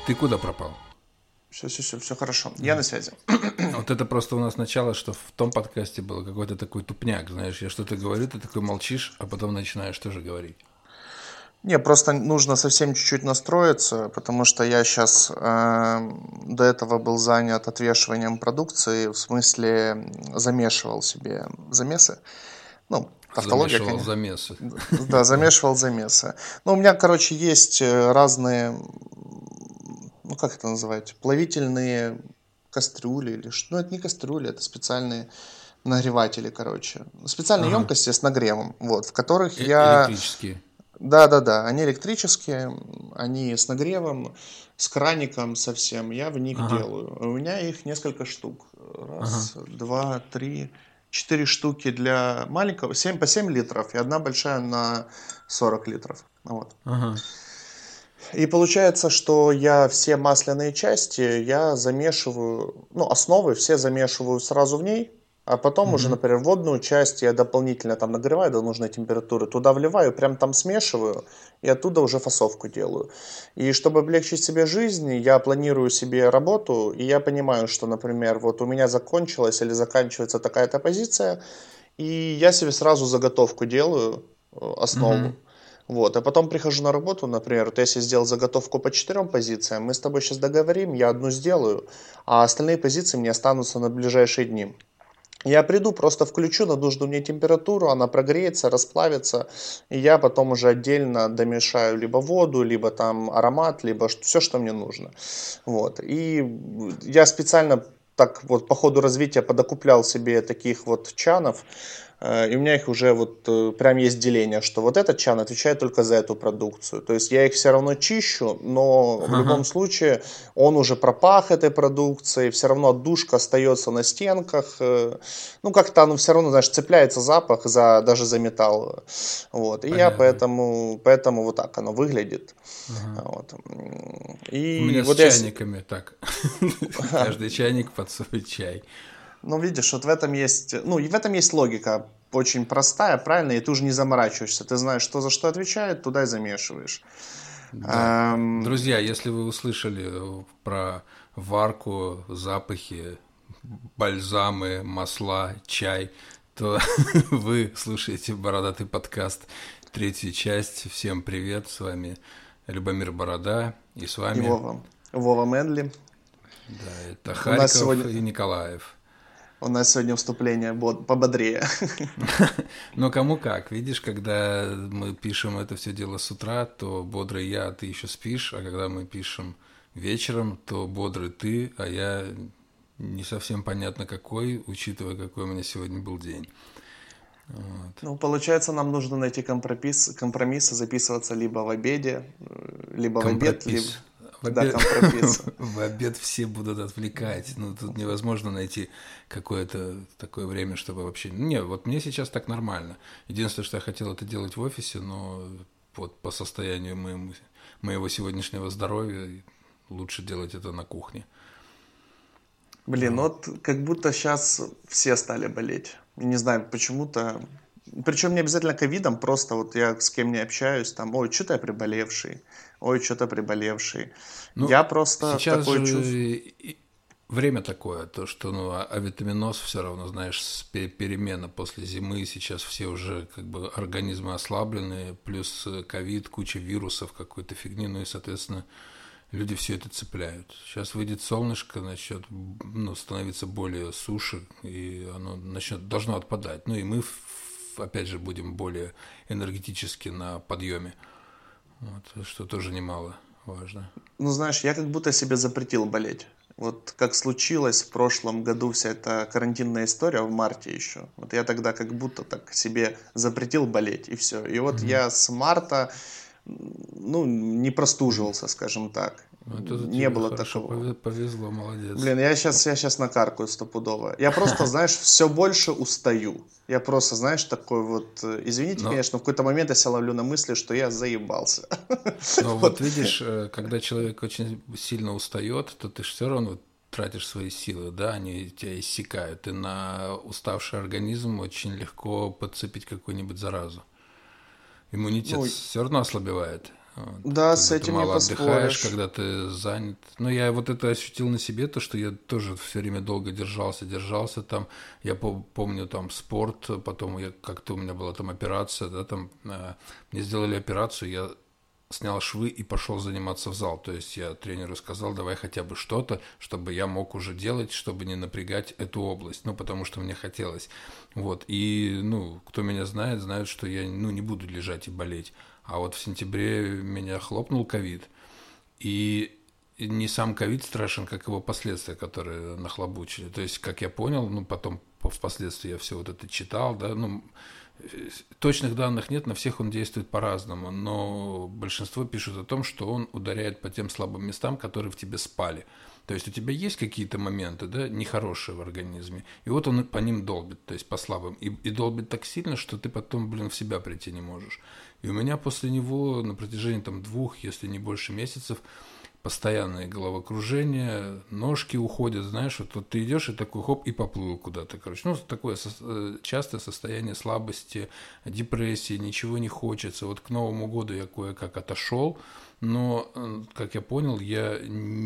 Ты куда пропал? Все хорошо. Я на связи. Вот это просто у нас начало, что в том подкасте было какой-то такой тупняк, знаешь, я что-то говорю, ты такой молчишь, а потом начинаешь тоже говорить. Не, просто нужно совсем чуть-чуть настроиться, потому что я сейчас до этого был занят отвешиванием продукции, в смысле замешивал себе замесы. Ну, тавтология, Замешивал конечно. замесы. Да, замешивал замесы. Ну, у меня, короче, есть разные, ну, как это называть, плавительные кастрюли или что. Ну, это не кастрюли, это специальные нагреватели, короче. Специальные Ага. емкости с нагревом, вот, в которых я... Электрические. Да-да-да, они электрические, они с нагревом, с краником совсем, я в них Ага. делаю. У меня их несколько штук. Ага. Раз, два, три, четыре штуки для маленького, 7 по 7 литров и одна большая на 40 литров. Вот. Ага. И получается, что я все масляные части я замешиваю, ну, основы все замешиваю сразу в ней, а потом уже, Угу. например, водную часть я дополнительно там нагреваю до нужной температуры, туда вливаю, прям там смешиваю, и оттуда уже фасовку делаю. И чтобы облегчить себе жизнь, я планирую себе работу, и я понимаю, что, например, вот у меня закончилась или заканчивается такая-то позиция, и я себе сразу заготовку делаю, Угу. основу. Вот, а потом прихожу на работу, например, вот если сделал заготовку по 4 позициям, мы с тобой сейчас договорим, я одну сделаю, а остальные позиции мне останутся на ближайшие дни. Я приду, просто включу на нужную мне температуру, она прогреется, расплавится, и я потом уже отдельно домешаю либо воду, либо там аромат, либо все, что мне нужно. Вот. И я специально так вот по ходу развития подокуплял себе таких вот чанов, и у меня их уже вот прям есть деление, что вот этот чан отвечает только за эту продукцию. То есть я их все равно чищу, но в любом Ага. случае он уже пропах этой продукцией, все равно отдушка остается на стенках. Ну, как-то оно все равно, знаешь, цепляется запах даже за металл. Вот. И я Понятно. поэтому вот так оно выглядит. Ага. Вот. У И меня с вот я... чайниками так. Каждый чайник под свой чай. Ну, видишь, вот в этом есть, ну, и в этом есть логика очень простая, правильная, и ты уже не заморачиваешься. Ты знаешь, что за что отвечает, туда и замешиваешь. Да. Эм, Друзья, если вы услышали про варку, запахи, бальзамы, масла, чай, то вы слушаете «Бородатый подкаст», третью часть. Всем привет, с вами Любомир Борода, и с и вами, Вова Медли. да, это У нас Харьков сегодня, и Николаев. у нас сегодня вступление пободрее. Но кому как, видишь, когда мы пишем это все дело с утра, то бодрый я, а ты еще спишь, а когда мы пишем вечером, то бодрый ты, а я не совсем понятно какой, учитывая, какой у меня сегодня был день. Вот. Ну, получается, нам нужно найти компромисс и записываться либо в обеде, либо в обед, либо... Компромисс. Да, компромисс. В обед все будут отвлекать. Ну, тут невозможно найти какое-то такое время, чтобы вообще... Не, вот мне сейчас так нормально. Единственное, что я хотел это делать в офисе, но вот по состоянию моего сегодняшнего здоровья лучше делать это на кухне. Блин, ну вот как будто сейчас все стали болеть. Не знаю, почему-то. Причем не обязательно ковидом, просто вот я с кем не общаюсь, там, ой, что-то я приболевший, ой, что-то приболевший. Ну, Я просто сейчас такое чувство. же время такое, то, что ну, авитаминоз все равно, знаешь, перемена после зимы, сейчас все уже как бы организмы ослабленные, плюс ковид, куча вирусов, какой-то фигни, ну и, соответственно, люди все это цепляют. Сейчас выйдет солнышко, начнет ну, становиться более суше, и оно должно отпадать. Ну и мы, опять же, будем более энергетически на подъеме, вот, что тоже немало важно. Ну, знаешь, я как будто себе запретил болеть. Вот как случилось в прошлом году вся эта карантинная история в марте еще. Вот я тогда как будто так себе запретил болеть, и все. И вот Угу. я с марта, ну, не простуживался, скажем так. Вот это Не тебе было хорошо такого. повезло, молодец. Блин, я сейчас накаркаю стопудово. Я просто, знаешь, все больше устаю. Я просто, знаешь, такой вот, извините, Но, конечно, в какой-то момент я себя ловлю на мысли, что я заебался. но вот Вот. видишь, когда человек очень сильно устает, то ты же все равно тратишь свои силы, да, они тебя иссякают. И на уставший организм очень легко подцепить какую-нибудь заразу. Иммунитет Ну, все равно ослабевает. Вот. Да, с Когда ты этим не мало отдыхаешь, поспоришь. когда ты занят. Но я вот это ощутил на себе, то, что я тоже все время долго держался там. Я помню там спорт, потом я как-то у меня была там операция, да, там мне сделали операцию, я снял швы и пошел заниматься в зал. То есть я тренеру сказал, давай хотя бы что-то, чтобы я мог уже делать, чтобы не напрягать эту область. Ну, потому что мне хотелось. Вот. И, ну, кто меня знает, знают, что я, ну, не буду лежать и болеть. А вот в сентябре меня хлопнул ковид. И не сам ковид страшен, как его последствия, которые нахлобучили. То есть, как я понял, ну, потом впоследствии я все вот это читал, да, ну, точных данных нет, на всех он действует по-разному, но большинство пишут о том, что он ударяет по тем слабым местам, которые в тебе спали. То есть у тебя есть какие-то моменты, да, нехорошие в организме, и вот он по ним долбит, то есть по слабым, и долбит так сильно, что ты потом, блин, в себя прийти не можешь. И у меня после него на протяжении там 2, если не больше месяцев, постоянное головокружение, ножки уходят, знаешь, вот ты идешь и такой хоп, и поплыл куда-то, короче. Ну, такое частое состояние слабости, депрессии, ничего не хочется. Вот к Новому году я кое-как отошел, но, как я понял, я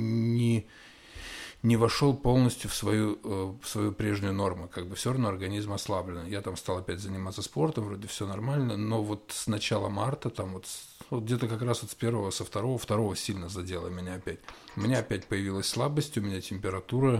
не вошел полностью в свою прежнюю норму. Как бы все равно организм ослаблен. Я там стал опять заниматься спортом, вроде все нормально, но вот с начала марта, там вот где-то как раз вот с первого, со второго сильно задело меня опять. У меня опять появилась слабость, у меня температура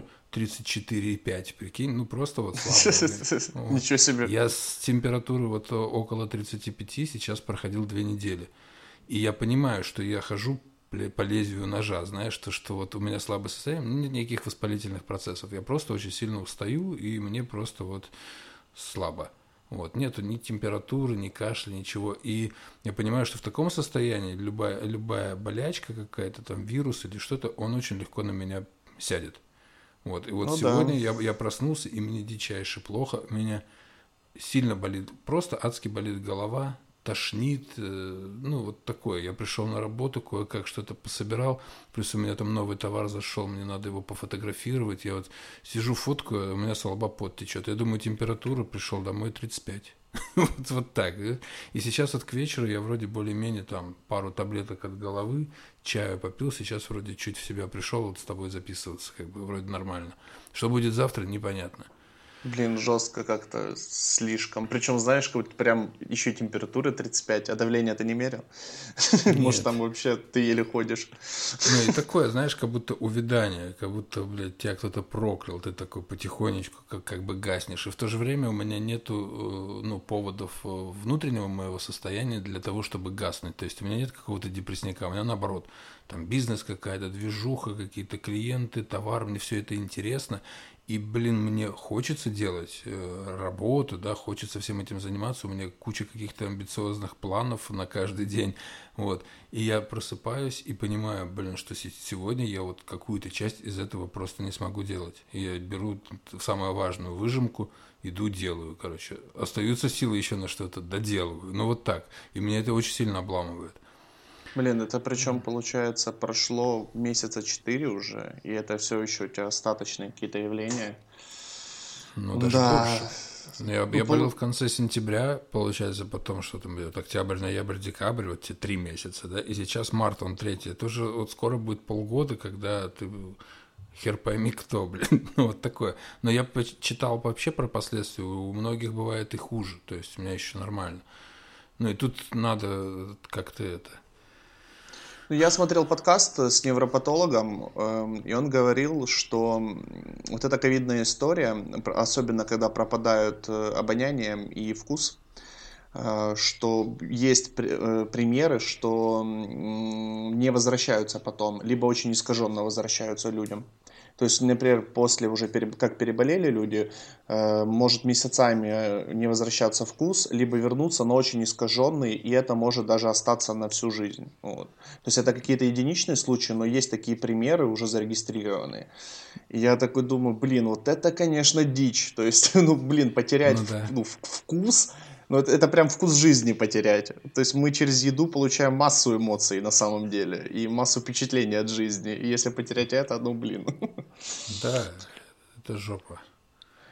34,5, прикинь, ну просто вот слабая. Вот. Ничего себе. Я с температуры вот около 35 сейчас проходил 2 недели. И я понимаю, что я хожу по лезвию ножа, знаешь, что вот у меня слабое состояние, нет никаких воспалительных процессов, я просто очень сильно устаю, и мне просто вот слабо. Вот, нету ни температуры, ни кашля, ничего. И я понимаю, что в таком состоянии любая болячка какая-то, там вирус или что-то, он очень легко на меня сядет. Вот, и вот Ну да. сегодня я проснулся, и мне дичайше плохо, у меня сильно болит, просто адски болит голова, тошнит, ну вот такое. Я пришел на работу, кое-как что-то пособирал, плюс у меня там новый товар зашел, мне надо его пофотографировать. Я вот сижу, фоткаю, у меня с лба пот течет. Я думаю, температура, пришел домой 35. Вот так. И сейчас вот к вечеру я вроде более-менее там пару таблеток от головы, чаю попил, сейчас вроде чуть в себя пришел, вот с тобой записываться, как бы вроде нормально. Что будет завтра, непонятно. Блин, жестко как-то слишком. Причем, знаешь, как будто прям еще температура 35, а давление ты не мерил? Может, Нет. там вообще ты еле ходишь. Ну и такое, знаешь, как будто увядание, как будто, блядь, тебя кто-то проклял, ты такой потихонечку как бы гаснешь. И в то же время у меня нету, ну, поводов внутреннего моего состояния для того, чтобы гаснуть. То есть у меня нет какого-то депрессника, у меня наоборот, там бизнес какая-то, движуха, какие-то клиенты, товар, мне все это интересно. И, блин, мне хочется делать работу, да, хочется всем этим заниматься, у меня куча каких-то амбициозных планов на каждый день, вот. И я просыпаюсь и понимаю, блин, что сегодня я вот какую-то часть из этого просто не смогу делать. И я беру самую важную выжимку, иду делаю, короче. Остаются силы еще на что-то, доделываю. Ну вот так. И меня это очень сильно обламывает. Блин, это причем, получается, прошло месяца 4 уже, и это все еще у тебя остаточные какие-то явления. Ну, даже Да. больше. Я болел в конце сентября, получается, потом что там идет, октябрь, ноябрь, декабрь, вот те 3 месяца, да, и сейчас март, он третий. Это уже вот скоро будет полгода, когда ты хер пойми кто, блин, ну вот такое. Но я читал вообще про последствия, у многих бывает и хуже, то есть у меня еще нормально. Ну и тут надо как-то это... Ну, я смотрел подкаст с невропатологом, и он говорил, что вот эта ковидная история, особенно когда пропадают обоняние и вкус, что есть примеры, что не возвращаются потом, либо очень искаженно возвращаются людям. То есть, например, после уже как переболели люди, может месяцами не возвращаться вкус, либо вернуться, но очень искаженный, и это может даже остаться на всю жизнь. Вот. То есть это какие-то единичные случаи, но есть такие примеры уже зарегистрированные. И я такой думаю, блин, вот это, конечно, дичь. То есть, ну, блин, потерять Ну да. вкус, ну, это прям вкус жизни потерять. То есть мы через еду получаем массу эмоций на самом деле и массу впечатлений от жизни. И если потерять это, ну, блин. Да, это жопа.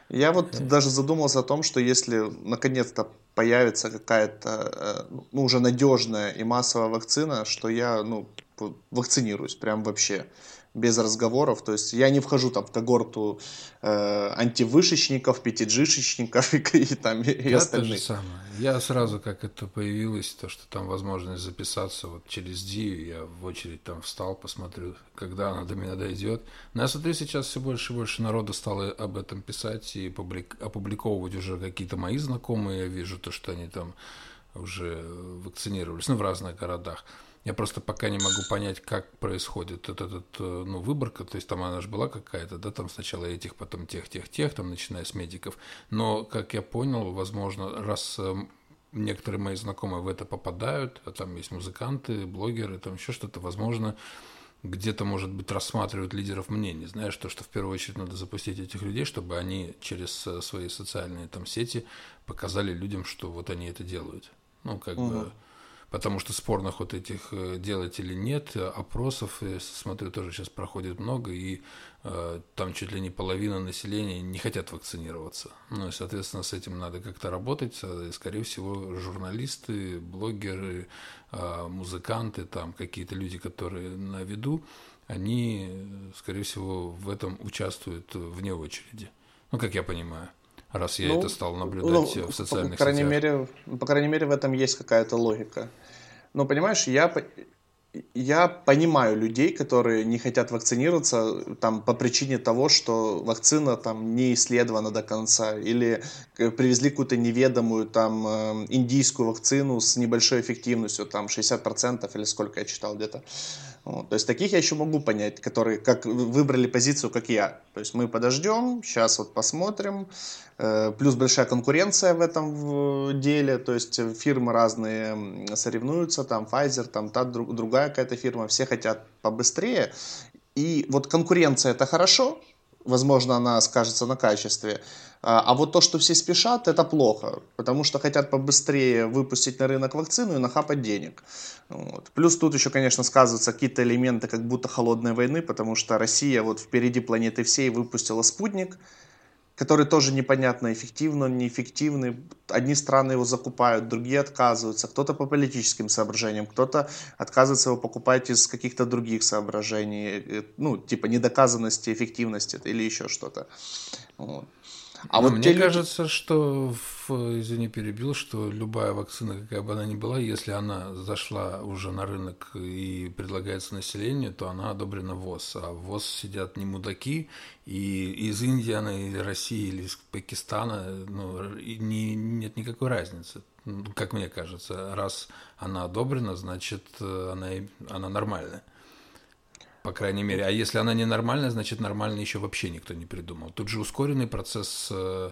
Я вот даже задумался о том, что если наконец-то появится какая-то ну, уже надежная и массовая вакцина, что я ну, вакцинируюсь прям вообще без разговоров. То есть я не вхожу там в когорту антивышечников, 5G-шечников и Да, то же остальных. самое. Я сразу, как это появилось, то, что там возможность записаться вот через Дию, я в очередь там встал, посмотрю, когда она до меня дойдет. Но я смотрю, сейчас все больше и больше народу стало об этом писать и опубликовывать уже какие-то мои знакомые. Я вижу то, что они там уже вакцинировались, ну, в разных городах. Я просто пока не могу понять, как происходит ну, выборка. То есть там она же была какая-то, да, там сначала этих, потом тех, там, начиная с медиков. Но, как я понял, возможно, раз некоторые мои знакомые в это попадают, а там есть музыканты, блогеры, там еще что-то, возможно, где-то, может быть, рассматривают лидеров мнений. Знаешь, то, что в первую очередь надо запустить этих людей, чтобы они через свои социальные там сети показали людям, что вот они это делают. Ну, как Мгм. бы, потому что спорных вот этих делать или нет, опросов, я смотрю, тоже сейчас проходит много, и там чуть ли не половина населения не хотят вакцинироваться. Ну, и, соответственно, с этим надо как-то работать. И, скорее всего, журналисты, блогеры, музыканты, там какие-то люди, которые на виду, они, скорее всего, в этом участвуют вне очереди. Ну, как я понимаю, раз я это Ну, стал наблюдать ну, в социальных сетях. по крайней мере, в этом есть какая-то логика. Но понимаешь, я понимаю людей, которые не хотят вакцинироваться там, по причине того, что вакцина там, не исследована до конца, или привезли какую-то неведомую там, индийскую вакцину с небольшой эффективностью, там 60% или сколько я читал где-то. Вот. То есть таких я еще могу понять, которые как выбрали позицию, как я. То есть мы подождем, сейчас вот посмотрим. Плюс большая конкуренция в этом деле, то есть фирмы разные соревнуются, там Pfizer, там та другая какая-то фирма, все хотят побыстрее. И вот конкуренция это хорошо, возможно, она скажется на качестве. А вот то, что все спешат, это плохо, потому что хотят побыстрее выпустить на рынок вакцину и нахапать денег. Вот. Плюс тут еще, конечно, сказываются какие-то элементы как будто холодной войны, потому что Россия вот впереди планеты всей выпустила спутник, который тоже непонятно, эффективно, неэффективный. Одни страны его закупают, другие отказываются. Кто-то по политическим соображениям, кто-то отказывается его покупать из каких-то других соображений, ну, типа недоказанности эффективности или еще что-то. Вот. А Но вот те мне люди... кажется, что, извини, перебил, что любая вакцина, какая бы она ни была, если она зашла уже на рынок и предлагается населению, то она одобрена ВОЗ. А в ВОЗ сидят не мудаки, и из Индии она, или России, или из Пакистана, ну, нет никакой разницы. Ну, как мне кажется, раз она одобрена, значит, она нормальная. По крайней мере. А если она ненормальная, значит нормально еще вообще никто не придумал. Тут же ускоренный процесс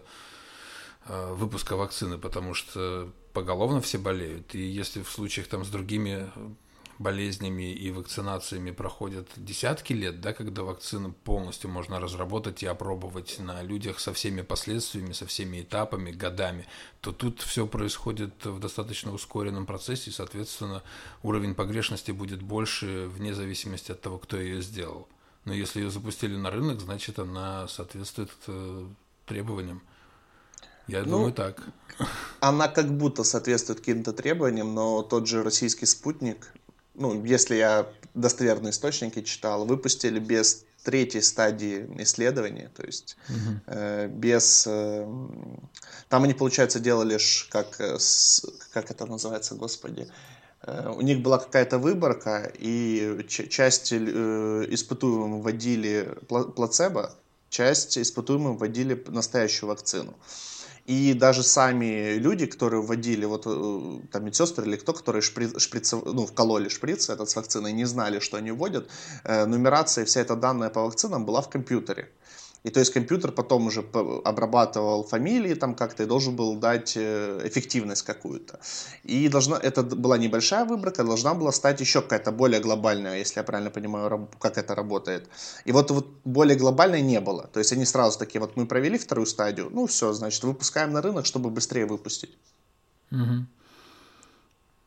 выпуска вакцины, потому что поголовно все болеют. И если в случаях там с другими болезнями и вакцинациями проходят десятки лет, да, когда вакцину полностью можно разработать и опробовать на людях со всеми последствиями, со всеми этапами, годами, то тут все происходит в достаточно ускоренном процессе, и, соответственно, уровень погрешности будет больше вне зависимости от того, кто ее сделал. Но если ее запустили на рынок, значит, она соответствует требованиям. Я думаю Ну, так. она как будто соответствует каким-то требованиям, но тот же российский спутник, ну, если я достоверные источники читал, выпустили без третьей стадии исследования, то есть без... там они, получается, делали как, как это называется, господи, у них была какая-то выборка, и часть испытуемым вводили плацебо, часть испытуемым вводили настоящую вакцину. И даже сами люди, которые вводили, вот там медсестры или кто, которые ну, вкололи шприц этот с вакциной, не знали, что они вводят, нумерация, вся эта данная по вакцинам была в компьютере. И то есть компьютер потом уже обрабатывал фамилии там как-то и должен был дать эффективность какую-то. И это была небольшая выборка, должна была стать еще какая-то более глобальная, если я правильно понимаю, как это работает. И вот более глобальной не было. То есть они сразу такие, вот мы провели вторую стадию, ну все, значит, выпускаем на рынок, чтобы быстрее выпустить. Мгм.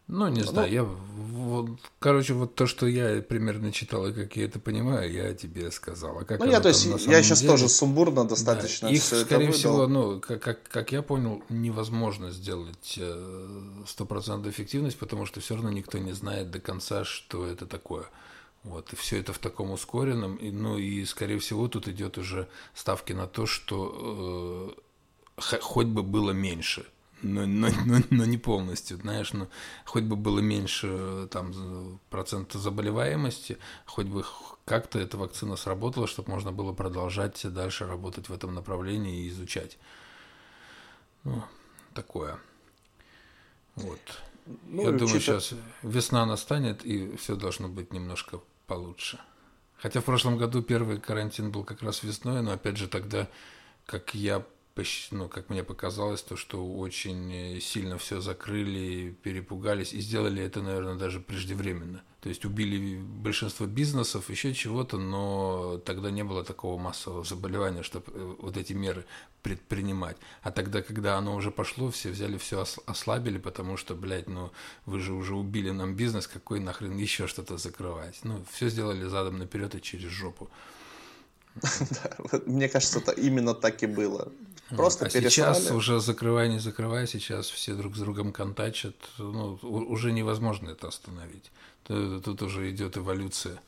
Ну, не знаю, Ну, я вот, короче, вот то, что я примерно читал и как я это понимаю, я тебе сказал. А ну как я, оно то есть, там на я самом сейчас тоже деле, сумбурно да, достаточно их, все это скорее всего, выдал. ну, как я понял, невозможно сделать 100% эффективность, потому что все равно никто не знает до конца, что это такое. Вот, и все это в таком ускоренном, и, ну, и, скорее всего, тут идет уже ставки на то, что хоть бы было меньше, но не полностью, знаешь, ну, хоть бы было меньше там процента заболеваемости, хоть бы как-то эта вакцина сработала, чтобы можно было продолжать дальше работать в этом направлении и изучать. Ну, такое. Вот. Ну, Я и думаю, учитывая... сейчас весна настанет, и все должно быть немножко получше. Хотя в прошлом году первый карантин был как раз весной, но опять же тогда, как я ну, как мне показалось, то, что очень сильно все закрыли, перепугались и сделали это, наверное, даже преждевременно. То есть убили большинство бизнесов, еще чего-то, но тогда не было такого массового заболевания, чтобы вот эти меры предпринимать. А тогда, когда оно уже пошло, все взяли все ослабили, потому что, блядь, ну вы же уже убили нам бизнес, какой нахрен еще что-то закрывать? Ну, все сделали задом наперед и через жопу. Да, вот мне кажется, это именно так и было. Вот. Просто А сейчас пересрали. уже закрывай, не закрывай, сейчас все друг с другом контачат. Ну, уже невозможно это остановить. Тут уже идет эволюция.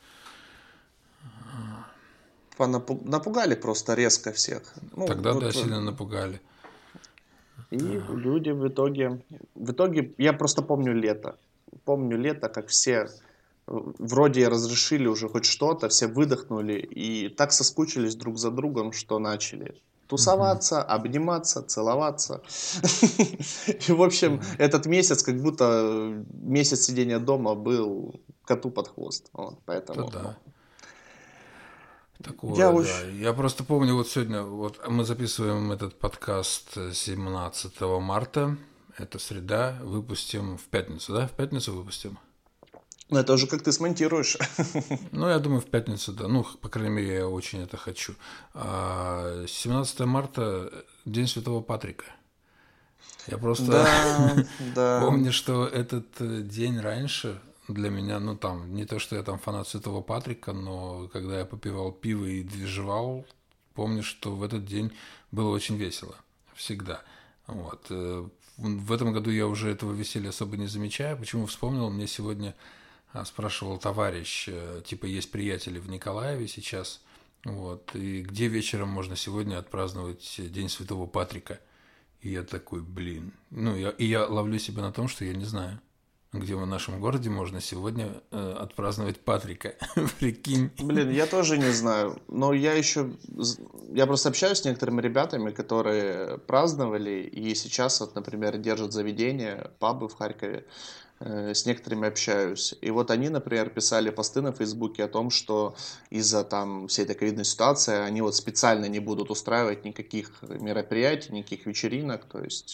Напугали просто резко всех. Ну, Тогда, да, вот, сильно напугали. и люди в итоге, я просто помню лето. Помню лето, как все вроде разрешили уже хоть что-то, все выдохнули и так соскучились друг за другом, что начали тусоваться, обниматься, целоваться. И, в общем, этот месяц, как будто месяц сидения дома был коту под хвост. Вот, Это поэтому да. я Такое, да. очень... Я просто помню, вот сегодня, вот мы записываем этот подкаст 17 марта. Это среда. Выпустим в пятницу, да? В пятницу выпустим? Ну, это уже как ты смонтируешь. Ну, я думаю, в пятницу, да. Ну, по крайней мере, я очень это хочу. 17 марта – День Святого Патрика. Я просто Да, да. помню, что этот день раньше для меня, ну там, не то, что я там фанат Святого Патрика, но когда я попивал пиво и движевал, помню, что в этот день было очень весело. Всегда. Вот. В этом году я уже этого веселья особо не замечаю. Почему вспомнил? Мне сегодня спрашивал товарищ, типа, есть приятели в Николаеве сейчас, вот, и где вечером можно сегодня отпраздновать День Святого Патрика? И я такой, блин. Ну, я ловлю себя на том, что я не знаю, где в нашем городе можно сегодня отпраздновать Патрика. Прикинь. Блин, я тоже не знаю, но я просто общаюсь с некоторыми ребятами, которые праздновали и сейчас вот, например, держат заведения, пабы в Харькове, с некоторыми общаюсь. И вот они, например, писали посты на Фейсбуке о том, что из-за там всей этой ковидной ситуации они вот специально не будут устраивать никаких мероприятий, никаких вечеринок, то есть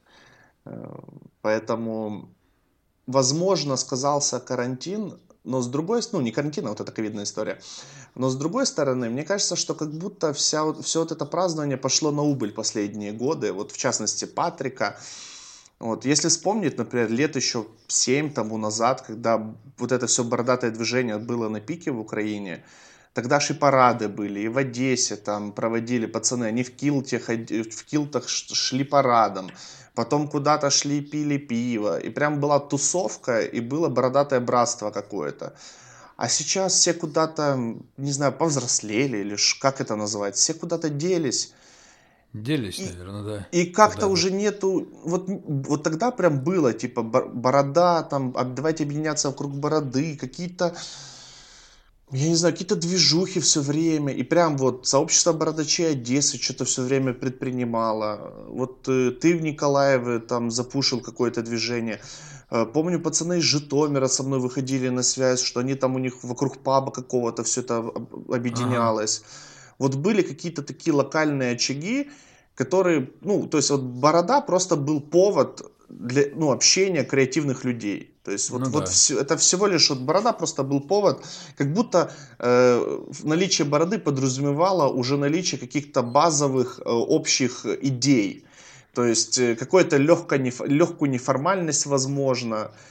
поэтому возможно, сказался карантин, но с другой стороны, ну не карантин, а вот эта ковидная история, но с другой стороны, мне кажется, что как будто все вот это празднование пошло на убыль последние годы, вот в частности Патрика. Вот, если вспомнить, например, лет еще 7 тому назад, когда вот это все бородатое движение было на пике в Украине, тогда же и парады были, и в Одессе там проводили пацаны, они в килтах шли парадом, потом куда-то шли, пили пиво, и прям была тусовка, и было бородатое братство какое-то. А сейчас все куда-то, не знаю, повзрослели, или как это называть, все куда-то делись. Делись, И, наверное, да. и как-то Куда-то. уже нету, вот тогда прям было, типа, борода, там, давайте объединяться вокруг бороды, какие-то, я не знаю, какие-то движухи все время, и прям вот сообщество бородачей Одессы что-то все время предпринимало. Вот ты в Николаеве там запушил какое-то движение. Помню, пацаны из Житомира со мной выходили на связь, что они там у них вокруг паба какого-то все это Ага. объединялось. Вот были какие-то такие локальные очаги, которые, ну, то есть вот Борода просто был повод для, ну, общения креативных людей. То есть Ну вот да. все, это всего лишь вот Борода просто был повод, как будто наличие Бороды подразумевало уже наличие каких-то базовых общих идей. То есть какую-то легкую неформальность возможно.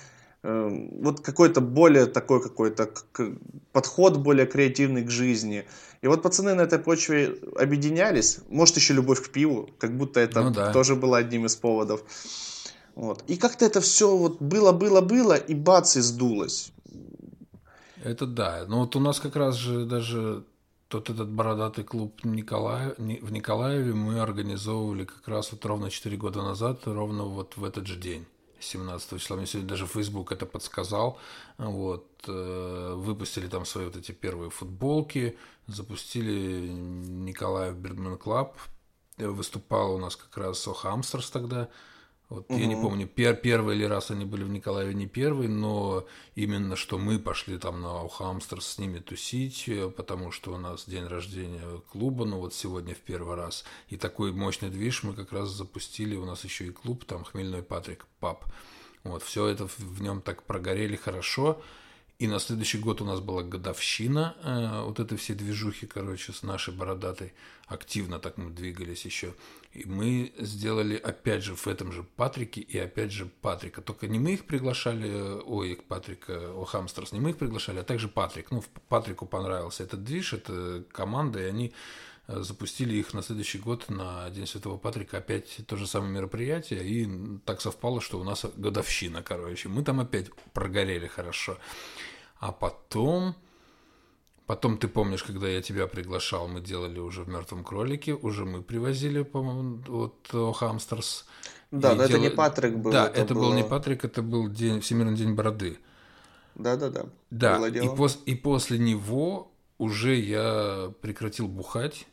вот какой-то более такой какой-то подход более креативный к жизни. И вот пацаны на этой почве объединялись, может еще любовь к пиву, как будто это Ну да, тоже было одним из поводов. Вот. И как-то это все вот было, и бац, и сдулось. это да. Но вот у нас как раз же даже тот этот бородатый клуб в Николаеве мы организовывали как раз вот ровно 4 года назад, ровно вот в этот же день. 17 числа. Мне сегодня даже Facebook это подсказал. Вот. Выпустили там свои вот эти первые футболки, запустили Николаев Бердмен Клаб. Выступал у нас как раз Охамстерс тогда. Вот я не Мгм. помню, первый ли раз они были в Николаеве, не первый, но именно что мы пошли там на Охамстерс с ними тусить, потому что у нас день рождения клуба, ну вот сегодня в первый раз. И такой мощный движ мы как раз запустили, у нас еще и клуб, там Хмельной Патрик, паб. Вот, все это в нем так прогорели хорошо. И на следующий год у нас была годовщина вот этой все движухи, короче, с нашей бородатой. Активно так мы двигались еще. И мы сделали опять же в этом же Патрике и опять же Патрика. Только не мы их приглашали, ой, Патрика, о Хамстерс, не мы их приглашали, а также Патрик. Ну, Патрику понравился этот движ, эта команда, и они запустили их на следующий год на День Святого Патрика опять то же самое мероприятие, и так совпало, что у нас годовщина, короче. Мы там опять прогорели хорошо. А потом ты помнишь, когда я тебя приглашал, мы делали уже в «Мертвом кролике», уже мы привозили, по-моему, вот Хамстерс. Да, И но это не Патрик был, Да, это это был не было... Патрик, это был Всемирный день бороды. Да-да-да, Да, было дело. и после него уже я прекратил бухать.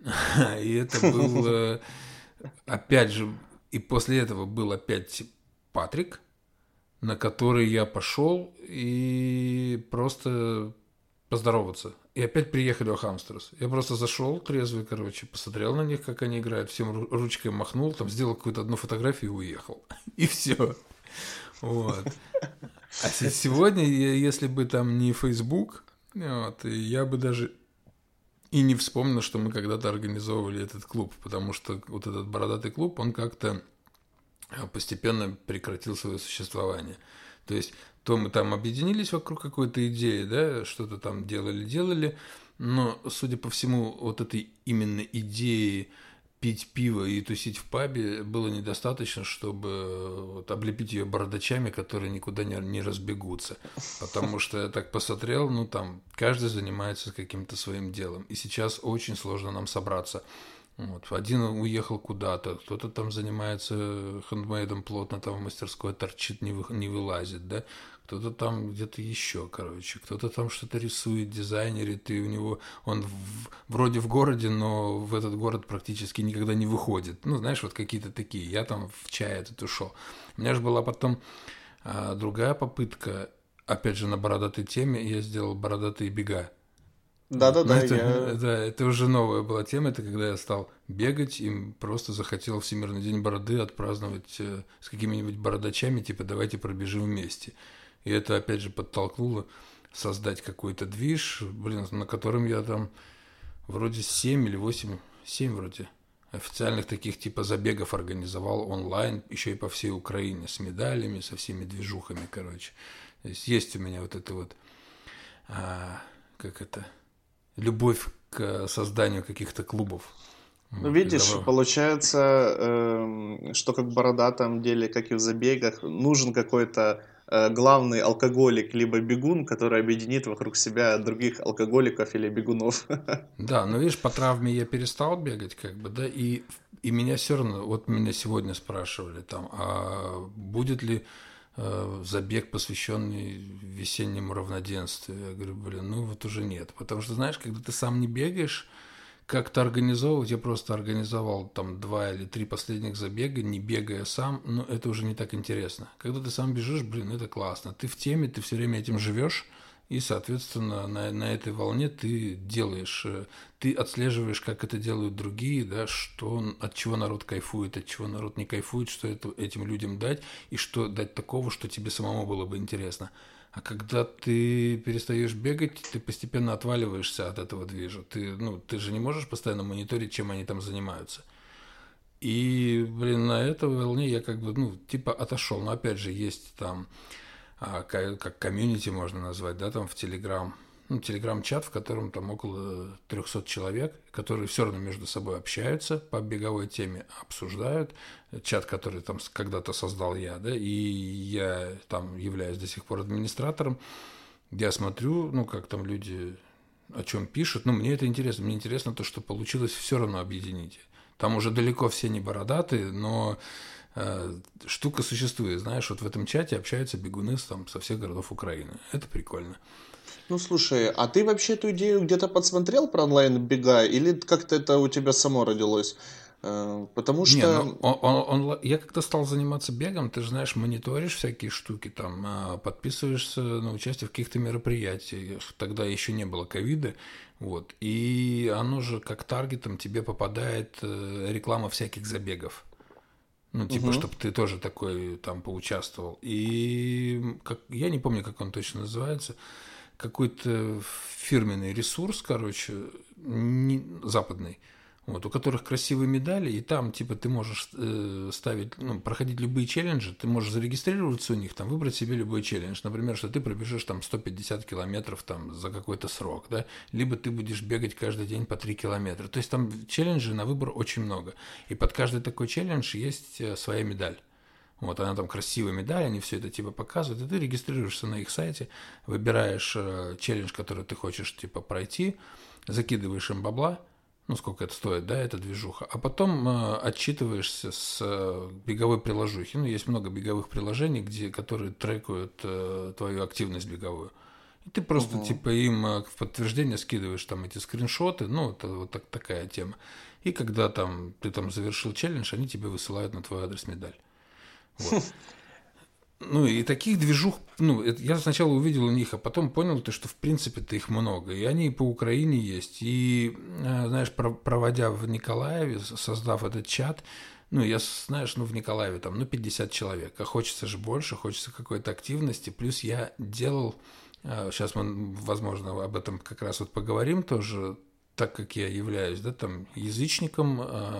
И это был, опять же, и после этого был опять Патрик, на который я пошел и просто поздороваться. И опять приехали в Хамстерс. Я просто зашел трезвый, короче, посмотрел на них, как они играют, всем ручкой махнул, там сделал какую-то одну фотографию и уехал. И все. Вот. А сегодня, если бы там не Facebook, вот, я бы даже и не вспомнил, что мы когда-то организовывали этот клуб, потому что вот этот бородатый клуб, он как-то постепенно прекратил свое существование. То есть, то мы там объединились вокруг какой-то идеи, да, что-то там делали, но, судя по всему, вот этой именно идеи пить пиво и тусить в пабе было недостаточно, чтобы вот облепить ее бородачами, которые никуда не разбегутся. Потому что я так посмотрел, ну там каждый занимается каким-то своим делом. И сейчас очень сложно нам собраться. Вот. Один уехал куда-то, кто-то там занимается хендмейдом плотно, там в мастерской торчит, не вылазит, да, кто-то там где-то еще, короче, кто-то там что-то рисует, дизайнерит, и у него, он вроде в городе, но в этот город практически никогда не выходит. Ну, знаешь, вот какие-то такие. Я там в чай этот ушел. У меня же была потом другая попытка, опять же, на бородатой теме, я сделал бородатые бега. Вот. Но Да-да-да, я... это уже новая была тема. Это когда я стал бегать и просто захотел Всемирный день бороды отпраздновать с какими-нибудь бородачами, типа давайте пробежим вместе. И это опять же подтолкнуло создать какой-то движ, блин, на котором я там вроде 7 или 8, 7 вроде официальных таких типа забегов организовал онлайн, еще и по всей Украине, с медалями, со всеми движухами, короче. То есть у меня вот это вот, как это, любовь к созданию каких-то клубов. Ну, Вот, и видишь, давай. получается, что как в бородатом деле, как и в забегах, нужен какой-то главный алкоголик, либо бегун, который объединит вокруг себя других алкоголиков или бегунов. Да, но видишь, по травме я перестал бегать, как бы, да, и меня все равно, вот меня сегодня спрашивали там, а будет ли забег, посвященный весеннему равноденствию? Я говорю, блин, ну вот уже нет, потому что, знаешь, когда ты сам не бегаешь, как-то организовывать, я просто организовал там 2 или 3 последних забега, не бегая сам, но это уже не так интересно. Когда ты сам бежишь, блин, это классно. Ты в теме, ты все время этим живешь, и, соответственно, на этой волне ты делаешь, ты отслеживаешь, как это делают другие, да, что, от чего народ кайфует, от чего народ не кайфует, что этим людям дать, и что дать такого, что тебе самому было бы интересно. А когда ты перестаешь бегать, ты постепенно отваливаешься от этого движа. Ты же не можешь постоянно мониторить, чем они там занимаются. И, блин, на этой волне я как бы, ну, типа отошел. Но опять же, есть там как комьюнити можно назвать, да, там в Телеграм. Ну, Телеграм-чат, в котором там около 300 человек, которые все равно между собой общаются по беговой теме, обсуждают. Чат, который там когда-то создал я, да, и я там являюсь до сих пор администратором. Я смотрю, ну, как там люди о чем пишут. Ну, мне это интересно. Мне интересно то, что получилось все равно объединить. Там уже далеко все не бородатые, но штука существует. Знаешь, вот в этом чате общаются бегуны там, со всех городов Украины. Это прикольно. Ну слушай, а ты вообще эту идею где-то подсмотрел про онлайн-бега, или как-то это у тебя само родилось? Потому Не, ну что... я когда стал заниматься бегом, ты же знаешь, мониторишь всякие штуки, там, подписываешься на участие в каких-то мероприятиях. Тогда еще не было ковида, вот. И оно же как таргетом тебе попадает реклама всяких забегов. Ну, типа, Мгм. чтобы ты тоже такой там поучаствовал. И я не помню, как он точно называется, какой-то фирменный ресурс, короче, западный, вот, у которых красивые медали, и там, типа, ты можешь ставить, ну, проходить любые челленджи, ты можешь зарегистрироваться у них, там, выбрать себе любой челлендж, например, что ты пробежишь там 150 километров там за какой-то срок, да, либо ты будешь бегать каждый день по 3 километра, то есть там челленджей на выбор очень много, и под каждый такой челлендж есть своя медаль. Вот, она там красивая медаль, они все это типа показывают, и ты регистрируешься на их сайте, выбираешь челлендж, который ты хочешь типа пройти, закидываешь им бабла, ну сколько это стоит, да, эта движуха, а потом отчитываешься с беговой приложухи. Ну, есть много беговых приложений, которые трекают твою активность беговую. И ты просто Мгм. типа им в подтверждение скидываешь там эти скриншоты, ну, это вот такая тема. И когда там ты там завершил челлендж, они тебе высылают на твой адрес медаль. Вот. Ну, и таких движух, ну, я сначала увидел у них, а потом понял, что в принципе-то их много. И они и по Украине есть. И, знаешь, проводя в Николаеве, создав этот чат, ну, я, знаешь, ну, в Николаеве там, ну, 50 человек. А хочется же больше, хочется какой-то активности. Плюс я делал, сейчас мы, возможно, об этом как раз вот поговорим тоже, так как я являюсь, да, там, язычником,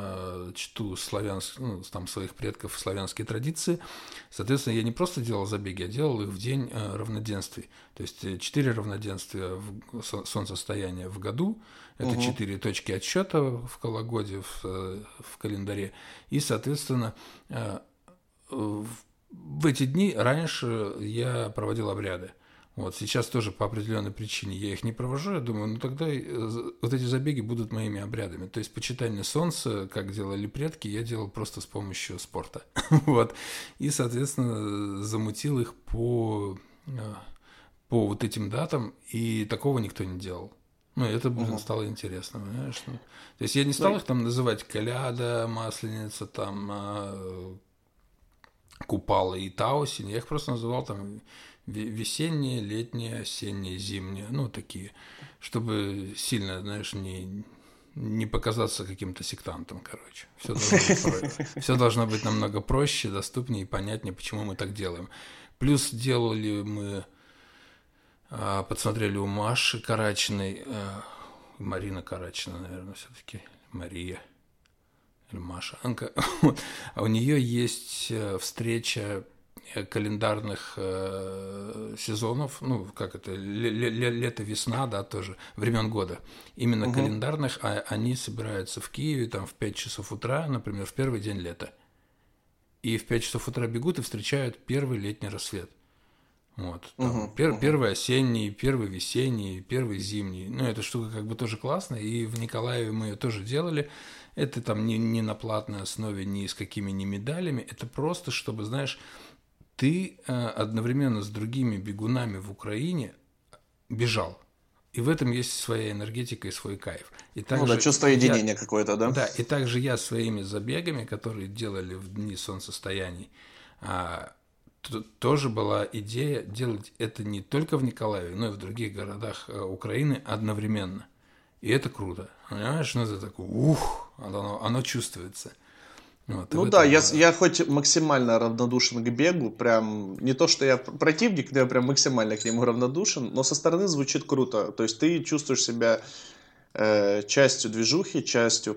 чту ну, там, своих предков славянские традиции, соответственно, я не просто делал забеги, а делал их в день равноденствий. То есть 4 равноденствия солнцестояния в году, это Мгм. 4 точки отсчета в кологоде, в календаре, и, соответственно, в эти дни раньше я проводил обряды. Вот сейчас тоже по определенной причине я их не провожу. Я думаю, ну тогда вот эти забеги будут моими обрядами. То есть почитание солнца, как делали предки, я делал просто с помощью спорта. Вот. И, соответственно, замутил их по вот этим датам, и такого никто не делал. Ну, это, блин, Мгм. стало интересно, понимаешь? Ну, то есть я не стал Ну, их там называть коляда, масленица, там, Купала и Таусень. Я их просто называл там весенние, летние, осенние, зимние. Ну, такие. Чтобы сильно, знаешь, не показаться каким-то сектантом, короче. Все должно быть намного проще, доступнее и понятнее, почему мы так делаем. Плюс делали мы, подсмотрели у Маши Карачиной, Марина Карачина, наверное, все-таки, Мария или Маша, Анка. А у нее есть встреча календарных сезонов, ну, как это, лето-весна, да, тоже, времен года. Именно мгм. календарных, а они собираются в Киеве там в 5 часов утра, например, в первый день лета. И в 5 часов утра бегут и встречают первый летний рассвет. Вот, там, Мгм. Мгм. первый осенний, первый весенний, первый зимний. Ну, эта штука как бы тоже классная, и в Николаеве мы ее тоже делали. Это там не на платной основе, ни с какими ни медалями. Это просто, чтобы, знаешь, ты одновременно с другими бегунами в Украине бежал. И в этом есть своя энергетика и свой кайф. И Ну да, также чувство я, единения какое-то, да? да, и также я своими забегами, которые делали в дни солнцестояний, а, тоже была идея делать это не только в Николаеве, но и в других городах Украины одновременно. И это круто. Понимаешь, ну это такое, оно чувствуется. Вот, и в Ну да, этом я хоть максимально равнодушен к бегу, прям не то, что я противник, но я прям максимально к нему равнодушен, но со стороны звучит круто. То есть ты чувствуешь себя частью движухи, частью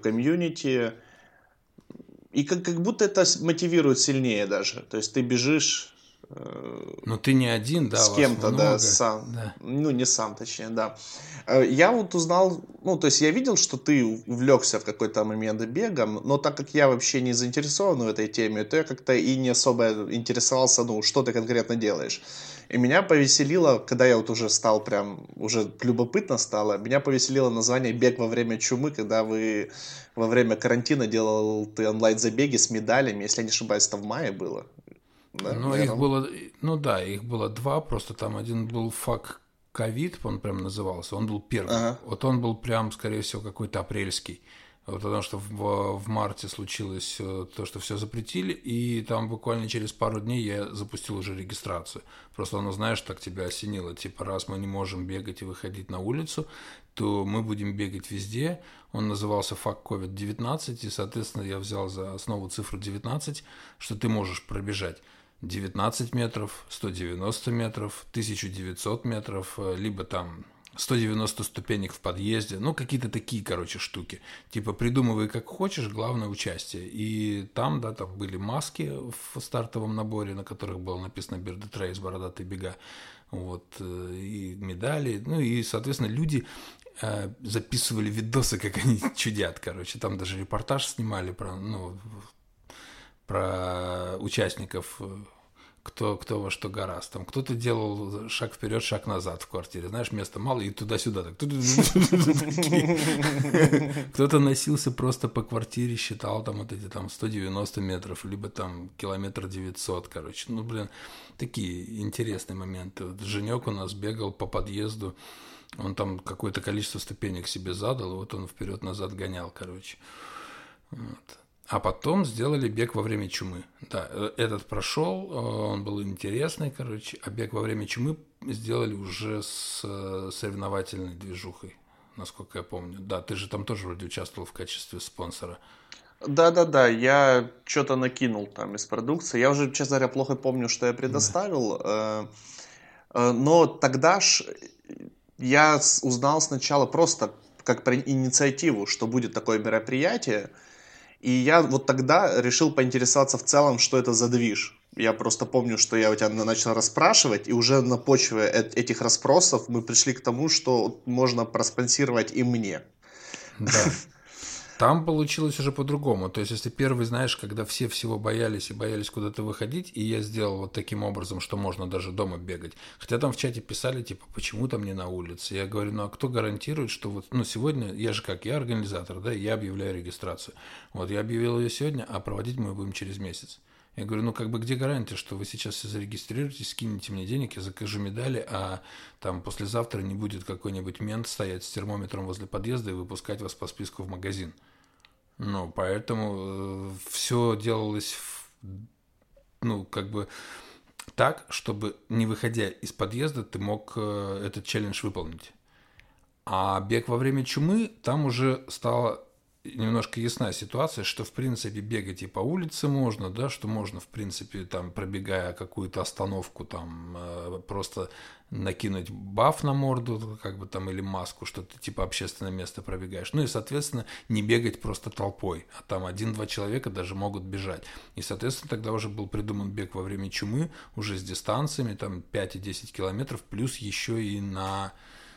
комьюнити, и как будто это мотивирует сильнее даже. То есть ты бежишь, Ну, ты не один, да, С вас кем-то, да, много. сам. Да. Ну, не сам, точнее, да. Я вот узнал, ну, то есть я видел, что ты увлекся в какой-то момент бегом, но так как я вообще не заинтересован в этой теме, то я как-то и не особо интересовался, ну, что ты конкретно делаешь. И меня повеселило, когда я вот уже стал прям, уже любопытно стало, меня повеселило название «Бег во время чумы», когда вы во время карантина делал ты онлайн-забеги с медалями, если я не ошибаюсь, это в мае было, да, Но их наверное. было, ну да, их было два, просто там один был фак ковид, он прям назывался, он был первый. Ага. Вот он был прям, скорее всего, какой-то апрельский. Вот потому что в марте случилось то, что все запретили, и там буквально через пару дней я запустил уже регистрацию. Просто, ну, знаешь, так тебя осенило. Типа, раз мы не можем бегать и выходить на улицу, то мы будем бегать везде. Он назывался фак COVID-19, и, соответственно, я взял за основу цифру 19, что ты можешь пробежать 19 метров, 190 метров, 1900 метров, либо там 190 ступенек в подъезде, ну, какие-то такие, короче, штуки. Типа, придумывай как хочешь, главное участие. И там, да, там были маски в стартовом наборе, на которых было написано «Bearded Race», «Бородатые бега», вот, и медали, ну, и, соответственно, люди записывали видосы, как они чудят, короче. Там даже репортаж снимали про, ну, про участников, кто во что гораст. Там кто-то делал шаг вперед, шаг назад в квартире. Знаешь, места мало, и туда-сюда. Так. Кто-то носился просто по квартире, считал там вот эти там 190 метров, либо там километр 900, короче. Ну, блин, такие интересные моменты. Вот Женек у нас бегал по подъезду, он там какое-то количество ступенек себе задал, и вот он вперед-назад гонял, короче. Вот. А потом сделали бег во время чумы. Да, этот прошел, он был интересный, короче. А бег во время чумы сделали уже с соревновательной движухой, насколько я помню. Да, ты же там тоже вроде участвовал в качестве спонсора. Да-да-да, я что-то накинул там из продукции. Я уже, честно говоря, плохо помню, что я Да. предоставил. Но тогда ж я узнал сначала просто как про инициативу, что будет такое мероприятие. И я вот тогда решил поинтересоваться в целом, что это за движ. Я просто помню, что я у тебя начал расспрашивать, и уже на почве этих расспросов мы пришли к тому, что можно проспонсировать и мне. Да. Там получилось уже по-другому. То есть, если первый, знаешь, когда все всего боялись и боялись куда-то выходить, и я сделал вот таким образом, что можно даже дома бегать. Хотя там в чате писали, типа, почему там не на улице? Я говорю, ну а кто гарантирует, что вот, ну сегодня, я же как, я организатор, да, я объявляю регистрацию. Вот, я объявил ее сегодня, а проводить мы будем через месяц. Я говорю, ну как бы где гарантия, что вы сейчас все зарегистрируетесь, скинете мне денег, я закажу медали, а там послезавтра не будет какой-нибудь мент стоять с термометром возле подъезда и выпускать вас по списку в магазин. Ну, поэтому все делалось, ну, как бы так, чтобы не выходя из подъезда, ты мог этот челлендж выполнить. А бег во время чумы, там уже стала немножко ясна ситуация, что в принципе бегать и по улице можно, да, что можно в принципе там пробегая какую-то остановку там просто накинуть баф на морду, как бы там или маску, что ты типа общественное место пробегаешь. Ну и соответственно не бегать просто толпой, а там один-два человека даже могут бежать. И соответственно тогда уже был придуман бег во время чумы уже с дистанциями там 5 и 10 километров плюс еще и на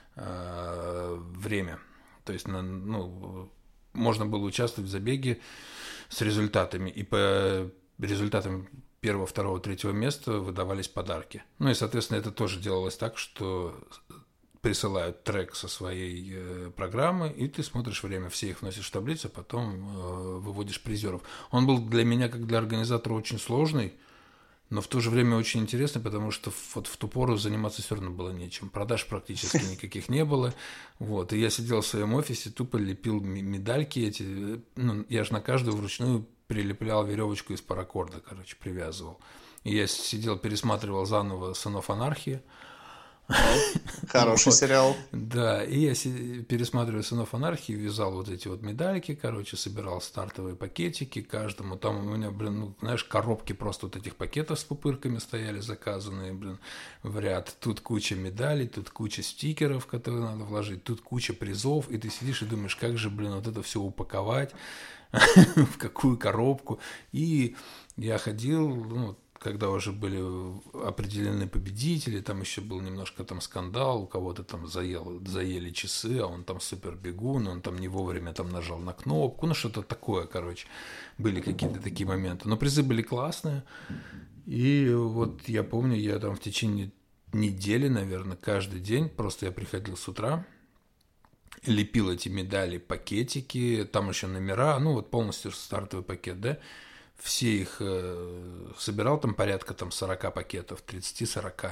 время. То есть, ну, можно было участвовать в забеге с результатами. И по результатам первого, второго, третьего места выдавались подарки. Ну и, соответственно, это тоже делалось так, что присылают трек со своей программы, и ты смотришь время, все их вносишь в таблицу, а потом выводишь призеров. Он был для меня, как для организатора, очень сложный, но в то же время очень интересно, потому что вот в ту пору заниматься все равно было нечем. Продаж практически никаких не было. Вот. И я сидел в своем офисе, тупо лепил медальки эти. Ну, я же на каждую вручную прилеплял веревочку из паракорда, короче, привязывал. И я сидел, пересматривал заново «Сынов анархии». Хороший Вот. сериал. Да, и я пересматриваю «Сынов анархии», вязал вот эти вот медальки, короче, собирал стартовые пакетики каждому. Там у меня, блин, ну, знаешь, коробки просто вот этих пакетов с пупырками стояли заказанные, блин, в ряд. Тут куча медалей, тут куча стикеров, которые надо вложить, тут куча призов, и ты сидишь и думаешь, как же, блин, вот это все упаковать, в какую коробку. И я ходил, ну, когда уже были определены победители, там еще был немножко там скандал, у кого-то там заели часы, а он там супер бегун, он там не вовремя там нажал на кнопку, ну что-то такое, короче. Были какие-то такие моменты. Но призы были классные. И вот я помню, я там в течение недели, наверное, каждый день, просто я приходил с утра, лепил эти медали, пакетики, там еще номера, ну вот полностью стартовый пакет, да, все их собирал, там порядка там 40 пакетов, 30-40,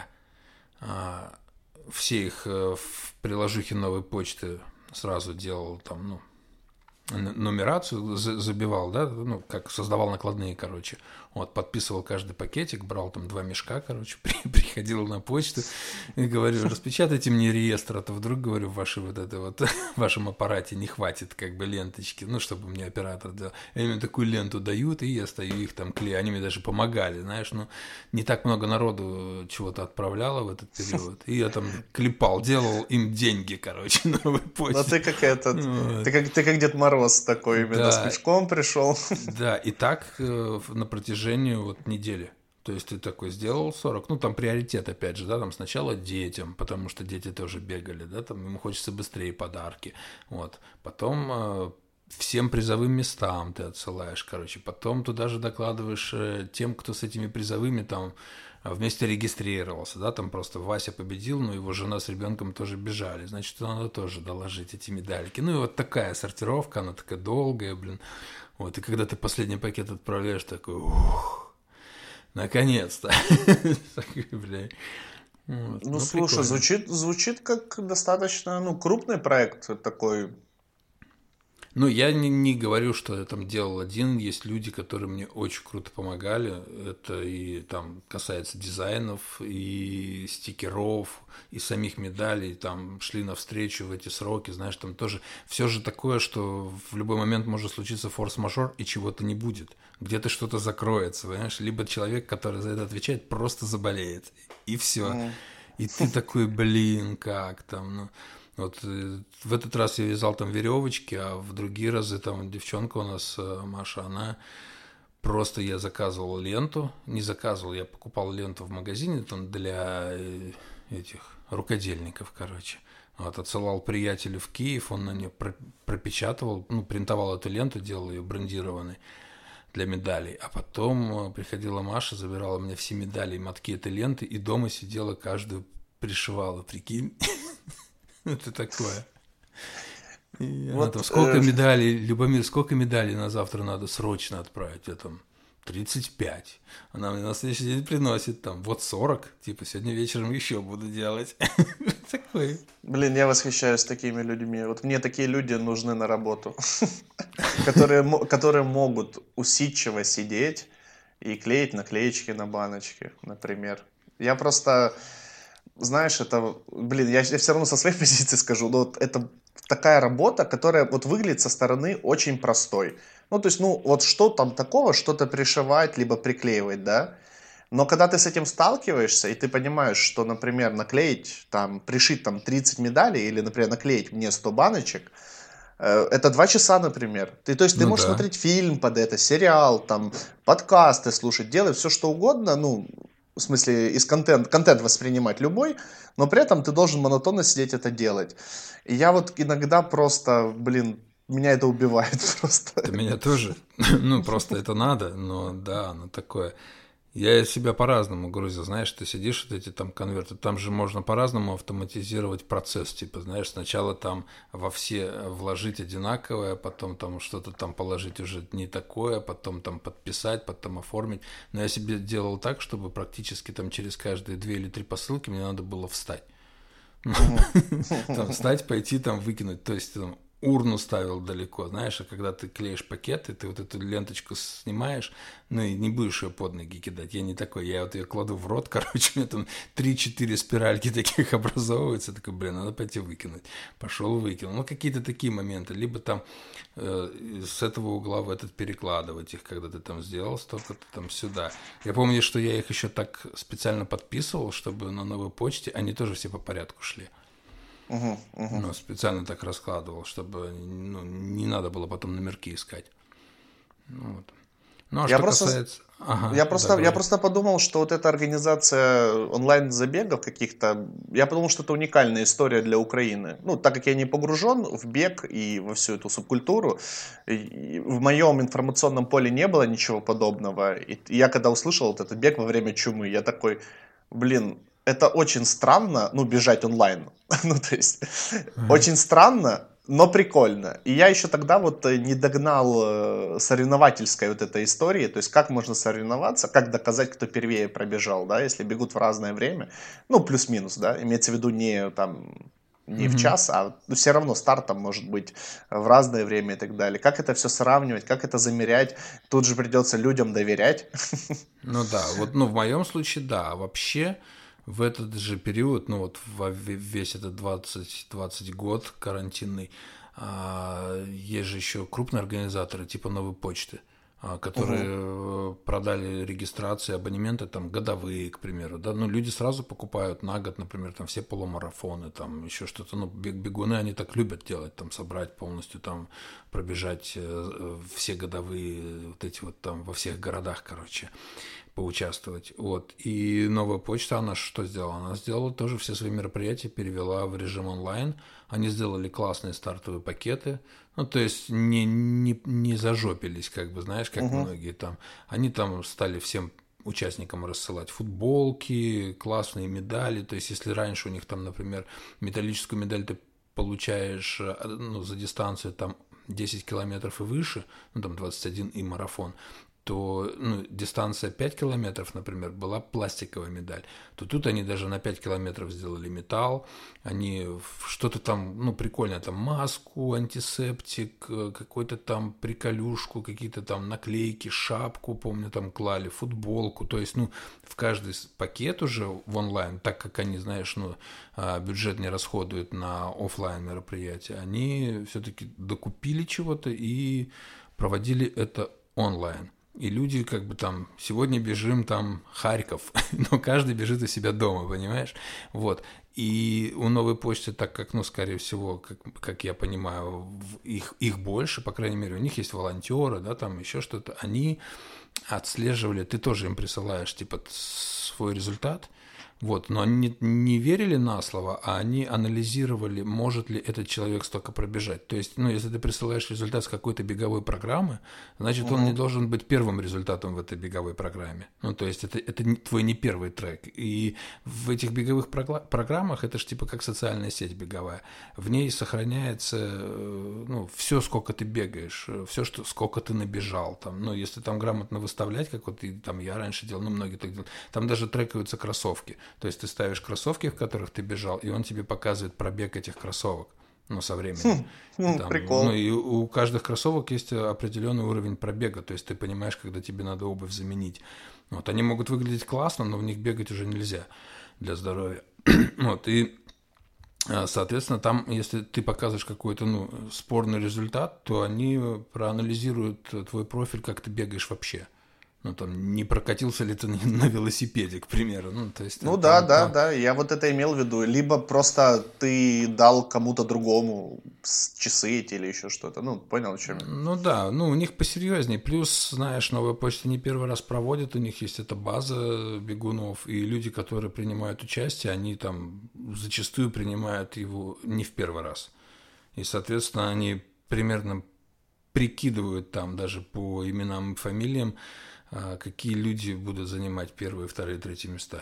все их в приложухе новой почты сразу делал там, ну, нумерацию забивал, да, ну, как создавал накладные, короче. Вот, подписывал каждый пакетик, брал там 2 мешка, короче, приходил на почту и говорю, распечатайте мне реестр, а то вдруг, говорю, в вашем аппарате не хватит как бы ленточки, ну, чтобы мне оператор делал. И они мне такую ленту дают, и я стою их там клею. Они мне даже помогали, знаешь, ну, не так много народу чего-то отправляло в этот период. И я там клепал, делал им деньги, короче, на новой почте. Ну ты как ты как Дед Мороз такой, именно с мешком пришел. Да, и так на протяжении вот недели. То есть ты такой сделал 40, ну там приоритет опять же, да, там сначала детям, потому что дети тоже бегали, да, там ему хочется быстрее подарки, вот, потом всем призовым местам ты отсылаешь, короче, потом туда же докладываешь тем, кто с этими призовыми там вместе регистрировался, да, там просто Вася победил, но его жена с ребенком тоже бежали, значит, надо тоже доложить эти медальки, ну и вот такая сортировка, она такая долгая, блин. Вот, и когда ты последний пакет отправляешь, такой, ух, наконец-то. Ну, слушай, звучит как достаточно, ну, крупный проект такой. Ну, я не говорю, что я там делал один. Есть люди, которые мне очень круто помогали. Это и там касается дизайнов, и стикеров, и самих медалей. Там шли навстречу в эти сроки. Знаешь, там тоже все же такое, что в любой момент может случиться форс-мажор, и чего-то не будет. Где-то что-то закроется, понимаешь? Либо человек, который за это отвечает, просто заболеет. И все. И ты такой, блин, как там, ну... Вот в этот раз я вязал там веревочки, а в другие разы там девчонка у нас, Маша, она просто, я заказывал ленту, не заказывал, я покупал ленту в магазине там для этих рукодельников, короче. Вот, отсылал приятелю в Киев, он на нее пропечатывал, ну, принтовал эту ленту, делал ее брендированной для медалей. А потом приходила Маша, забирала мне все медали и мотки этой ленты, и дома сидела, каждую пришивала, прикинь. Это такое. И вот, она там, сколько медалей, Любомир, сколько медалей на завтра надо срочно отправить? Я там 35. Она мне на следующий день приносит там, вот 40. Типа, сегодня вечером еще буду делать. Такой. Блин, я восхищаюсь такими людьми. Вот мне такие люди нужны на работу. Которые могут усидчиво сидеть и клеить наклеечки на баночки, например. Я просто... Знаешь, это, блин, я все равно со своей позиции скажу, но вот это такая работа, которая вот выглядит со стороны очень простой. Ну, то есть, ну, вот что там такого, что-то пришивать, либо приклеивать, да? Но когда ты с этим сталкиваешься, и ты понимаешь, что, например, наклеить, там, пришить там 30 медалей, или, например, наклеить мне 100 баночек, это 2 часа, например. То есть ты можешь смотреть фильм под это, сериал, там, подкасты слушать, делать все, что угодно, ну, в смысле, из контент воспринимать любой, но при этом ты должен монотонно сидеть это делать. И я вот иногда просто, блин, меня это убивает просто. Это меня тоже. Ну, просто это надо, но да, оно такое. Я себя по-разному грузил, знаешь, ты сидишь, вот эти там конверты, там же можно по-разному автоматизировать процесс, типа, знаешь, сначала там во все вложить одинаковое, потом там что-то там положить уже не такое, потом там подписать, потом оформить, но я себе делал так, чтобы практически там через каждые 2 или 3 посылки мне надо было встать. Там встать, пойти там выкинуть, то есть там урну ставил далеко, знаешь, а когда ты клеишь пакеты, ты вот эту ленточку снимаешь, ну и не будешь ее под ноги кидать, я не такой, я вот ее кладу в рот, короче, у меня там 3-4 спиральки таких образовываются, такой, блин, надо пойти выкинуть, пошел выкинул, ну какие-то такие моменты, либо там с этого угла в этот перекладывать их, когда ты там сделал столько-то там сюда. Я помню, что я их еще так специально подписывал, чтобы на новой почте они тоже все по порядку шли. Ну, специально так раскладывал, чтобы ну, не надо было потом номерки искать. Ну, вот. Ну, а Я что просто, касается... Ага, я да, просто, я говори. просто подумал, что вот эта организация онлайн-забегов каких-то, я подумал, что это уникальная история для Украины. Ну, так как я не погружен в бег и во всю эту субкультуру, и в моем информационном поле не было ничего подобного. И я когда услышал вот этот бег во время чумы, я такой, блин, это очень странно, ну, бежать онлайн. Ну, то есть, Ага. очень странно, но прикольно. И я еще тогда вот не догнал соревновательской вот этой истории, то есть как можно соревноваться, как доказать, кто первее пробежал, да, если бегут в разное время, ну, плюс-минус, да, имеется в виду не там не в Мгм. час, а все равно старт там может быть в разное время и так далее. Как это все сравнивать, как это замерять, тут же придется людям доверять. Ну да, вот, ну, в моем случае, да. А вообще, в этот же период, ну, вот весь этот 2020 год карантинный, есть же еще крупные организаторы, типа Новой почты, которые Мгм. продали регистрации, абонементы там годовые, к примеру, да, ну, люди сразу покупают на год, например, там все полумарафоны, там еще что-то, ну, бегуны, они так любят делать, там, собрать полностью, там, пробежать все годовые, вот эти вот там, во всех городах, короче, поучаствовать. Вот. И новая почта, она что сделала? Она сделала тоже все свои мероприятия, перевела в режим онлайн. Они сделали классные стартовые пакеты. Ну, то есть не зажопились, как бы, знаешь, как Мгм. многие там. Они там стали всем участникам рассылать футболки, классные медали. То есть, если раньше у них там, например, металлическую медаль ты получаешь ну, за дистанцию там 10 километров и выше, ну там 21 и марафон, то ну, дистанция 5 километров, например, была пластиковая медаль, то тут они даже на 5 километров сделали металл, они что-то там, ну, прикольное, там маску, антисептик, какой-то там приколюшку, какие-то там наклейки, шапку, помню, там клали, футболку, то есть, ну, в каждый пакет уже в онлайн, так как они, знаешь, ну, бюджет не расходуют на офлайн мероприятия, они все-таки докупили чего-то и проводили это онлайн. И люди как бы там, сегодня бежим там Харьков, но каждый бежит у себя дома, понимаешь? Вот. И у Новой почты, так как, ну, скорее всего, как я понимаю, их больше, по крайней мере, у них есть волонтеры, да, там еще что-то, они отслеживали, ты тоже им присылаешь, типа, свой результат, вот, но они не верили на слово, а они анализировали, может ли этот человек столько пробежать. То есть, ну, если ты присылаешь результат с какой-то беговой программы, значит, он не Мгм. должен быть первым результатом в этой беговой программе. Ну, то есть, это твой не первый трек. И в этих беговых программах, это же типа как социальная сеть беговая, в ней сохраняется, ну, все, сколько ты бегаешь, все, что, сколько ты набежал. Там, ну, если там грамотно выставлять, как вот там я раньше делал, ну, многие так делают, там даже трекаются кроссовки. То есть ты ставишь кроссовки, в которых ты бежал, и он тебе показывает пробег этих кроссовок, ну, со временем. Там, ну, Прикол. и у каждых кроссовок есть определенный уровень пробега, то есть ты понимаешь, когда тебе надо обувь заменить. Вот, они могут выглядеть классно, но в них бегать уже нельзя для здоровья. Вот, и соответственно, там, если ты показываешь какой-то, ну, спорный результат, то они проанализируют твой профиль, как ты бегаешь вообще. Ну, там, не прокатился ли ты на велосипеде, к примеру. Ну, то есть, Ну да, там, да, там, да, я вот это имел в виду. Либо просто ты дал кому-то другому часы эти или еще что-то. Ну, понял, о чем я. ну да, ну, у них посерьезнее. Плюс, знаешь, Новая почта не первый раз проводит, у них есть эта база бегунов, и люди, которые принимают участие, они там зачастую принимают его не в первый раз. И, соответственно, они примерно прикидывают там даже по именам и фамилиям, какие люди будут занимать первые, вторые, третьи места.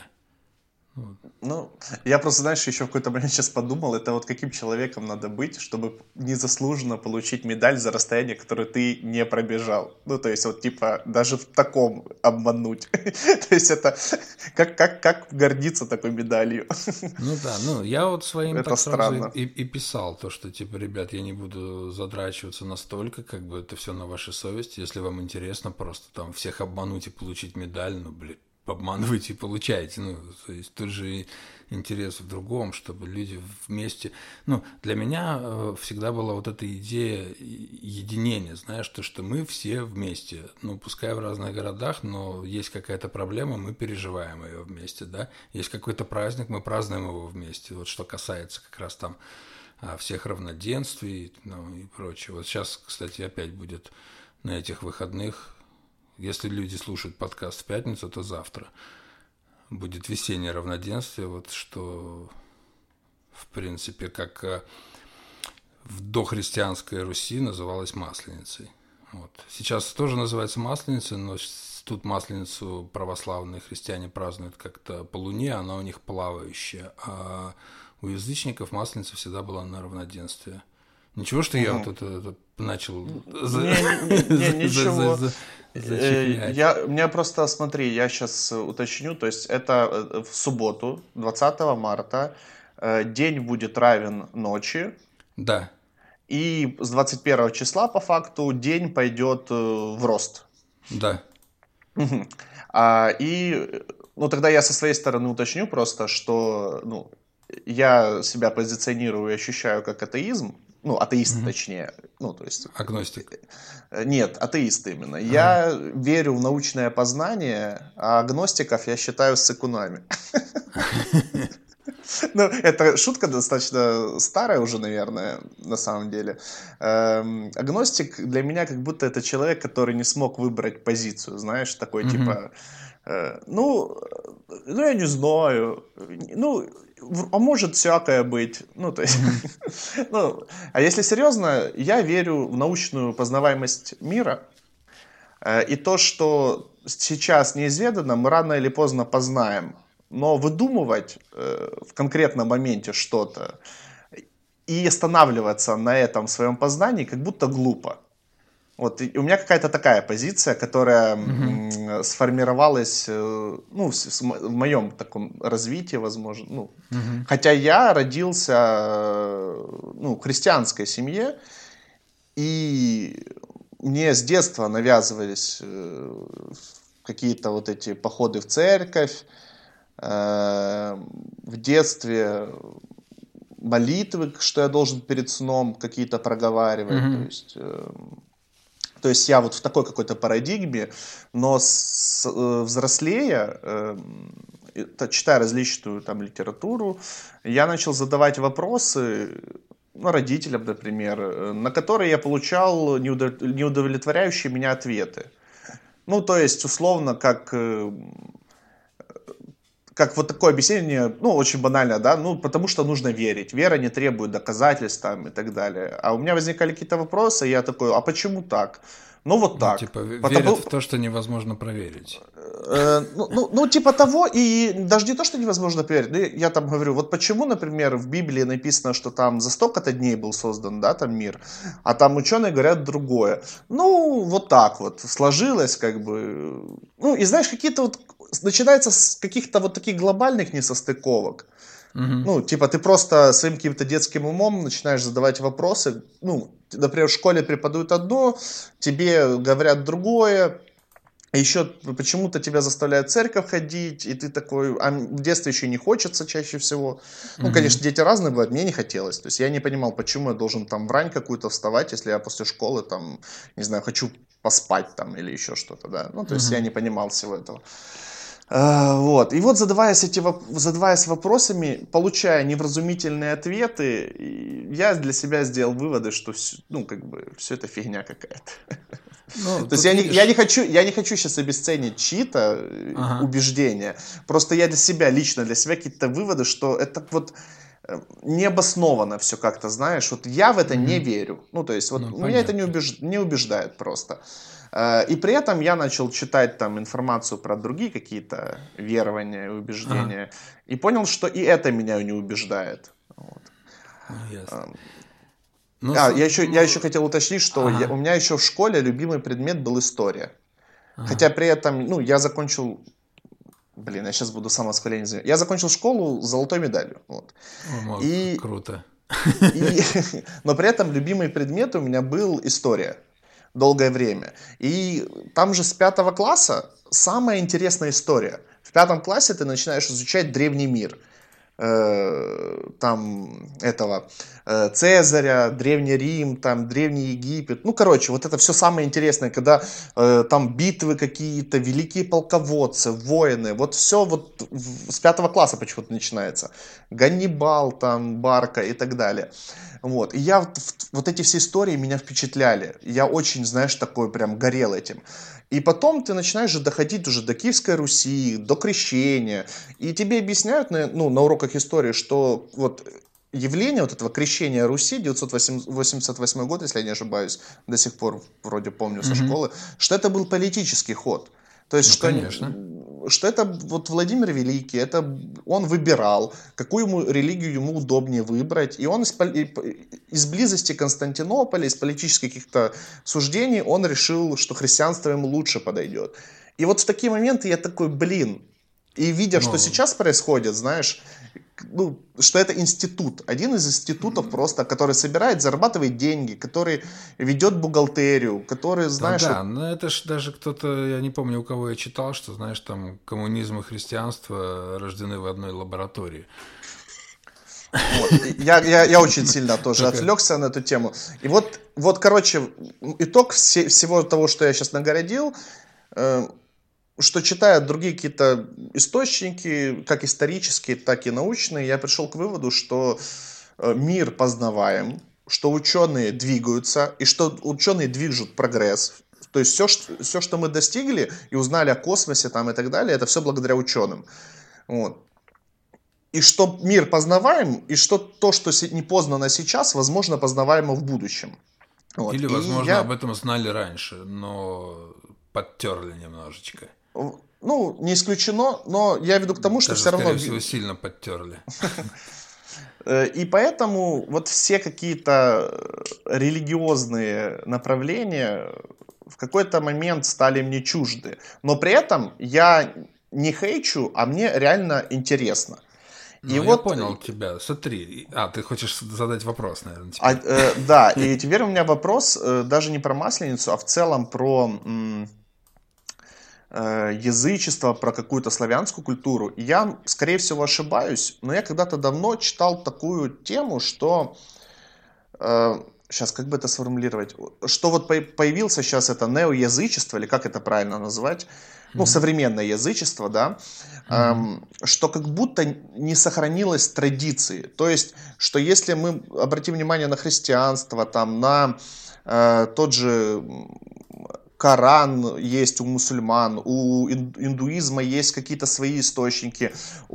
Вот. Ну, я просто, знаешь, еще в какой-то момент сейчас подумал, это вот каким человеком надо быть, чтобы незаслуженно получить медаль за расстояние, которое ты не пробежал. Ну, то есть, вот, типа, даже в таком обмануть. То есть, это как гордиться такой медалью? Ну да, ну я вот своим Это так сразу странно. и писал, то, что типа, ребят, я не буду задрачиваться настолько, как бы это все на вашей совести, если вам интересно просто там всех обмануть и получить медаль, ну, блин, обманывайте и получайте, ну, то есть тут же и интерес в другом, чтобы люди вместе, ну, для меня всегда была вот эта идея единения, знаешь, то, что мы все вместе, ну, пускай в разных городах, но есть какая-то проблема, мы переживаем ее вместе, да, есть какой-то праздник, мы празднуем его вместе, вот что касается как раз там всех равноденствий, ну, и прочее. Вот сейчас, кстати, опять будет на этих выходных Если люди слушают подкаст в пятницу, то завтра будет весеннее равноденствие, вот что, в принципе, как в дохристианской Руси называлось Масленицей. Вот. Сейчас тоже называется Масленицей, но тут Масленицу православные христиане празднуют как-то по луне, она у них плавающая, а у язычников Масленица всегда была на равноденствие. Ничего, что я вот это начал ничего. зачехлять. У меня просто, смотри, я сейчас уточню, то есть это в субботу, 20 марта, день будет равен ночи, Да, и с 21 числа, по факту, день пойдет в рост. да. Ну, тогда я со своей стороны уточню просто, что, ну, я себя позиционирую и ощущаю как атеизм, ну, атеист точнее, ну, то есть... Агностик. Нет, атеист именно. Я верю в научное познание, а агностиков я считаю ссыкунами. Ну, это шутка достаточно старая уже, наверное, на самом деле. Агностик для меня как будто это человек, который не смог выбрать позицию, знаешь, такой типа, ну, я не знаю, ну, а может всякое быть, ну, то есть, ну, а если серьезно, я верю в научную познаваемость мира, и то, что сейчас неизведано, мы рано или поздно познаем. Но выдумывать в конкретном моменте что-то и останавливаться на этом своем познании как будто глупо. Вот, и у меня какая-то такая позиция, которая сформировалась, ну, в моем таком развитии, возможно. Ну, хотя я родился, ну, в христианской семье, и мне с детства навязывались какие-то вот эти походы в церковь, в детстве молитвы, что я должен перед сном какие-то проговаривать. То есть я вот в такой какой-то парадигме, но взрослея, читая различную там литературу, я начал задавать вопросы, ну, родителям, например, на которые я получал неудовлетворяющие меня ответы. Ну, то есть, условно, как вот такое объяснение, ну, очень банально, да, ну, потому что нужно верить. Вера не требует доказательств там и так далее. А у меня возникали какие-то вопросы, и я такой, а почему так? Ну, вот так. Типа верят в то, что невозможно проверить. Ну, типа того, и даже не то, что невозможно проверить, но я там говорю, вот почему, например, в Библии написано, что там за столько-то дней был создан, да, там мир, а там ученые говорят другое. Ну, вот так вот сложилось, как бы. Ну, и знаешь, какие-то вот, начинается с каких-то вот таких глобальных несостыковок. Ну, типа, ты просто своим каким-то детским умом начинаешь задавать вопросы. Ну, например, в школе преподают одно, тебе говорят другое. Еще почему-то тебя заставляют в церковь ходить, и ты такой, а в детстве еще не хочется чаще всего. Ну, конечно, дети разные бывают, мне не хотелось. То есть я не понимал, почему я должен там в рань какую-то вставать, если я после школы там, не знаю, хочу поспать там или еще что-то, да. Ну, то есть я не понимал всего этого. Вот. И вот задаваясь вопросами, получая невразумительные ответы, я для себя сделал выводы, что ну, как бы, все это фигня какая-то. Ну, то есть я не хочу сейчас обесценить чьи-то убеждения. Просто я лично для себя какие-то выводы, что это вот необоснованно все как-то, знаешь. Вот я в это не верю. Ну, то есть вот меня это не убеждает просто. И при этом я начал читать там информацию про другие какие-то верования и убеждения. И понял, что и это меня не убеждает. Вот. Я еще хотел уточнить, что у меня еще в школе любимый предмет был история. Хотя при этом, ну, я закончил... Блин, я сейчас буду самовосхваление занимать. Я закончил школу с золотой медалью. Вот. Круто. Но при этом любимый предмет у меня был история. Долгое время. И там же с 5 класса самая интересная история. В 5 классе ты начинаешь изучать древний мир. Там этого Цезаря, Древний Рим, там Древний Египет. Ну, короче, вот это все самое интересное, когда там битвы какие-то, великие полководцы, воины. Вот все вот с 5 класса почему-то начинается. Ганнибал, там, Барка и так далее. Вот. И вот эти все истории меня впечатляли. Я очень, знаешь, такой прям горел этим. И потом ты начинаешь же доходить уже до Киевской Руси, до крещения. И тебе объясняют на уроках истории, что вот явление вот этого крещения Руси, 988 год, если я не ошибаюсь, до сих пор вроде помню со Мгм. школы, что это был политический ход. То есть, Ну, конечно. что это вот Владимир Великий, это он выбирал, какую религию ему удобнее выбрать. И он из близости Константинополя, из политических каких-то суждений, он решил, что христианство ему лучше подойдет. И вот в такие моменты я такой, блин, и видя, что Ну, сейчас происходит, знаешь, ну, что это институт, один из институтов просто, который собирает, зарабатывает деньги, который ведет бухгалтерию, который, знаешь, вот, да, но это ж даже кто-то, я не помню, у кого я читал, что, знаешь, там коммунизм и христианство рождены в одной лаборатории. вот. Я очень сильно тоже Только, отвлекся на эту тему. И вот короче, итог всего того, что я сейчас нагородил, э, что читая другие какие-то источники, как исторические, так и научные, я пришел к выводу, что мир познаваем, что ученые двигаются, и что ученые движут прогресс. То есть все, что мы достигли и узнали о космосе там, и так далее, это все благодаря ученым. Вот. И что мир познаваем, и что то, что не познано сейчас, возможно, познаваемо в будущем. Вот. или, И возможно, об я, этом знали раньше, но подтерли немножечко. ну, не исключено, но я веду к тому, что Даже, все равно. скорее всего, сильно подтерли. И поэтому вот все какие-то религиозные направления в какой-то момент стали мне чужды. Но при этом я не хейчу, а мне реально интересно. И Ну, я вот, понял тебя. Смотри. Ты хочешь задать вопрос, наверное, а, теперь. да, и теперь у меня вопрос даже не про Масленицу, а в целом про язычество, про какую-то славянскую культуру. И я, скорее всего, ошибаюсь, но я когда-то давно читал такую тему, что сейчас, как бы это сформулировать, что вот появился сейчас это неоязычество, или как это правильно назвать, ну, Мгм. современное язычество, да, Мгм. что как будто не сохранилось традиции. То есть, что если мы обратим внимание на христианство, там, на тот же Коран есть у мусульман, у индуизма есть какие-то свои источники,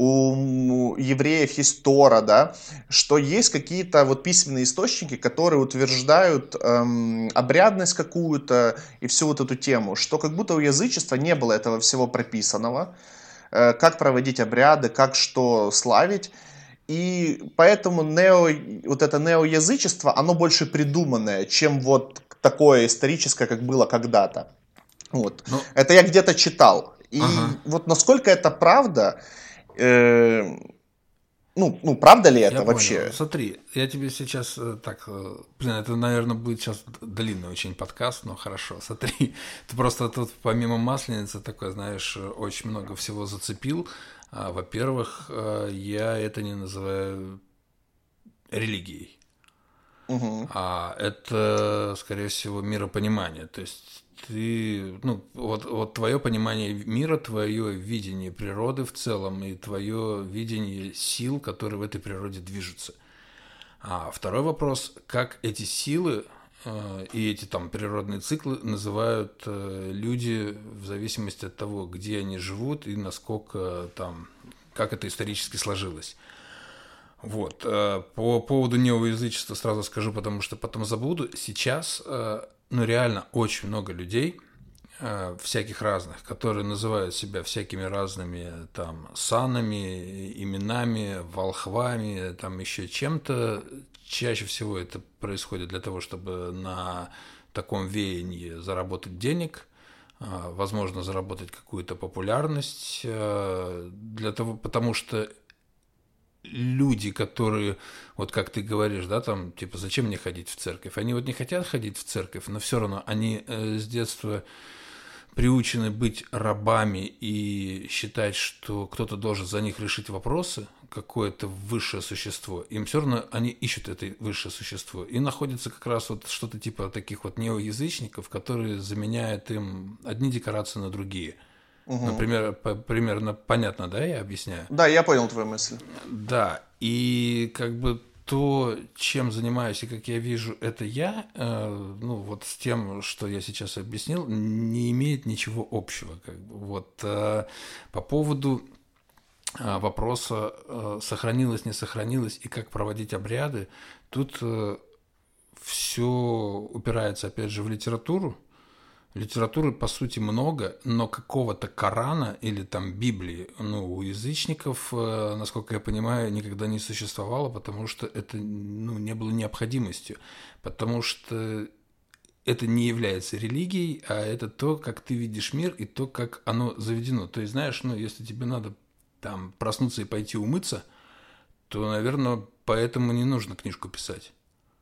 у евреев есть Тора, да, что есть какие-то вот письменные источники, которые утверждают обрядность какую-то и всю вот эту тему, что как будто у язычества не было этого всего прописанного, как проводить обряды, как что славить. И поэтому вот это неоязычество, оно больше придуманное, чем вот такое историческое, как было когда-то. Вот. Ну, Это я где-то читал. ага. И вот насколько это правда, э, ну, правда ли Я это понял. вообще? Смотри, я тебе сейчас блин, это, наверное, будет сейчас длинный очень подкаст, но хорошо, смотри. Ты просто тут помимо Масленицы такой, знаешь, очень много всего зацепил. Во-первых, я это не называю религией. Угу, А это, скорее всего, миропонимание. То есть ты, ну, вот твое понимание мира, твое видение природы в целом и твое видение сил, которые в этой природе движутся. А второй вопрос, как эти силы и эти там природные циклы называют люди в зависимости от того, где они живут и насколько там, как это исторически сложилось. Вот. По поводу неоязычества сразу скажу, потому что потом забуду. Сейчас, ну, реально очень много людей, всяких разных, которые называют себя всякими разными там санами, именами, волхвами, там еще чем-то. Чаще всего это происходит для того, чтобы на таком веянии заработать денег, возможно, заработать какую-то популярность, для того, потому что люди, которые, вот как ты говоришь, да, там, типа, зачем мне ходить в церковь? Они вот не хотят ходить в церковь, но все равно они с детства приучены быть рабами и считать, что кто-то должен за них решить вопросы, какое-то высшее существо. Им все равно они ищут это высшее существо. И находится как раз вот что-то типа таких вот неоязычников, которые заменяют им одни декорации на другие. угу. Например, примерно понятно, да, я объясняю? Да, я понял твою мысль. Да, и как бы то, чем занимаюсь и как я вижу это я, ну вот с тем, что я сейчас объяснил, не имеет ничего общего. Как бы. Вот по поводу вопроса сохранилось, не сохранилось и как проводить обряды, тут все упирается опять же в литературу. Литературы, по сути, много, но какого-то Корана или там Библии, ну, у язычников, насколько я понимаю, никогда не существовало, потому что это, ну, не было необходимостью, потому что это не является религией, а это то, как ты видишь мир и то, как оно заведено. То есть, знаешь, ну, если тебе надо там проснуться и пойти умыться, то, наверное, поэтому не нужно книжку писать.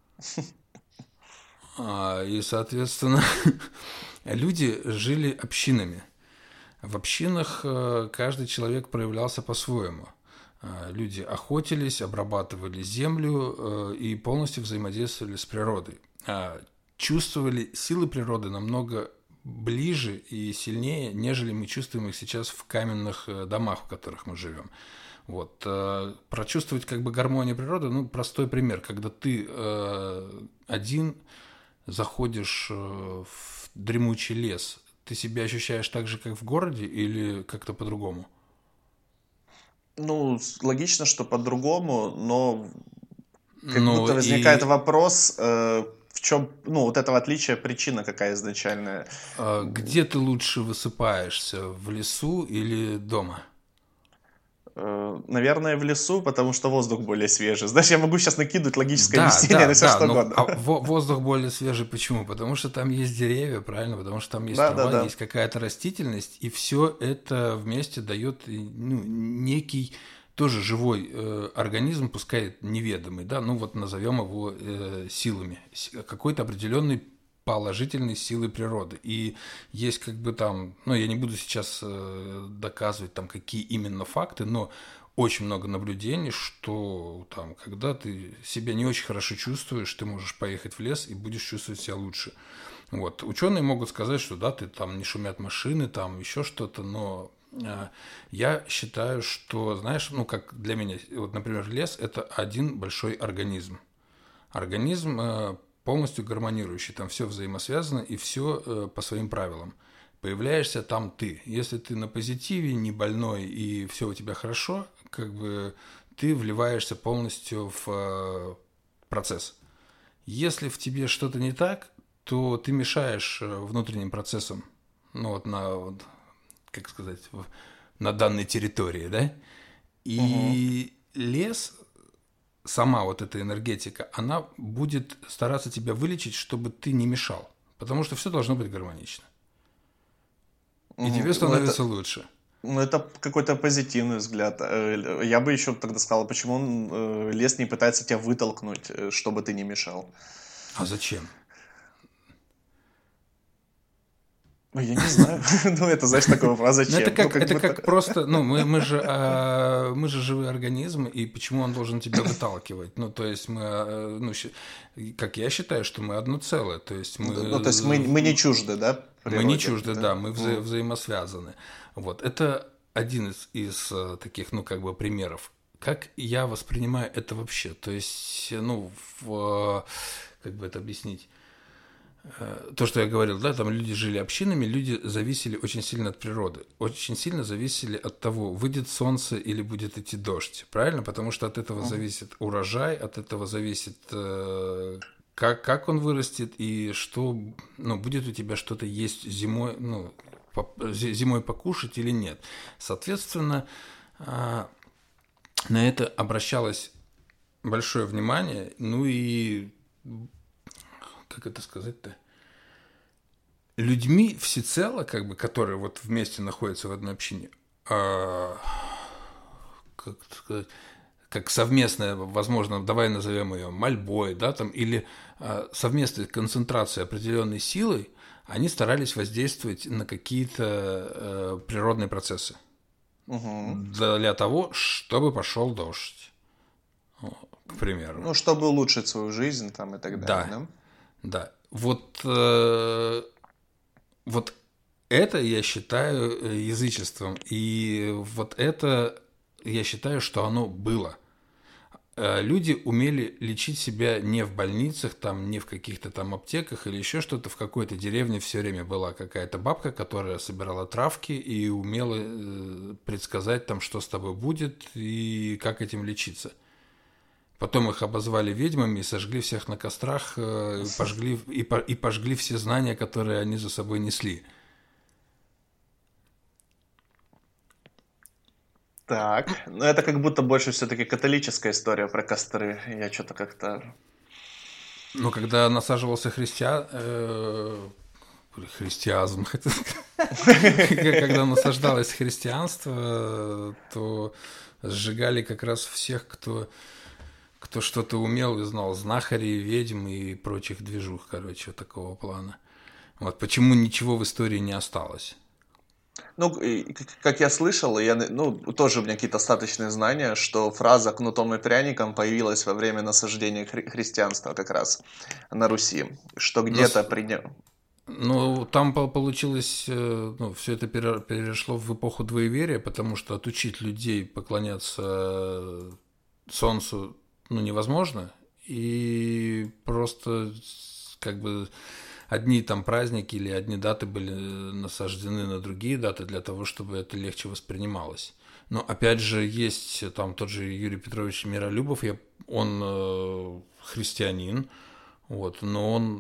И, соответственно, люди жили общинами. В общинах каждый человек проявлялся по-своему. Люди охотились, обрабатывали землю и полностью взаимодействовали с природой. Чувствовали силы природы намного ближе и сильнее, нежели мы чувствуем их сейчас в каменных домах, в которых мы живем. Вот. Прочувствовать как бы гармонию природы, ну, простой пример. Когда ты один заходишь в дремучий лес, ты себя ощущаешь так же, как в городе, или как-то по-другому? Ну, логично, что по-другому, но как Ну будто возникает и вопрос, в чем, ну, вот этого отличия причина какая изначальная. где ты лучше высыпаешься, в лесу или дома? Наверное, в лесу, потому что воздух более свежий. Знаешь, я могу сейчас накидывать логическое Да, объяснение да, на все да, что но угодно. воздух более свежий почему? Потому что там есть деревья, правильно? Потому что там есть Да, да, трава, да. есть какая-то растительность, и все это вместе дает ну, некий тоже живой организм, пускай неведомый, да, ну вот назовем его силами, какой-то определенной положительной силы природы. И есть как бы там, ну я не буду сейчас доказывать там какие именно факты, но очень много наблюдений, что там, когда ты себя не очень хорошо чувствуешь, ты можешь поехать в лес и будешь чувствовать себя лучше. Вот. Ученые могут сказать, что да, ты там не шумят машины, там еще что-то, но я считаю, что, знаешь, ну как для меня, вот, например, лес – это один большой организм. Организм полностью гармонирующий, там все взаимосвязано и все по своим правилам. Появляешься там ты. Если ты на позитиве, не больной и все у тебя хорошо, как бы ты вливаешься полностью в процесс. Если в тебе что-то не так, то ты мешаешь внутренним процессам, ну вот на, вот, как сказать, на данной территории, да? Мгм. И лес, сама вот эта энергетика, она будет стараться тебя вылечить, чтобы ты не мешал. Потому что все должно быть гармонично. И Мгм. тебе Ну, это, становится лучше. ну, это какой-то позитивный взгляд. Я бы еще тогда сказал, почему лес не пытается тебя вытолкнуть, чтобы ты не мешал. А зачем? Ну, я не знаю. Ну, это, знаешь, такой вопрос, а Ну, зачем? Ну, как это будто... как просто, ну, мы же живые организмы, и почему он должен тебя выталкивать? Ну, то есть мы, ну, как я считаю, что мы одно целое, то есть Ну, то есть мы не чужды, да, мы не природе, чужды, да? да, мы взаимосвязаны. Вот, это один из таких, ну, как бы примеров. Как я воспринимаю это вообще? То есть, ну, как бы это объяснить? То, что я говорил, да, там люди жили общинами, люди зависели очень сильно от природы, очень сильно зависели от того, выйдет солнце или будет идти дождь, правильно? Потому что от этого Мгм. зависит урожай, от этого зависит, как он вырастет и что, ну, будет у тебя что-то есть зимой, ну, зимой покушать или нет. Соответственно, на это обращалось большое внимание, ну и, как это сказать-то, людьми всецело, как бы, которые вот вместе находятся в одной общине, как сказать, как совместная, возможно, давай назовем ее мольбой, да, там, или совместной концентрацией определенной силой, они старались воздействовать на какие-то природные процессы Мгм. для того, чтобы пошел дождь, к примеру. Ну, чтобы улучшить свою жизнь там и так далее, Да, да? да. Вот, вот это я считаю язычеством. И вот это я считаю, что оно было. люди умели лечить себя не в больницах, там, не в каких-то там аптеках или еще что-то. В какой-то деревне все время была какая-то бабка, которая собирала травки и умела предсказать, там, что с тобой будет и как этим лечиться. Потом их обозвали ведьмами и сожгли всех на кострах, пожгли все знания, которые они за собой несли. Так, ну это как будто больше все-таки католическая история про костры. Я что-то как-то... Но когда насаживался христиазм, когда насаждалось христианство, то сжигали как раз всех, кто что-то умел и знал, знахарей, ведьм и прочих движух, короче, такого плана. Вот почему ничего в истории не осталось. Ну, как я слышал, тоже у меня какие-то остаточные знания, что фраза «кнутом и пряником» появилась во время насаждения христианства как раз на Руси, что где-то Ну, там получилось, все это перешло в эпоху двоеверия, потому что отучить людей поклоняться солнцу, невозможно, и просто как бы одни там праздники или одни даты были насаждены на другие даты для того, чтобы это легче воспринималось. Но опять же есть там тот же Юрий Петрович Миролюбов, он христианин, вот, но он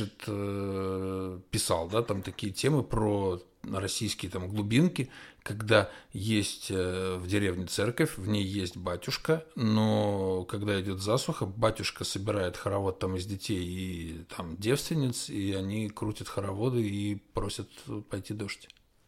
писал, да, там такие темы про российские там глубинки, когда есть в деревне церковь, в ней есть батюшка, но когда идет засуха, батюшка собирает хоровод там из детей и там девственниц, и они крутят хороводы и просят пойти дождь.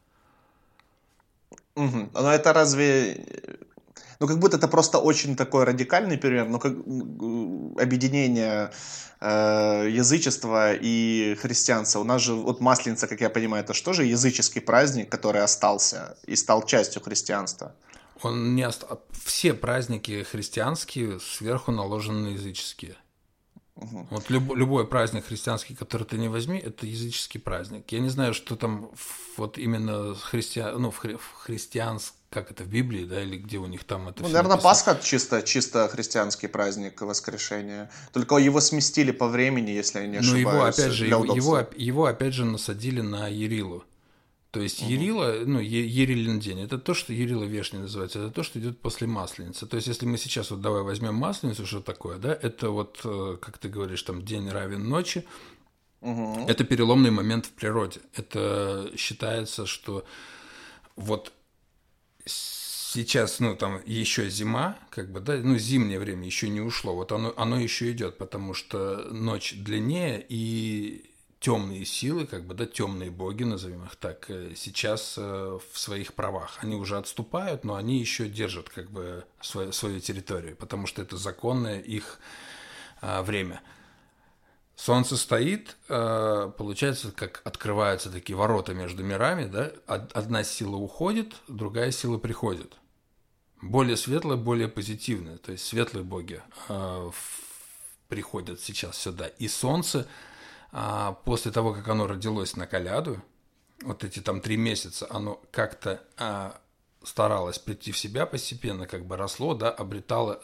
Угу. Но это разве... Ну, как будто это просто очень такой радикальный пример, но как объединение язычества и христианства. У нас же вот Масленица, как я понимаю, это же тоже языческий праздник, который остался и стал частью христианства. Все праздники христианские сверху наложены на языческие. Угу. Вот любой праздник христианский, который ты не возьми, это языческий праздник. Я не знаю, что там вот именно в христианском, как это в Библии, да, или где у них там это. Наверное, Пасха чисто христианский праздник воскрешения. Только его сместили по времени, если я не ошибаюсь. Но его опять же, его опять же насадили на Ярилу. То есть Ярила, Ярилин день, это то, что Ярила Вешний называется, это то, что идет после Масленицы. То есть, если мы сейчас вот давай возьмем Масленицу, что такое, да, это вот, как ты говоришь, там день равен ночи, это переломный момент в природе. Это считается, что вот сейчас, там еще зима, как бы, да, зимнее время еще не ушло, вот оно еще идет, потому что ночь длиннее, и темные силы, как бы, да, темные боги, назовем их так, сейчас в своих правах. Они уже отступают, но они еще держат, как бы, свою территорию, потому что это законное их время. Солнце стоит, получается, как открываются такие ворота между мирами, да, одна сила уходит, другая сила приходит. Более светлая, более позитивная, то есть светлые боги приходят сейчас сюда. И солнце, после того, как оно родилось на коляду, вот эти там 3 месяца, оно как-то старалось прийти в себя постепенно, как бы росло, да, обретало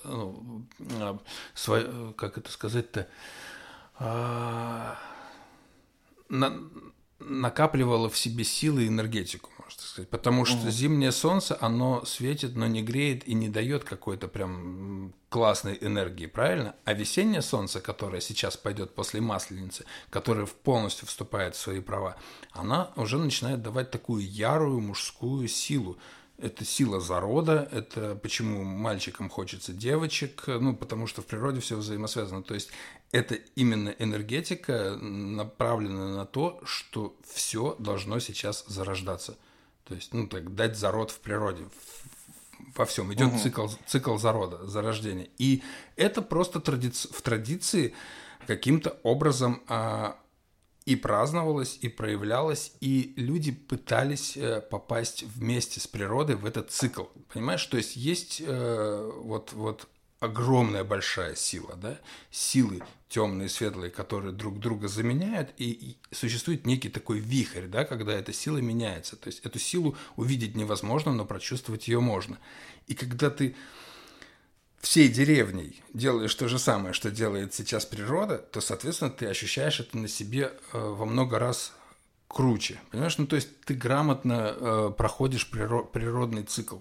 как это сказать-то, накапливало в себе силы и энергетику, можно сказать. Потому что зимнее солнце, оно светит, но не греет и не дает какой-то прям классной энергии, правильно? А весеннее солнце, которое сейчас пойдет после Масленицы, которое полностью вступает в свои права, она уже начинает давать такую ярую мужскую силу. Это сила зарода, это почему мальчикам хочется девочек, потому что в природе все взаимосвязано. То есть это именно энергетика, направленная на то, что все должно сейчас зарождаться. То есть, дать зарод в природе, во всем. Идет цикл зарода, зарождения. И это просто в традиции каким-то образом и праздновалось, и проявлялось, и люди пытались попасть вместе с природой в этот цикл. Понимаешь? То есть есть вот огромная большая сила, да? Силы темные и светлые, которые друг друга заменяют, и существует некий такой вихрь, да, когда эта сила меняется. То есть эту силу увидеть невозможно, но прочувствовать ее можно. И когда ты всей деревней делаешь то же самое, что делает сейчас природа, то, соответственно, ты ощущаешь это на себе во много раз круче. Понимаешь? Ну, то есть ты грамотно проходишь природный цикл.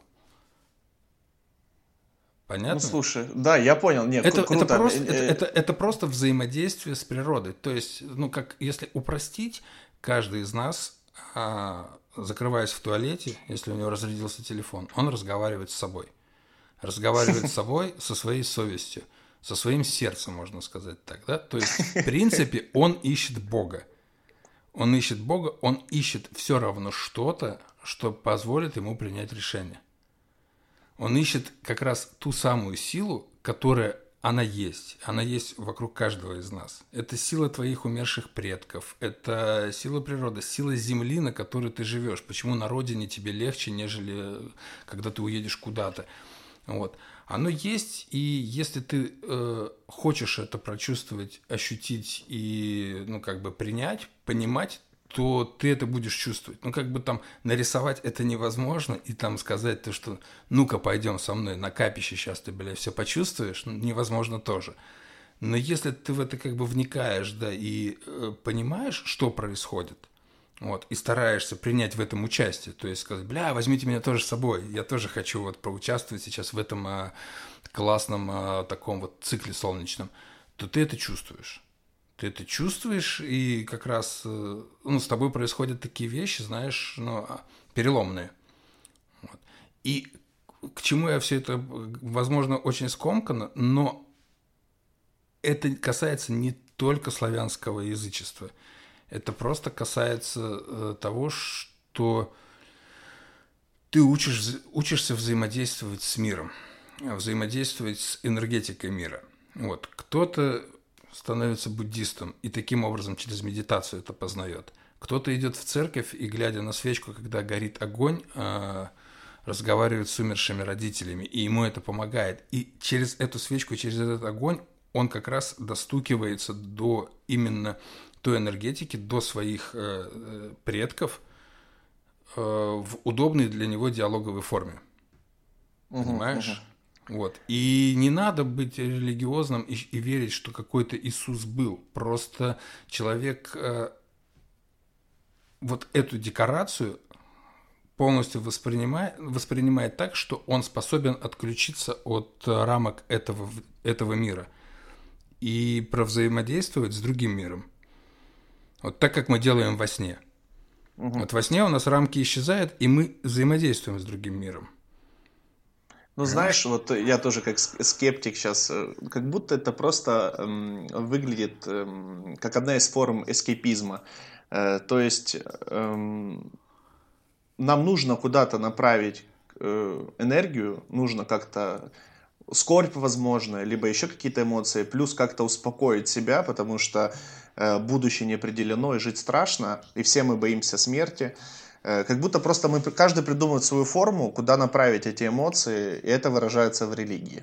Ну, Понятно? слушай, да, я понял. Не, круто. Это просто взаимодействие с природой. То есть, ну, как если упростить, каждый из нас, закрываясь в туалете, если у него разрядился телефон, он разговаривает с собой. Разговаривает с собой, со своей совестью, со своим сердцем, можно сказать так, да? То есть, в принципе, он ищет Бога. Он ищет Бога, он ищет все равно что-то, что позволит ему принять решение. Он ищет как раз ту самую силу, которая она есть вокруг каждого из нас. Это сила твоих умерших предков, это сила природы, сила земли, на которой ты живешь. Почему на родине тебе легче, нежели когда ты уедешь куда-то. Вот. Оно есть, и если ты хочешь это прочувствовать, ощутить и, ну, как бы принять, понимать, то ты это будешь чувствовать. Ну, как бы там нарисовать это невозможно, и там сказать то, что ну-ка, пойдем со мной на капище, сейчас ты, бля, все почувствуешь, невозможно тоже. Но если ты в это как бы вникаешь, да, и понимаешь, что происходит, вот, и стараешься принять в этом участие, то есть сказать, бля, возьмите меня тоже с собой, я тоже хочу вот поучаствовать сейчас в этом классном таком вот цикле солнечном, то ты это чувствуешь. Ты это чувствуешь, и как раз ну, с тобой происходят такие вещи, знаешь, ну, переломные. Вот. И к чему я все это, возможно, очень скомканно, но это касается не только славянского язычества. Это просто касается того, что ты учишься взаимодействовать с миром, взаимодействовать с энергетикой мира. Вот. Кто-то становится буддистом и таким образом через медитацию это познает. Кто-то идет в церковь и, глядя на свечку, когда горит огонь, разговаривает с умершими родителями, и ему это помогает. И через эту свечку, через этот огонь он как раз достукивается до именно той энергетики, до своих предков в удобной для него диалоговой форме. Понимаешь? Вот. И не надо быть религиозным и верить, что какой-то Иисус был. Просто человек вот эту декорацию полностью воспринимает так, что он способен отключиться от рамок этого мира и провзаимодействовать с другим миром. Вот так, как мы делаем во сне. Вот во сне у нас рамки исчезают, и мы взаимодействуем с другим миром. Ну, знаешь, вот я тоже как скептик сейчас, как будто это просто выглядит как одна из форм эскейпизма. То есть нам нужно куда-то направить энергию, нужно как-то скорбь, возможно, либо еще какие-то эмоции, плюс как-то успокоить себя, потому что будущее не определено и жить страшно, и все мы боимся смерти. Как будто просто каждый придумывает свою форму, куда направить эти эмоции, и это выражается в религии.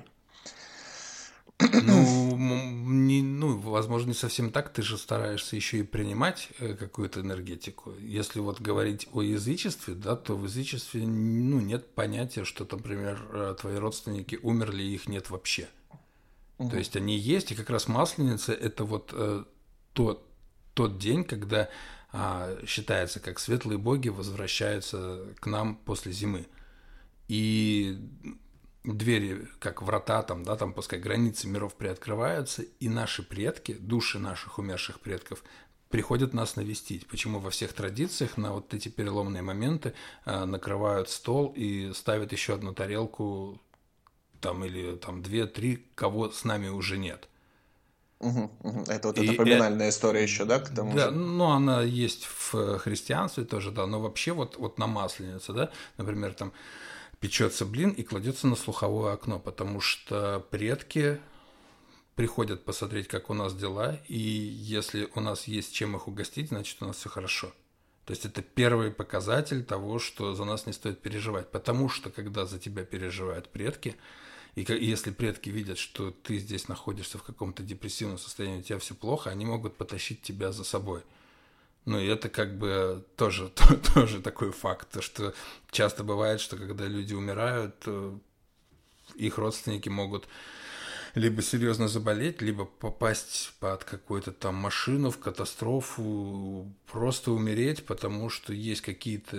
Ну, возможно, не совсем так. Ты же стараешься еще и принимать какую-то энергетику. Если вот говорить о язычестве, да, то в язычестве ну, нет понятия, что, например, твои родственники умерли, и их нет вообще. То есть они есть, и как раз Масленица – это вот тот день, когда считается, как светлые боги возвращаются к нам после зимы. И двери, как врата, там, да, там, пускай границы миров приоткрываются, и наши предки, души наших умерших предков, приходят нас навестить. Почему во всех традициях на вот эти переломные моменты накрывают стол и ставят еще одну тарелку, там, или там 2-3, кого с нами уже нет. Это вот эта поминальная история еще, да, к тому да, же? ну, она есть в христианстве тоже, да, но вообще вот на Масленице, да, например, там печется блин и кладется на слуховое окно, потому что предки приходят посмотреть, как у нас дела, и если у нас есть чем их угостить, значит, у нас все хорошо. То есть это первый показатель того, что за нас не стоит переживать, потому что когда за тебя переживают предки, и если предки видят, что ты здесь находишься в каком-то депрессивном состоянии, у тебя все плохо, они могут потащить тебя за собой. Ну, и это как бы тоже такой факт, что часто бывает, что когда люди умирают, их родственники могут либо серьезно заболеть, либо попасть под какую-то там машину в катастрофу, просто умереть, потому что есть какие-то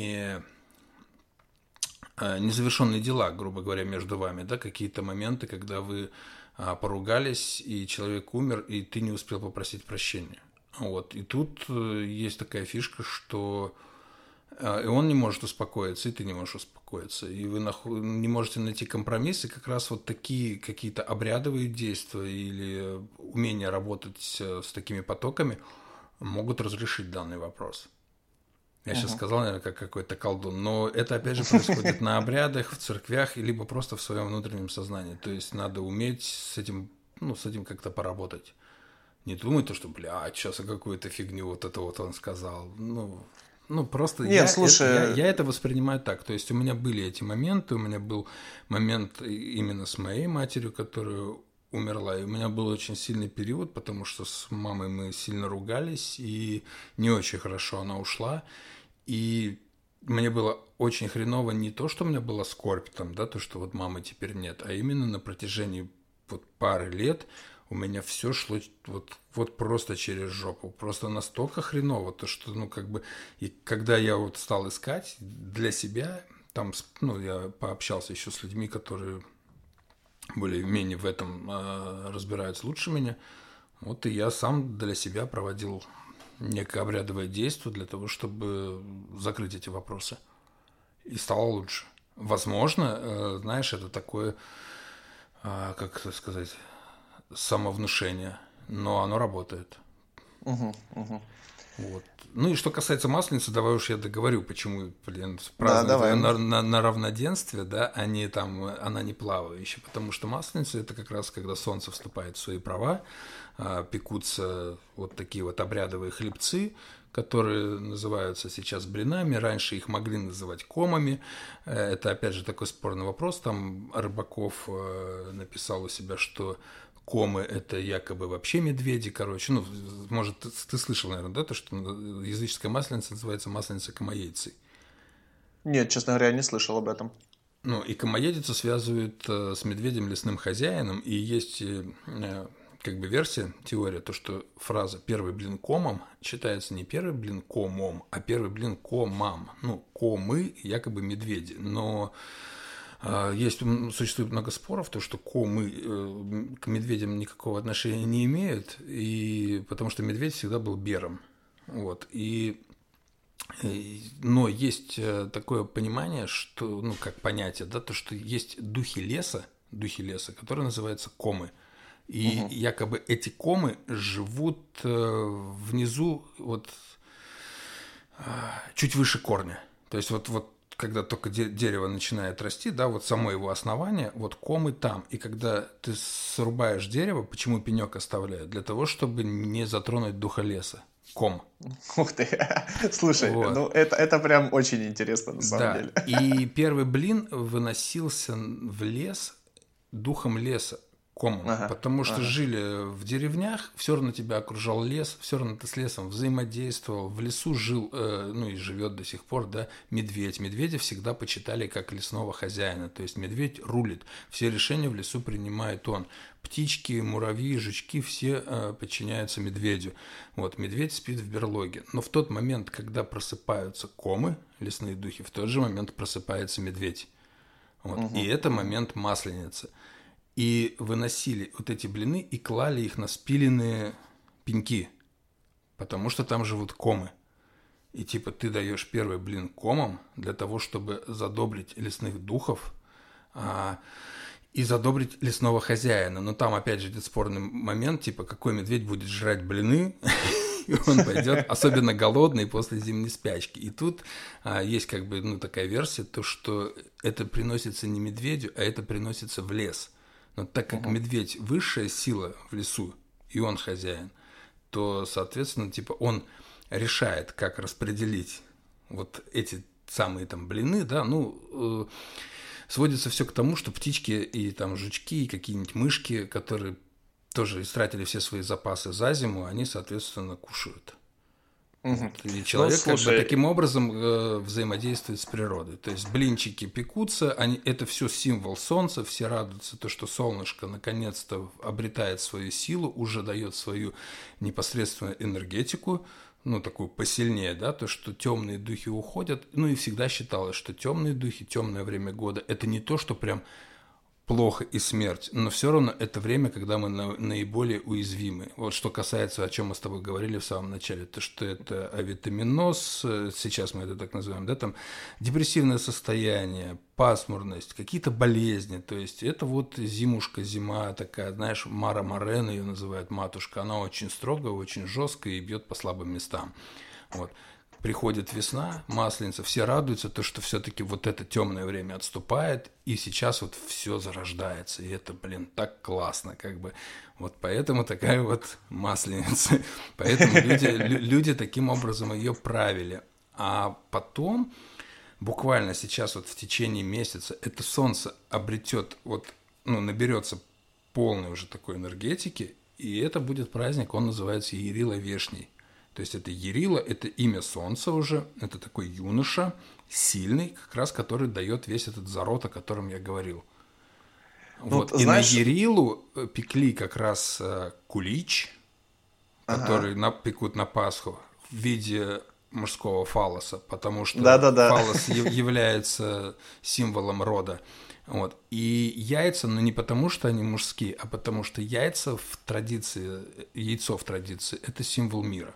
незавершенные дела, грубо говоря, между вами, да, какие-то моменты, когда вы поругались, и человек умер, и ты не успел попросить прощения. Вот. И тут есть такая фишка, что и он не может успокоиться, и ты не можешь успокоиться. И вы не можете найти компромисс, и как раз вот такие какие-то обрядовые действия или умение работать с такими потоками могут разрешить данный вопрос. Я сейчас сказал, наверное, как какой-то колдун, но это, опять же, происходит на обрядах, в церквях, либо просто в своем внутреннем сознании. То есть надо уметь с этим как-то поработать. Не думать, что, сейчас какую-то фигню вот это вот он сказал. Просто Нет, слушай... я это воспринимаю так. То есть у меня были эти моменты, у меня был момент именно с моей матерью, которая умерла, и у меня был очень сильный период, потому что с мамой мы сильно ругались, и не очень хорошо она ушла. И мне было очень хреново не то, что у меня была скорбь, там, да, то, что вот мамы теперь нет, а именно на протяжении вот пары лет у меня все шло вот просто через жопу. Просто настолько хреново, то, что, и когда я вот стал искать для себя, там, я пообщался еще с людьми, которые более-менее в этом разбираются лучше меня, вот и я сам для себя проводил некое обрядовое действие для того, чтобы закрыть эти вопросы. И стало лучше. Возможно, знаешь, это такое, как это сказать, самовнушение, но оно работает. Вот. Ну и что касается Масленицы, давай уж я договорю, почему, празднуют на равноденствие, да, она не плавающая, потому что Масленица – это как раз когда солнце вступает в свои права, пекутся вот такие вот обрядовые хлебцы, которые называются сейчас блинами, раньше их могли называть комами, это опять же такой спорный вопрос, там Рыбаков написал у себя, что комы – это якобы вообще медведи, может, ты слышал, наверное, да, то, что языческая масленица называется масленица комоедицей? Нет, честно говоря, я не слышал об этом. И комоедицу связывают с медведем лесным хозяином, и есть версия, теория, то, что фраза «первый блин комом» читается не «первый блин комом», а «первый блин комам». Комы якобы медведи, но существует много споров, то, что комы к медведям никакого отношения не имеют, и потому что медведь всегда был бером. Вот. Но есть такое понимание, что, как понятие, да, то, что есть духи леса, которые называются комы. И якобы эти комы живут внизу, чуть выше корня. То есть вот когда только дерево начинает расти, да, вот само его основание, вот комы там. И когда ты срубаешь дерево, почему пенек оставляют? Для того, чтобы не затронуть духа леса. Ком. Ух ты, слушай, это прям очень интересно на самом деле. И первый блин выносился в лес духом леса. Комом, потому что жили в деревнях, все равно тебя окружал лес, все равно ты с лесом взаимодействовал, в лесу жил, и живет до сих пор, да, медведь. Медведя всегда почитали как лесного хозяина, то есть медведь рулит, все решения в лесу принимает он. Птички, муравьи, жучки, все подчиняются медведю. Вот, медведь спит в берлоге. Но в тот момент, когда просыпаются комы, лесные духи, в тот же момент просыпается медведь. Вот. И это момент масленицы. И выносили вот эти блины и клали их на спиленные пеньки, потому что там живут комы. И ты даешь первый блин комам для того, чтобы задобрить лесных духов и задобрить лесного хозяина. Но там опять же идет спорный момент, какой медведь будет жрать блины, и он пойдет, особенно голодный, после зимней спячки. И тут есть такая версия, то, что это приносится не медведю, а это приносится в лес. Но так как медведь высшая сила в лесу, и он хозяин, то, соответственно, он решает, как распределить вот эти самые там блины, да, сводится все к тому, что птички и там жучки, и какие-нибудь мышки, которые тоже истратили все свои запасы за зиму, они, соответственно, кушают. Мгм. Вот. И Ну, человек как бы слушай, таким образом взаимодействует с природой. То есть блинчики пекутся, это все символ солнца, все радуются, то, что солнышко наконец-то обретает свою силу, уже дает свою непосредственную энергетику, ну, такую посильнее, да, то, что темные духи уходят. Ну, и всегда считалось, что темные духи, темное время года, это не то, что прям плохо и смерть, но все равно это время, когда мы наиболее уязвимы. Вот что касается, о чем мы с тобой говорили в самом начале, то что это авитаминоз, сейчас мы это так называем, да, там депрессивное состояние, пасмурность, какие-то болезни, то есть это вот зимушка, зима такая, знаешь, Мара Морена ее называют, матушка, она очень строгая, очень жесткая и бьет по слабым местам. Вот. Приходит весна, масленица, все радуются, то, что все-таки вот это темное время отступает, и сейчас вот все зарождается, и это, блин, так классно, как бы. Вот поэтому такая вот масленица. Поэтому люди таким образом ее правили. А потом, буквально сейчас вот в течение месяца, это солнце обретет, вот, ну, наберется полной уже такой энергетики, и это будет праздник, он называется Ярила Вешний. То есть это Ярила, это имя солнца уже, это такой юноша, сильный, как раз который дает весь этот зарод, о котором я говорил. ну, вот Вот. И на знаешь, Ярилу пекли как раз кулич, ага, который пекут на Пасху в виде мужского фалоса, потому что да-да-да. фалос является символом рода. Вот. И яйца, ну не потому, что они мужские, а потому что яйца в традиции, яйцо в традиции – это символ мира.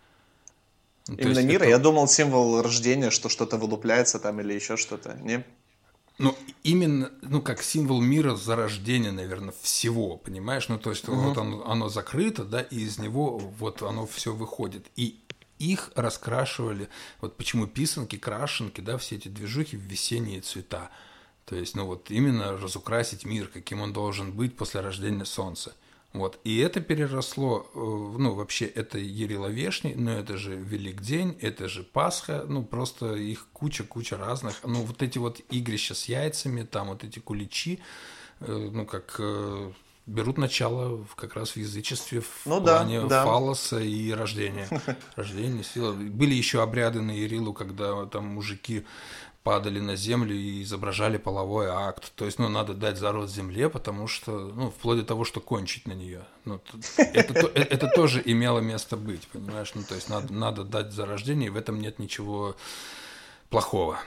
Ну, то Именно есть мира. это, Я думал, символ рождения, что что-то вылупляется там или еще что-то. Не? ну, именно, ну, как символ мира зарождения, наверное, всего, понимаешь? Ну, то есть вот Мгм. оно закрыто, да, и из него вот оно все выходит. И их раскрашивали, вот почему писанки, крашенки, да, все эти движухи в весенние цвета. То есть, ну вот именно разукрасить мир, каким он должен быть после рождения солнца. Вот. И это переросло, ну, вообще, это Яриловешний, но это же Великдень, это же Пасха, ну, просто их куча разных. Ну, вот эти вот игрища с яйцами, там вот эти куличи, ну, как берут начало как раз в язычестве в Ну да, плане да. фалоса и рождения. Рождение, сила. Были еще обряды на Ярилу, когда там мужики падали на землю и изображали половой акт. То есть, ну, надо дать зарод земле, потому что, ну, вплоть до того, что кончить на нее. Ну, это тоже имело место быть, понимаешь? Ну, то есть, надо дать зарождение, и в этом нет ничего плохого.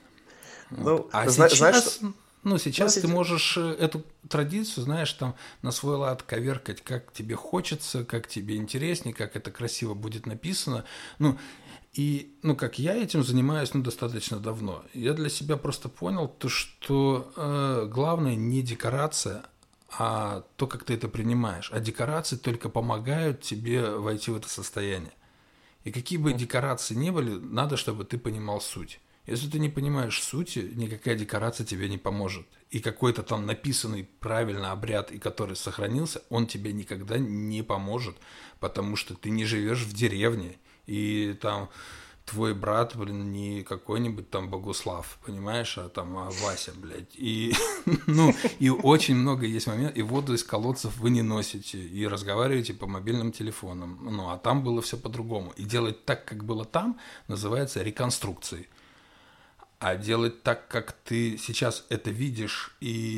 Вот. Ну, А знаешь, что... сейчас, ну, Ну, сейчас ты можешь эту традицию, знаешь, там на свой лад коверкать, как тебе хочется, как тебе интереснее, как это красиво будет написано. Ну, и, ну, как я этим занимаюсь, ну, достаточно давно. Я для себя просто понял то, что главное не декорация, а то, как ты это принимаешь. А декорации только помогают тебе войти в это состояние. И какие бы декорации ни были, надо, чтобы ты понимал суть. Если ты не понимаешь сути, никакая декорация тебе не поможет. И какой-то там написанный правильно обряд, и который сохранился, он тебе никогда не поможет, потому что ты не живешь в деревне, и там твой брат, блин, не какой-нибудь там Богуслав, понимаешь, а там Вася, блядь. И, ну, и очень много есть моментов, и воду из колодцев вы не носите, и разговариваете по мобильным телефонам. Ну, а там было все по-другому. И делать так, как было там, называется реконструкцией. А делать так, как ты сейчас это видишь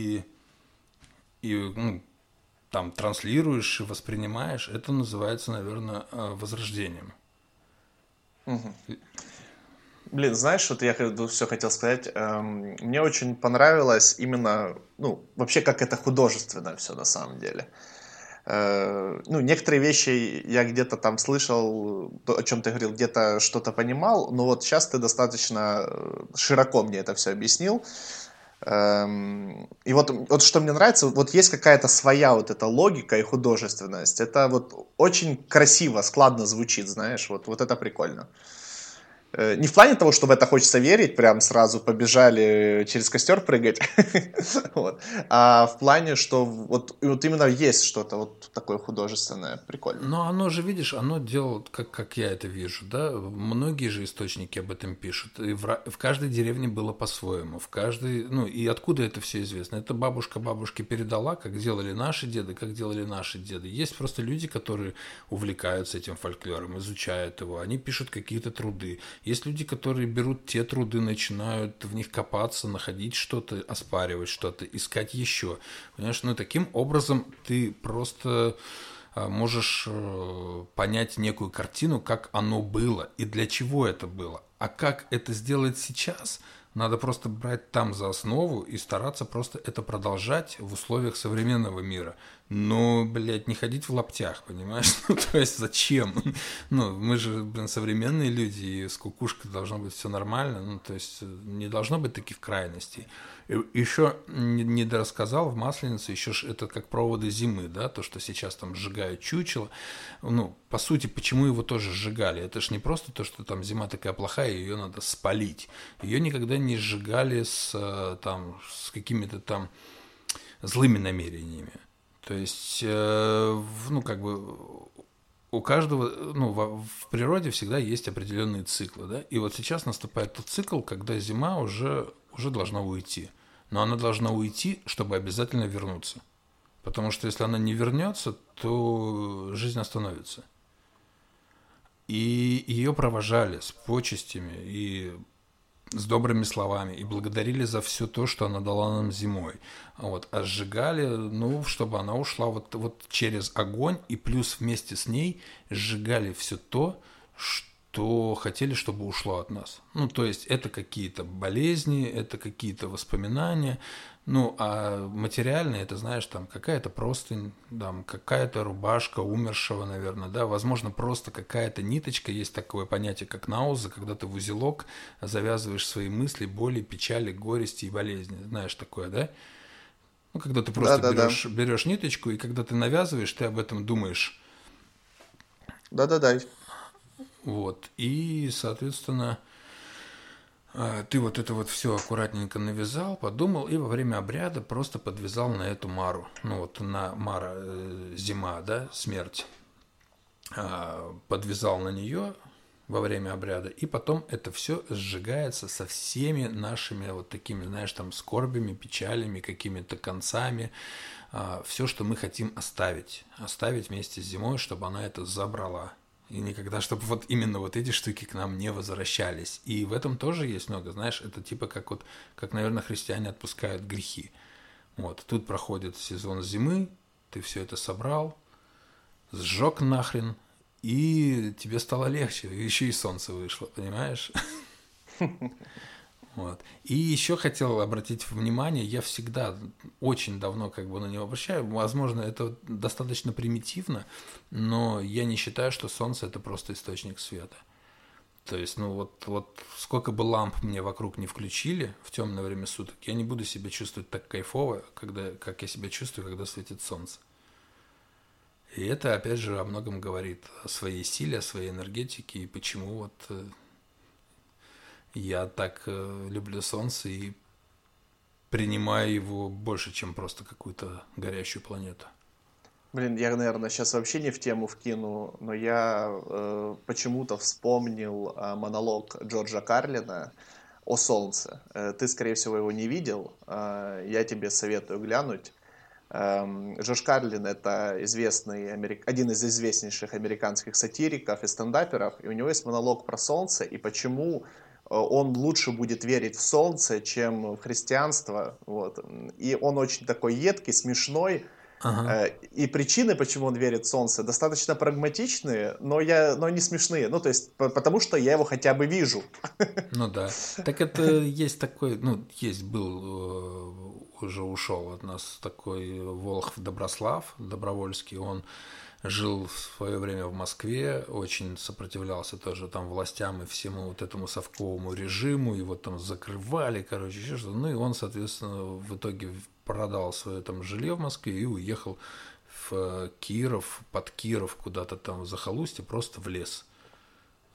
и ну, там транслируешь и воспринимаешь, это называется, наверное, возрождением. Блин, знаешь, вот я все хотел сказать. Мне очень понравилось именно, ну, вообще, как это художественно все на самом деле. Ну, некоторые вещи я где-то там слышал, о чем ты говорил, где-то что-то понимал, но вот сейчас ты достаточно широко мне это все объяснил. И вот что мне нравится, вот есть какая-то своя вот эта логика и художественность. Это вот очень красиво, складно звучит, знаешь, вот это прикольно. Не в плане того, что в это хочется верить, прям сразу побежали через костер прыгать, вот. А в плане, что вот именно есть что-то вот такое художественное, прикольно. Но оно же, видишь, оно делает, как я это вижу, да, многие же источники об этом пишут, и в каждой деревне было по-своему, в каждой, ну, и откуда это все известно? Это бабушка бабушке передала, как делали наши деды, как делали наши деды. Есть просто люди, которые увлекаются этим фольклором, изучают его, они пишут какие-то труды. Есть люди, которые берут те труды, начинают в них копаться, находить что-то, оспаривать что-то, искать еще. Понимаешь, ну, таким образом ты просто можешь понять некую картину, как оно было и для чего это было. А как это сделать сейчас, надо просто брать там за основу и стараться просто это продолжать в условиях современного мира. Но, блядь, не ходить в лаптях, понимаешь? Ну, то есть зачем? Ну, мы же, блин, современные люди, и с кукушкой должно быть все нормально. Ну, то есть не должно быть таких крайностей. Еще не дорассказал в Масленице, еще это как проводы зимы, да, то, что сейчас там сжигают чучело. Ну, по сути, почему его тоже сжигали? Это ж не просто то, что там зима такая плохая, ее надо спалить. Ее никогда не сжигали с какими-то там злыми намерениями. То есть, ну, как бы у каждого, ну, в природе всегда есть определенные циклы, да, и вот сейчас наступает тот цикл, когда зима уже должна уйти. Но она должна уйти, чтобы обязательно вернуться. Потому что если она не вернется, то жизнь остановится. И ее провожали с почестями и с добрыми словами и благодарили за все то, что она дала нам зимой. Вот. А сжигали, ну, чтобы она ушла вот через огонь, и плюс вместе с ней сжигали все то, что хотели, чтобы ушло от нас. Ну, то есть это какие-то болезни, это какие-то воспоминания. Ну, а материальное, это, знаешь, там какая-то простынь, там какая-то рубашка умершего, наверное, да, возможно, просто какая-то ниточка, есть такое понятие, как науза, когда ты в узелок завязываешь свои мысли, боли, печали, горести и болезни, знаешь такое, да? Ну, когда ты просто Да-да-да. берешь ниточку, и когда ты навязываешь, ты об этом думаешь. Да-да-да. Вот, и, соответственно, ты вот это вот все аккуратненько навязал, подумал, и во время обряда просто подвязал на эту мару. Ну вот на мара зима, да, смерть. Подвязал на нее во время обряда, и потом это все сжигается со всеми нашими вот такими, знаешь, там скорбями, печалями, какими-то концами, все, что мы хотим оставить вместе с зимой, чтобы она это забрала. И никогда, чтобы вот именно вот эти штуки к нам не возвращались. И в этом тоже есть много, знаешь, это типа как, наверное, христиане отпускают грехи. Вот, тут проходит сезон зимы, ты все это собрал, сжег нахрен, и тебе стало легче, еще и солнце вышло, понимаешь? Вот. И еще хотел обратить внимание, я всегда очень давно как бы на него обращаю, возможно, это достаточно примитивно, но я не считаю, что солнце это просто источник света. То есть, ну вот сколько бы ламп мне вокруг не включили в темное время суток, я не буду себя чувствовать так кайфово, как я себя чувствую, когда светит солнце. И это, опять же, о многом говорит о своей силе, о своей энергетике, и почему вот я так люблю солнце и принимаю его больше, чем просто какую-то горящую планету. Блин, я, наверное, сейчас вообще не в тему вкину, но я почему-то вспомнил монолог Джорджа Карлина о Солнце. Ты, скорее всего, его не видел. Я тебе советую глянуть. Джордж Карлин — это один из известнейших американских сатириков и стендаперов, и у него есть монолог про Солнце, и почему он лучше будет верить в Солнце, чем в христианство. Вот. И он очень такой едкий, смешной. Ага. И причины, почему он верит в Солнце, достаточно прагматичные, но не смешные. Ну, то есть, потому что я его хотя бы вижу. Ну да. Так это есть такой, ну, был, уже ушел от нас такой Волхв Доброслав Добровольский. Он жил в свое время в Москве, очень сопротивлялся тоже там властям и всему вот этому совковому режиму, его там закрывали, короче, еще что-то. Ну и он, соответственно, в итоге продал свое там жилье в Москве и уехал в Киров, под Киров, куда-то там в захолустье, просто в лес.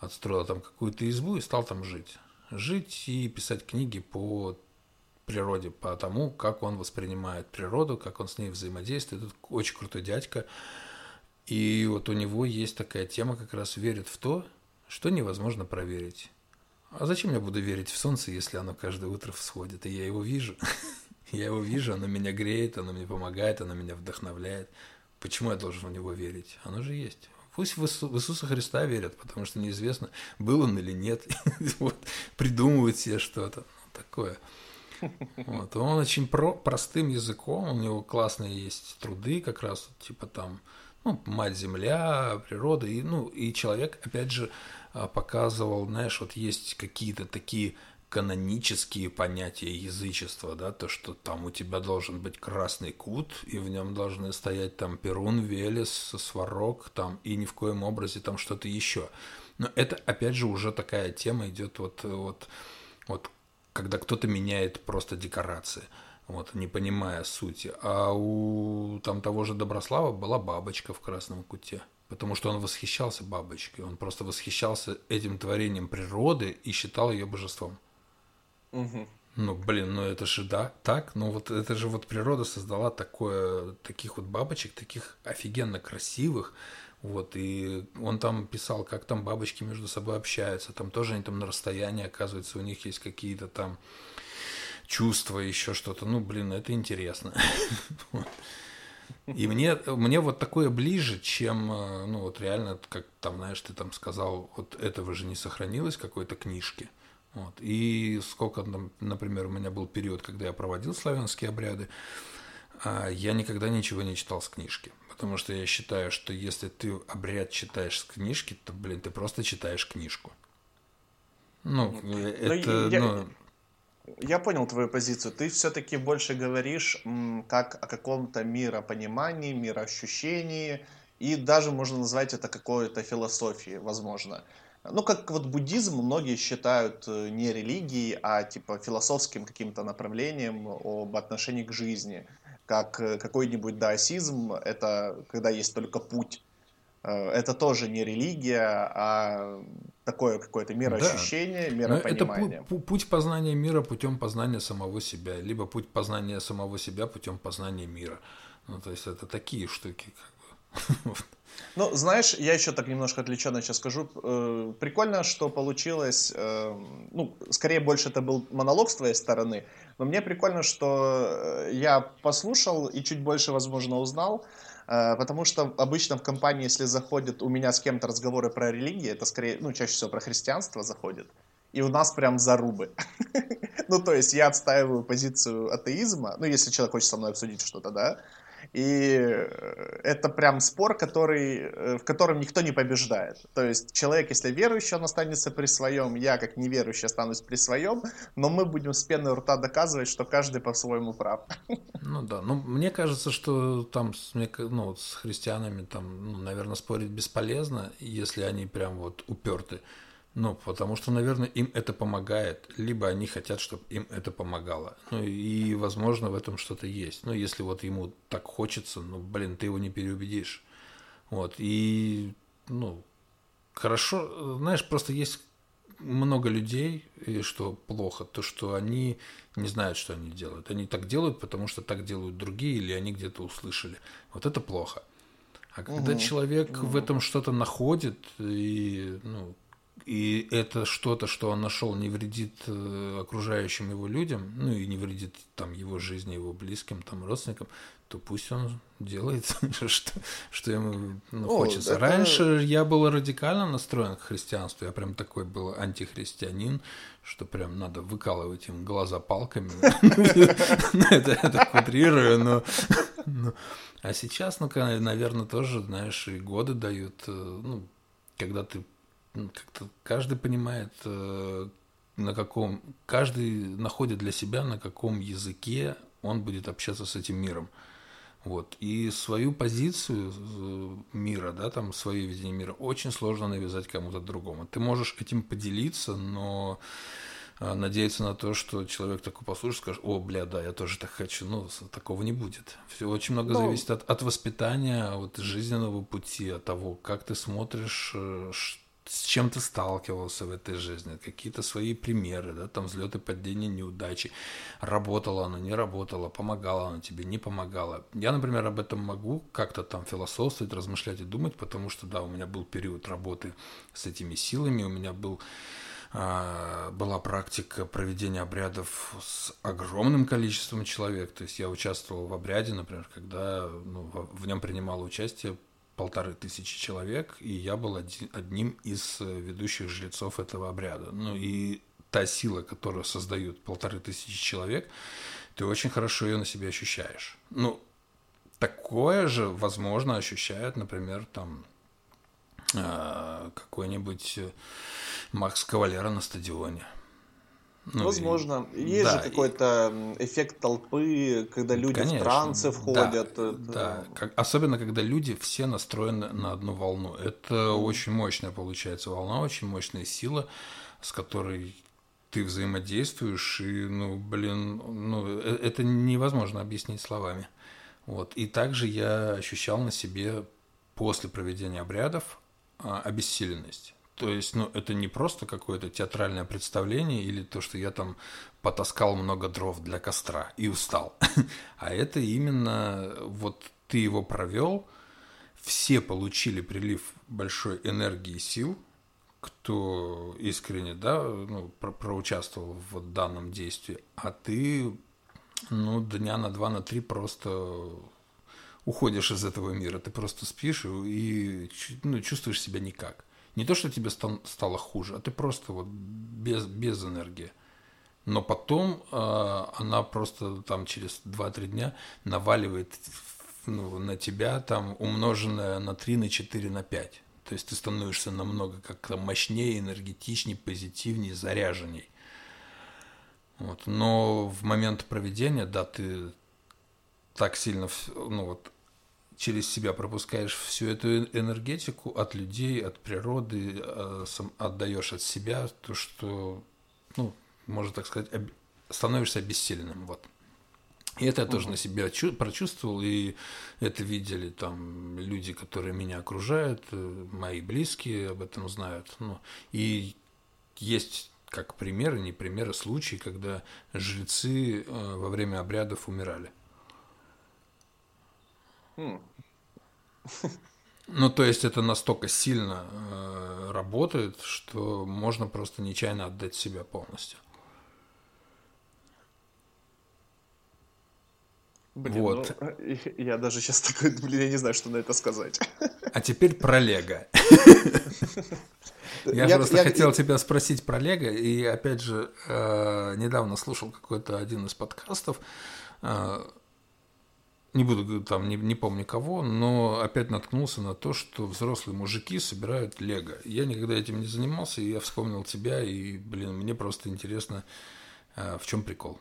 отстроил там какую-то избу и стал там жить. Жить и писать книги по природе, по тому, как он воспринимает природу, как он с ней взаимодействует. Это очень крутой дядька. И вот у него есть такая тема, как раз верит в то, что невозможно проверить. А зачем я буду верить в солнце, если оно каждое утро всходит, и я его вижу? Я его вижу, оно меня греет, оно мне помогает, оно меня вдохновляет. Почему я должен в него верить? Оно же есть. Пусть в Иисуса Христа верят, потому что неизвестно, был он или нет. Вот, придумывают себе что-то. Такое. Вот. Он очень простым языком, у него классные есть труды, как раз типа там, ну, мать-земля, природа, и, ну, и человек, опять же, показывал, знаешь, вот есть какие-то такие канонические понятия язычества, да, то, что там у тебя должен быть красный кут, и в нем должны стоять там Перун, Велес, Сварог, там, и ни в коем образе там что-то еще. Но это, опять же, уже такая тема идет вот когда кто-то меняет просто декорации, вот, не понимая сути. А у там того же Доброслава была бабочка в красном куте, потому что он восхищался бабочкой, он просто восхищался этим творением природы и считал ее божеством. Мгм. Ну, блин, ну это же да, так, ну вот это же вот природа создала таких вот бабочек, таких офигенно красивых, вот, и он там писал, как там бабочки между собой общаются, там тоже они там на расстоянии, оказывается, у них есть какие-то там чувства, еще что-то, ну, блин, это интересно. И мне вот такое ближе, чем, ну, вот реально, как там, знаешь, ты там сказал, вот этого же не сохранилось какой-то книжки. Вот. И сколько там, например, у меня был период, когда я проводил славянские обряды, я никогда ничего не читал с книжки. Потому что я считаю, что если ты обряд читаешь с книжки, то, блин, ты просто читаешь книжку. Ну, Ну, это, ну, я понял твою позицию. Ты все-таки больше говоришь как о каком-то миропонимании, мироощущении, и даже можно назвать это какой-то философией, возможно. Ну, как вот буддизм многие считают не религией, а типа философским каким-то направлением об отношении к жизни. Как какой-нибудь даосизм, это когда есть только путь. Это тоже не религия, а такое какое-то да. мироощущение, Но это миропонимание. путь познания мира путем познания самого себя, либо путь познания самого себя путем познания мира. Ну, то есть это такие штуки, как бы. Ну, знаешь, я еще так немножко отвлеченно сейчас скажу. Прикольно, что получилось. Ну, скорее больше это был монолог с твоей стороны, но мне прикольно, что я послушал и чуть больше, возможно, узнал. Потому что обычно в компании, если заходят у меня с кем-то разговоры про религии, это скорее, ну, чаще всего про христианство заходит. И у нас прям зарубы. Ну, то есть я отстаиваю позицию атеизма, ну, если человек хочет со мной обсудить что-то, да. И это прям спор, в котором никто не побеждает. То есть человек, если верующий, он останется при своем, я как неверующий останусь при своем, но мы будем с пены у рта доказывать, что каждый по-своему прав. Ну да, ну мне кажется, что там ну, вот с христианами там, ну, наверное, спорить бесполезно, если они прям вот уперты. Ну, потому что, наверное, им это помогает, либо они хотят, чтобы им это помогало. Ну, и, возможно, в этом что-то есть. Ну, если вот ему так хочется, ну, блин, ты его не переубедишь. Вот, и, ну, хорошо, знаешь, просто есть много людей, и что плохо, то, что они не знают, что они делают. Они так делают, потому что так делают другие, или они где-то услышали. Вот это плохо. А когда Угу. человек в этом что-то находит, и, ну, и это что-то, что он нашел, не вредит окружающим его людям, ну и не вредит там его жизни, его близким, там, родственникам, то пусть он делает, что ему Ну, хочется. это... Раньше я был радикально настроен к христианству, я прям такой был антихристианин, что прям надо выкалывать им глаза палками. Это утрирую, но... А сейчас, ну, наверное, тоже, знаешь, и годы дают, ну, когда ты как-то каждый понимает, каждый находит для себя, на каком языке он будет общаться с этим миром. Вот. И свою позицию мира, да, там, свое видение мира очень сложно навязать кому-то другому. Ты можешь этим поделиться, но надеяться на то, что человек такой послушает, скажет: о, бля, да, я тоже так хочу. Ну, такого не будет. Все очень много Ну, зависит от воспитания, от жизненного пути, от того, как ты смотришь, с чем ты сталкивался в этой жизни, какие-то свои примеры, да, там взлеты, падения, неудачи, работало оно, не работало, помогало оно тебе, не помогало. Я, например, об этом могу как-то там философствовать, размышлять и думать, потому что, да, у меня был период работы с этими силами, у меня была практика проведения обрядов с огромным количеством человек. То есть я участвовал в обряде, например, когда в нем принимало участие 1500 человек, и я был одним из ведущих жрецов этого обряда. Ну и та сила, которую создают 1500 человек, ты очень хорошо ее на себе ощущаешь. Ну, такое же, возможно, ощущает, например, там какой-нибудь Макс Кавалера на стадионе. Ну, Возможно. Есть же да, какой-то эффект толпы, когда люди в конечно, трансы да, входят. да. Особенно, когда люди все настроены на одну волну. Это очень мощная получается волна, очень мощная сила, с которой ты взаимодействуешь, и, это невозможно объяснить словами. Вот. И также я ощущал на себе после проведения обрядов обессиленность. То есть, это не просто какое-то театральное представление или то, что я там потаскал много дров для костра и устал. А это именно вот ты его провел, все получили прилив большой энергии и сил, кто искренне, да, проучаствовал в данном действии, а ты, дня на 2, на 3 просто уходишь из этого мира, ты просто спишь и чувствуешь себя никак. Не то, что тебе стало хуже, а ты просто вот без энергии. Но потом она просто там через 2-3 дня наваливает на тебя там умноженное на 3, на 4, на 5. То есть ты становишься намного как-то мощнее, энергетичнее, позитивнее, заряженней. Вот. Но в момент проведения, да, ты так сильно через себя пропускаешь всю эту энергетику от людей, от природы, отдаешь от себя, то, что, можно так сказать, становишься обессиленным. Вот. И это я тоже на себя прочувствовал, и это видели там люди, которые меня окружают, мои близкие об этом знают. И есть как примеры, не примеры, случаи, когда жрецы во время обрядов умирали. То есть это настолько сильно работает, что можно просто нечаянно отдать себя полностью. Блин, Вот. я даже сейчас такой, я не знаю, что на это сказать. А теперь про Лего. Я просто хотел тебя спросить про Лего, и опять же, недавно слушал какой-то один из подкастов, не буду там, не помню кого, но опять наткнулся на то, что взрослые мужики собирают Лего. Я никогда этим не занимался, и я вспомнил тебя, и, мне просто интересно, в чем прикол.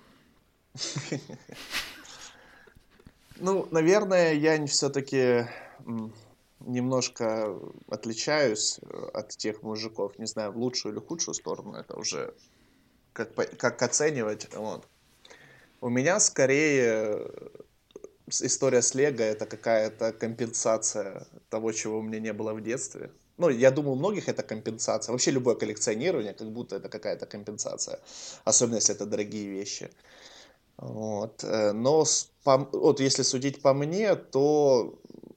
Наверное, я все-таки немножко отличаюсь от тех мужиков, не знаю, в лучшую или худшую сторону, это уже как оценивать. Вот. У меня скорее история с Лего — это какая-то компенсация того, чего у меня не было в детстве. Я думаю, у многих это компенсация. Вообще любое коллекционирование, как будто это какая-то компенсация. Особенно, если это дорогие вещи. Вот. Но вот если судить по мне, то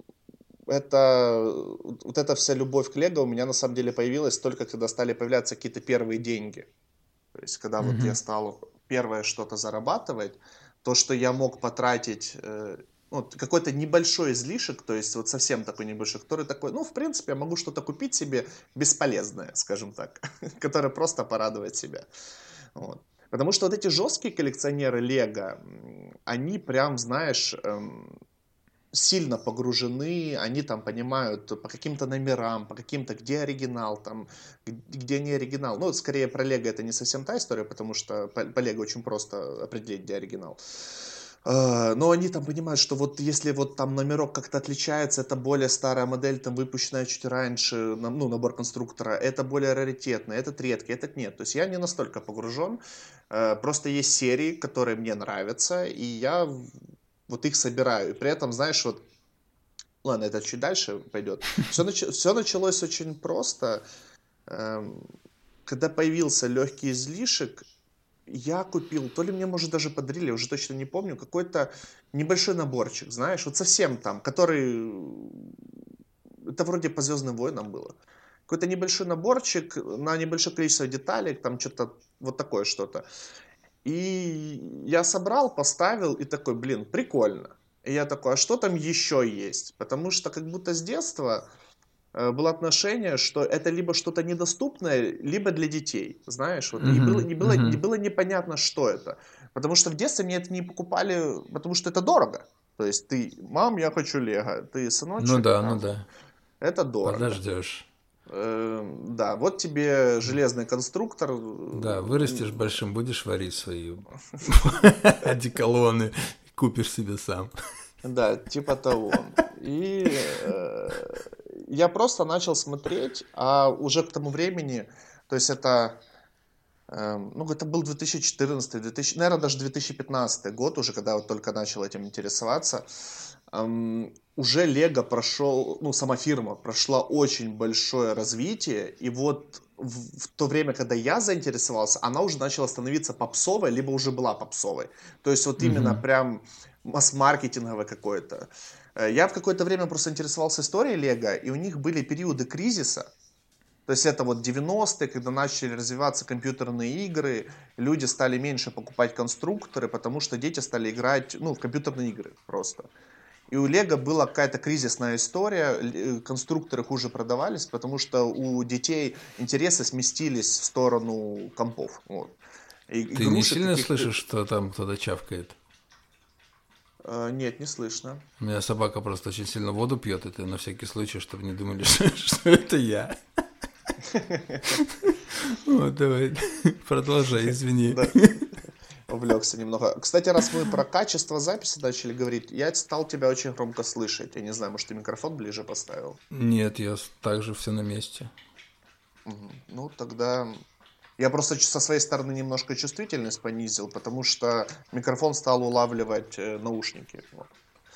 вот эта вся любовь к Лего у меня на самом деле появилась только когда стали появляться какие-то первые деньги. То есть, когда вот я стал первое что-то зарабатывать, то, что я мог потратить, какой-то небольшой излишек, то есть вот совсем такой небольшой, который такой, в принципе, я могу что-то купить себе бесполезное, скажем так, которое просто порадует себя. Вот. Потому что вот эти жесткие коллекционеры Лего, они прям, знаешь, сильно погружены, они там понимают по каким-то номерам, по каким-то, где оригинал, там, где не оригинал. Скорее про Лего это не совсем та история, потому что по Лего очень просто определить, где оригинал. Но они там понимают, что вот если вот там номерок как-то отличается, это более старая модель, там выпущенная чуть раньше, набор конструктора, это более раритетно, этот редкий, этот нет. То есть я не настолько погружен, просто есть серии, которые мне нравятся, и я вот их собираю. И при этом, знаешь, вот, ладно, это чуть дальше пойдет. Все началось очень просто. эм, когда появился легкий излишек, я купил, то ли мне, может, даже подарили, уже точно не помню, какой-то небольшой наборчик, знаешь, вот совсем там, который, это вроде по Звездным войнам было. Какой-то небольшой наборчик на небольшое количество деталей, там что-то вот такое что-то. И я собрал, поставил и такой, блин, прикольно. И я такой, а что там еще есть? Потому что как будто с детства было отношение, что это либо что-то недоступное, либо для детей, знаешь, вот, и было, Мгм, не было, не мгм. было непонятно, что это. Потому что в детстве мне это не покупали, потому что это дорого. То есть ты, мам, я хочу Лего, ты, сыночек, Ну там, да. это дорого. Подождешь. Да, вот тебе железный конструктор. Да, вырастешь большим, будешь варить свои одеколоны, купишь себе сам. Да, типа того. И я просто начал смотреть, а уже к тому времени, то есть это, ну, это был 2014, 2000, наверное, даже 2015 год уже, когда я вот только начал этим интересоваться, уже Лего прошел, ну, сама фирма прошла очень большое развитие, и вот в то время, когда я заинтересовался, она уже начала становиться попсовой, либо уже была попсовой. То есть вот именно Мгм. прям масс-маркетинговой какой-то. Я в какое-то время просто интересовался историей Лего, и у них были периоды кризиса. То есть это вот 90-е, когда начали развиваться компьютерные игры, люди стали меньше покупать конструкторы, потому что дети стали играть, ну, в компьютерные игры просто. И у Лего была какая-то кризисная история, конструкторы хуже продавались, потому что у детей интересы сместились в сторону компов. Вот. И Ты не игрушек сильно каких-то... слышишь, что там кто-то чавкает? Нет, не слышно. У меня собака просто очень сильно воду пьет, это на всякий случай, чтобы не думали, что это я. Вот, давай, продолжай, извини. Да, увлекся немного. Кстати, раз мы про качество записи начали говорить, я стал тебя очень громко слышать. Я не знаю, может, ты микрофон ближе поставил? Нет, я также все на месте. Ну, тогда я просто со своей стороны немножко чувствительность понизил, потому что микрофон стал улавливать наушники. Вот.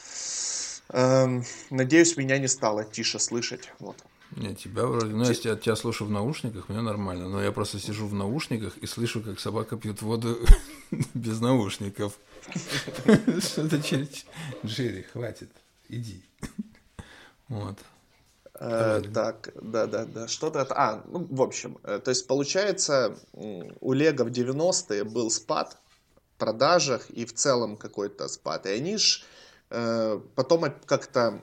Надеюсь, меня не стало тише слышать. Вот. Не, тебя вроде... Ну, если я тебя слушаю в наушниках, мне нормально. Но я просто сижу в наушниках и слышу, как собака пьет воду без наушников. Что-то через... Джерри, хватит. Иди. Вот. Давай. Так, да. Что-то это... Ну, в общем, то есть получается, у Лего в 90-е был спад в продажах и в целом какой-то спад. И они ж потом как-то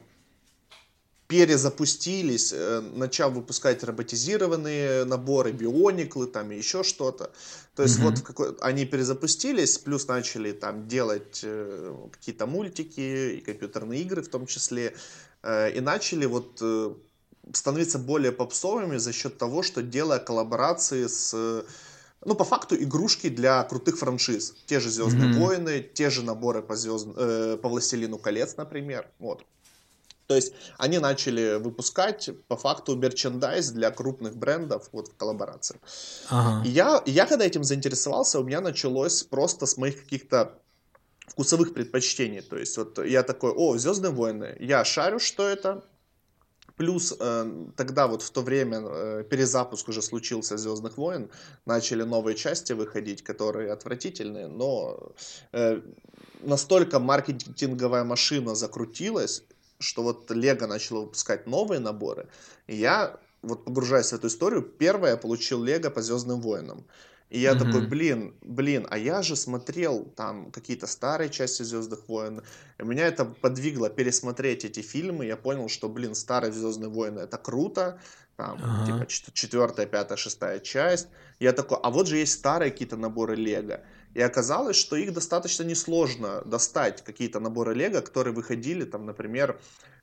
перезапустились, начав выпускать роботизированные наборы, биониклы, там и еще что-то. То есть вот Мгм. они перезапустились, плюс начали там делать какие-то мультики и компьютерные игры в том числе, и начали вот становиться более попсовыми за счет того, что делая коллаборации с ну, по факту, игрушки для крутых франшиз. Те же Звездные Мгм. войны, те же наборы по Властелину колец, например. Вот. То есть они начали выпускать по факту мерчендайз для крупных брендов вот в коллаборации. И Ага. я когда этим заинтересовался, у меня началось просто с моих каких-то вкусовых предпочтений. То есть вот я такой, Звездные войны, я шарю, что это. Плюс тогда вот в то время перезапуск уже случился Звездных войн, начали новые части выходить, которые отвратительные, но э, настолько маркетинговая машина закрутилась, что вот Лего начало выпускать новые наборы, и я, вот погружаясь в эту историю, первое я получил Лего по Звездным войнам. И я такой, Мгм. блин, а я же смотрел там какие-то старые части Звездных войн. И меня это подвигло пересмотреть эти фильмы. Я понял, что, блин, старые Звездные войны это круто. Там, типа, Ага. четвертая, пятая, шестая часть. Я такой, а вот же есть старые какие-то наборы Лего. И оказалось, что их достаточно несложно достать, какие-то наборы Лего, которые выходили, там, например,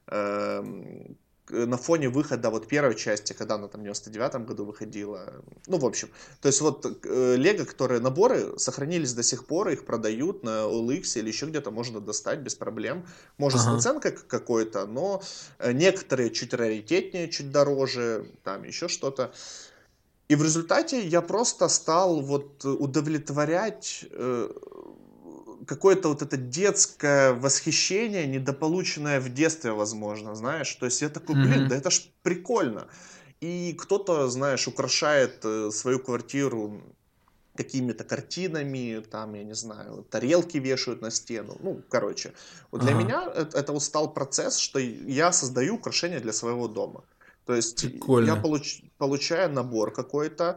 на фоне выхода вот первой части, когда она там в 99-м году выходила. Ну, в общем, то есть вот Лего, которые наборы сохранились до сих пор, их продают на OLX или еще где-то можно достать без проблем. Может, с Ага. наценкой какой-то, но некоторые чуть раритетнее, чуть дороже, там еще что-то. И в результате я просто стал вот удовлетворять какое-то вот это детское восхищение, недополученное в детстве, возможно, знаешь. То есть я такой, блин, Мгм. да это ж прикольно. И кто-то, знаешь, украшает свою квартиру какими-то картинами, там, я не знаю, тарелки вешают на стену. Ну, короче, вот для Ага, меня это вот стал процесс, что я создаю украшения для своего дома. То есть я прикольно. получаю набор какой-то,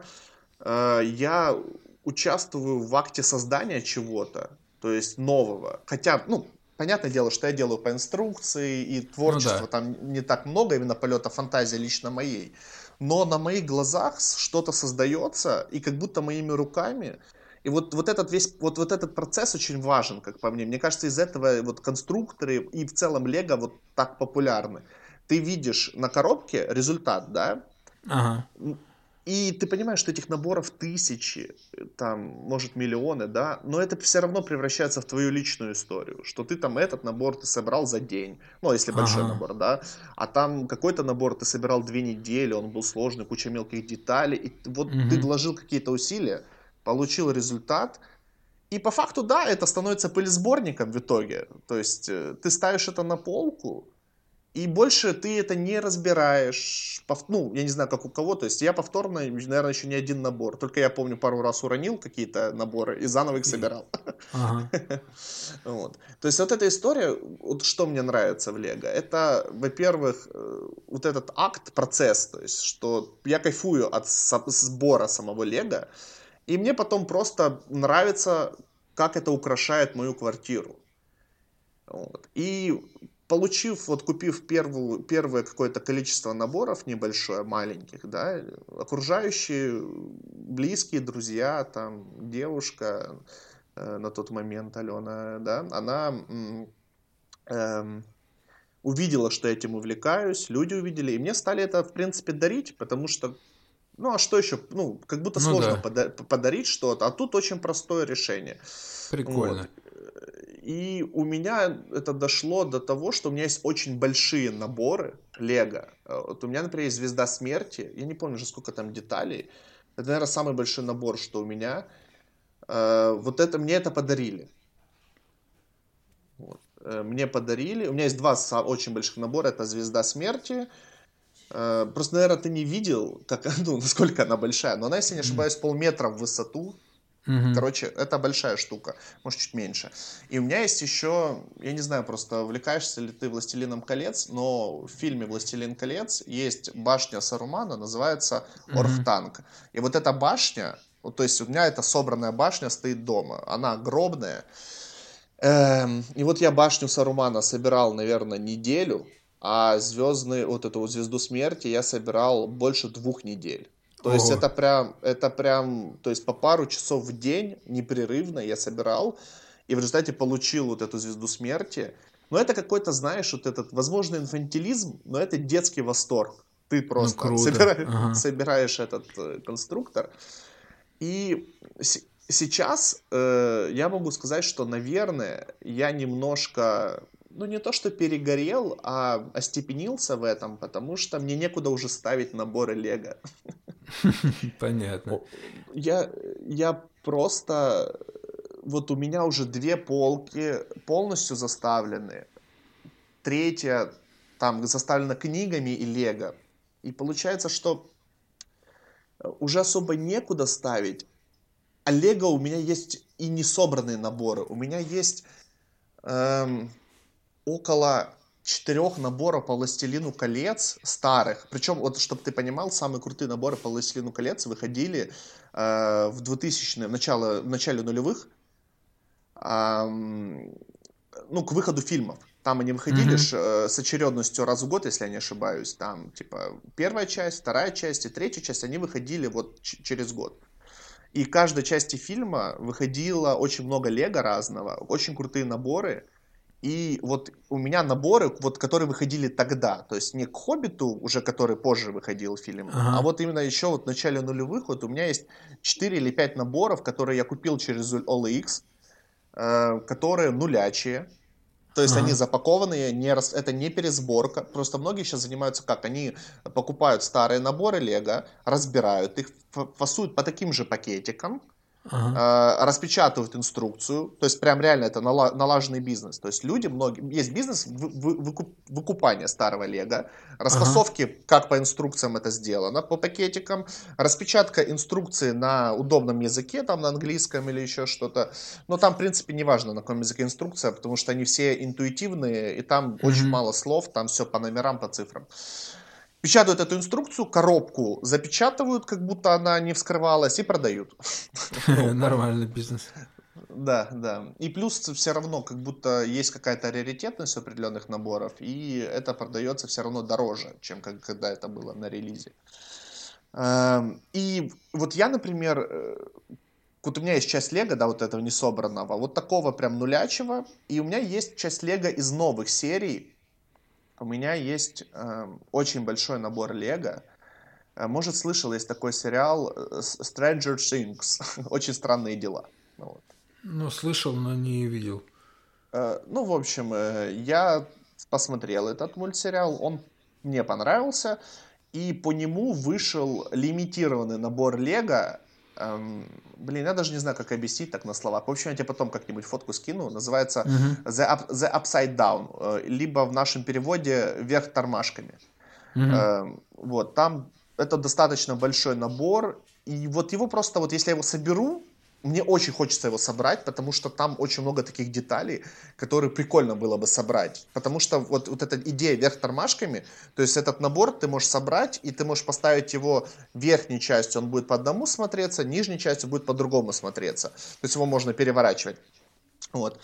я участвую в акте создания чего-то, то есть нового. Хотя, ну, понятное дело, что я делаю по инструкции, и Ну творчества да. там не так много, именно полета фантазии лично моей. Но на моих глазах что-то создается, и как будто моими руками. И вот этот весь, вот этот процесс очень важен, как по мне. Мне кажется, из этого вот конструкторы и в целом Лего вот так популярны. Ты видишь на коробке результат, да? Ага. И ты понимаешь, что этих наборов тысячи, там, может, миллионы, да, но это все равно превращается в твою личную историю, что ты там этот набор ты собрал за день, ну, если большой Ага. набор, да, а там какой-то набор ты собирал 2 недели, он был сложный, куча мелких деталей, и вот ты Мгм. вложил какие-то усилия, получил результат, и по факту, да, это становится пылесборником в итоге, то есть ты ставишь это на полку, и больше ты это не разбираешь. Ну, я не знаю, как у кого. То есть я повторно, наверное, еще не один набор. Только я помню, пару раз уронил какие-то наборы и заново их И- собирал. Ага. Вот. То есть вот эта история, вот что мне нравится в Лего, это, во-первых, вот этот акт, процесс, то есть что я кайфую от сбора самого Лего, и мне потом просто нравится, как это украшает мою квартиру. Вот. И получив, вот купив первое какое-то количество наборов небольшое, маленьких, да, окружающие, близкие, друзья, там, девушка на тот момент, Алена, да, она эм, увидела, что я этим увлекаюсь, люди увидели, и мне стали это, в принципе, дарить, потому что, ну, а что еще, ну, как будто Ну сложно да. подарить что-то, а тут очень простое решение. Прикольно. Вот. И у меня это дошло до того, что у меня есть очень большие наборы Лего. Вот у меня, например, есть Звезда Смерти. Я не помню уже, сколько там деталей. Это, наверное, самый большой набор, что у меня. Вот это мне это подарили. Вот. Мне подарили. У меня есть два очень больших набора. Это Звезда Смерти. Просто, наверное, ты не видел, как, ну, насколько она большая. Но она, если не ошибаюсь, полметра в высоту. Мгм. Короче, это большая штука, может, чуть меньше. И у меня есть еще, я не знаю, просто увлекаешься ли ты «Властелином колец», но в фильме «Властелин колец» есть башня Сарумана, называется Мгм. Орхтанг. И вот эта башня, вот, то есть у меня эта собранная башня стоит дома, она огромная. И вот я башню Сарумана собирал, наверное, неделю, а звездный, вот эту вот звезду смерти я собирал больше 2 недель. То есть Ого. это прям, то есть по пару часов в день непрерывно я собирал, и в результате получил вот эту звезду смерти. Но это какой-то, знаешь, вот этот, возможно, инфантилизм, но это детский восторг. Ты Ну просто круто. собираешь, Ага. собираешь этот конструктор, и сейчас я могу сказать, что, наверное, я немножко, ну не то что перегорел, а остепенился в этом, потому что мне некуда уже ставить наборы Лего. Понятно. О, я просто, вот у меня уже 2 полки полностью заставлены, третья там заставлена книгами и Лего. И получается, что уже особо некуда ставить. А Лего у меня есть и не собранные наборы. У меня есть эм, около 4 наборов по «Властелину колец» старых. Причем, вот, чтобы ты понимал, самые крутые наборы по «Властелину колец» выходили в 2000-е, в начале нулевых, ам, ну, к выходу фильмов. Там они выходили Мгм. с очередностью раз в год, если я не ошибаюсь. Там, типа, первая часть, вторая часть и третья часть, они выходили вот через год. И в каждой части фильма выходило очень много лего разного, очень крутые наборы. И вот у меня наборы, вот, которые выходили тогда, то есть не к «Хоббиту», уже который позже выходил фильм, а Ага. вот именно еще вот в начале нулевых, вот у меня есть 4 или 5 наборов, которые я купил через OLX, которые нулячие, то есть они Ага. запакованные, это не пересборка. Просто многие сейчас занимаются как? Они покупают старые наборы Лего, разбирают их, фасуют по таким же пакетикам, Ага. Распечатывают инструкцию, то есть прям реально это налаженный бизнес. То есть люди, многие, есть бизнес выкупания старого лего, Ага. расфасовки, как по инструкциям это сделано, по пакетикам, распечатка инструкции на удобном языке, там на английском или еще что-то. Но там, в принципе, не важно, на каком языке инструкция, потому что они все интуитивные, и там очень Мгм. мало слов, там все по номерам, по цифрам. Печатают эту инструкцию, коробку запечатывают, как будто она не вскрывалась, и продают. Ну, Нормальный бизнес. да, да. И плюс все равно, как будто есть какая-то раритетность определенных наборов, и это продается все равно дороже, чем когда это было на релизе. И вот я, например, вот у меня есть часть лего, да, вот этого не собранного, вот такого прям нулячего, и у меня есть часть лего из новых серий. У меня есть очень большой набор лего. Может, слышал, есть такой сериал Stranger Things. Очень странные дела. Ну, вот. Ну, слышал, но не видел. Ну, в общем, я посмотрел этот мультсериал, он мне понравился, и по нему вышел лимитированный набор Лего. Блин, я даже не знаю, как объяснить так на словах. В общем, я тебе потом как-нибудь фотку скину. Называется Мгм. The Upside Down, либо в нашем переводе «Вверх тормашками». Мгм. Вот, там это достаточно большой набор, и вот его просто, вот если я его соберу, мне очень хочется его собрать, потому что там очень много таких деталей, которые прикольно было бы собрать. Потому что вот эта идея вверх тормашками, то есть этот набор ты можешь собрать, и ты можешь поставить его верхней частью, он будет по одному смотреться, нижней частью будет по-другому смотреться. То есть его можно переворачивать. Вот.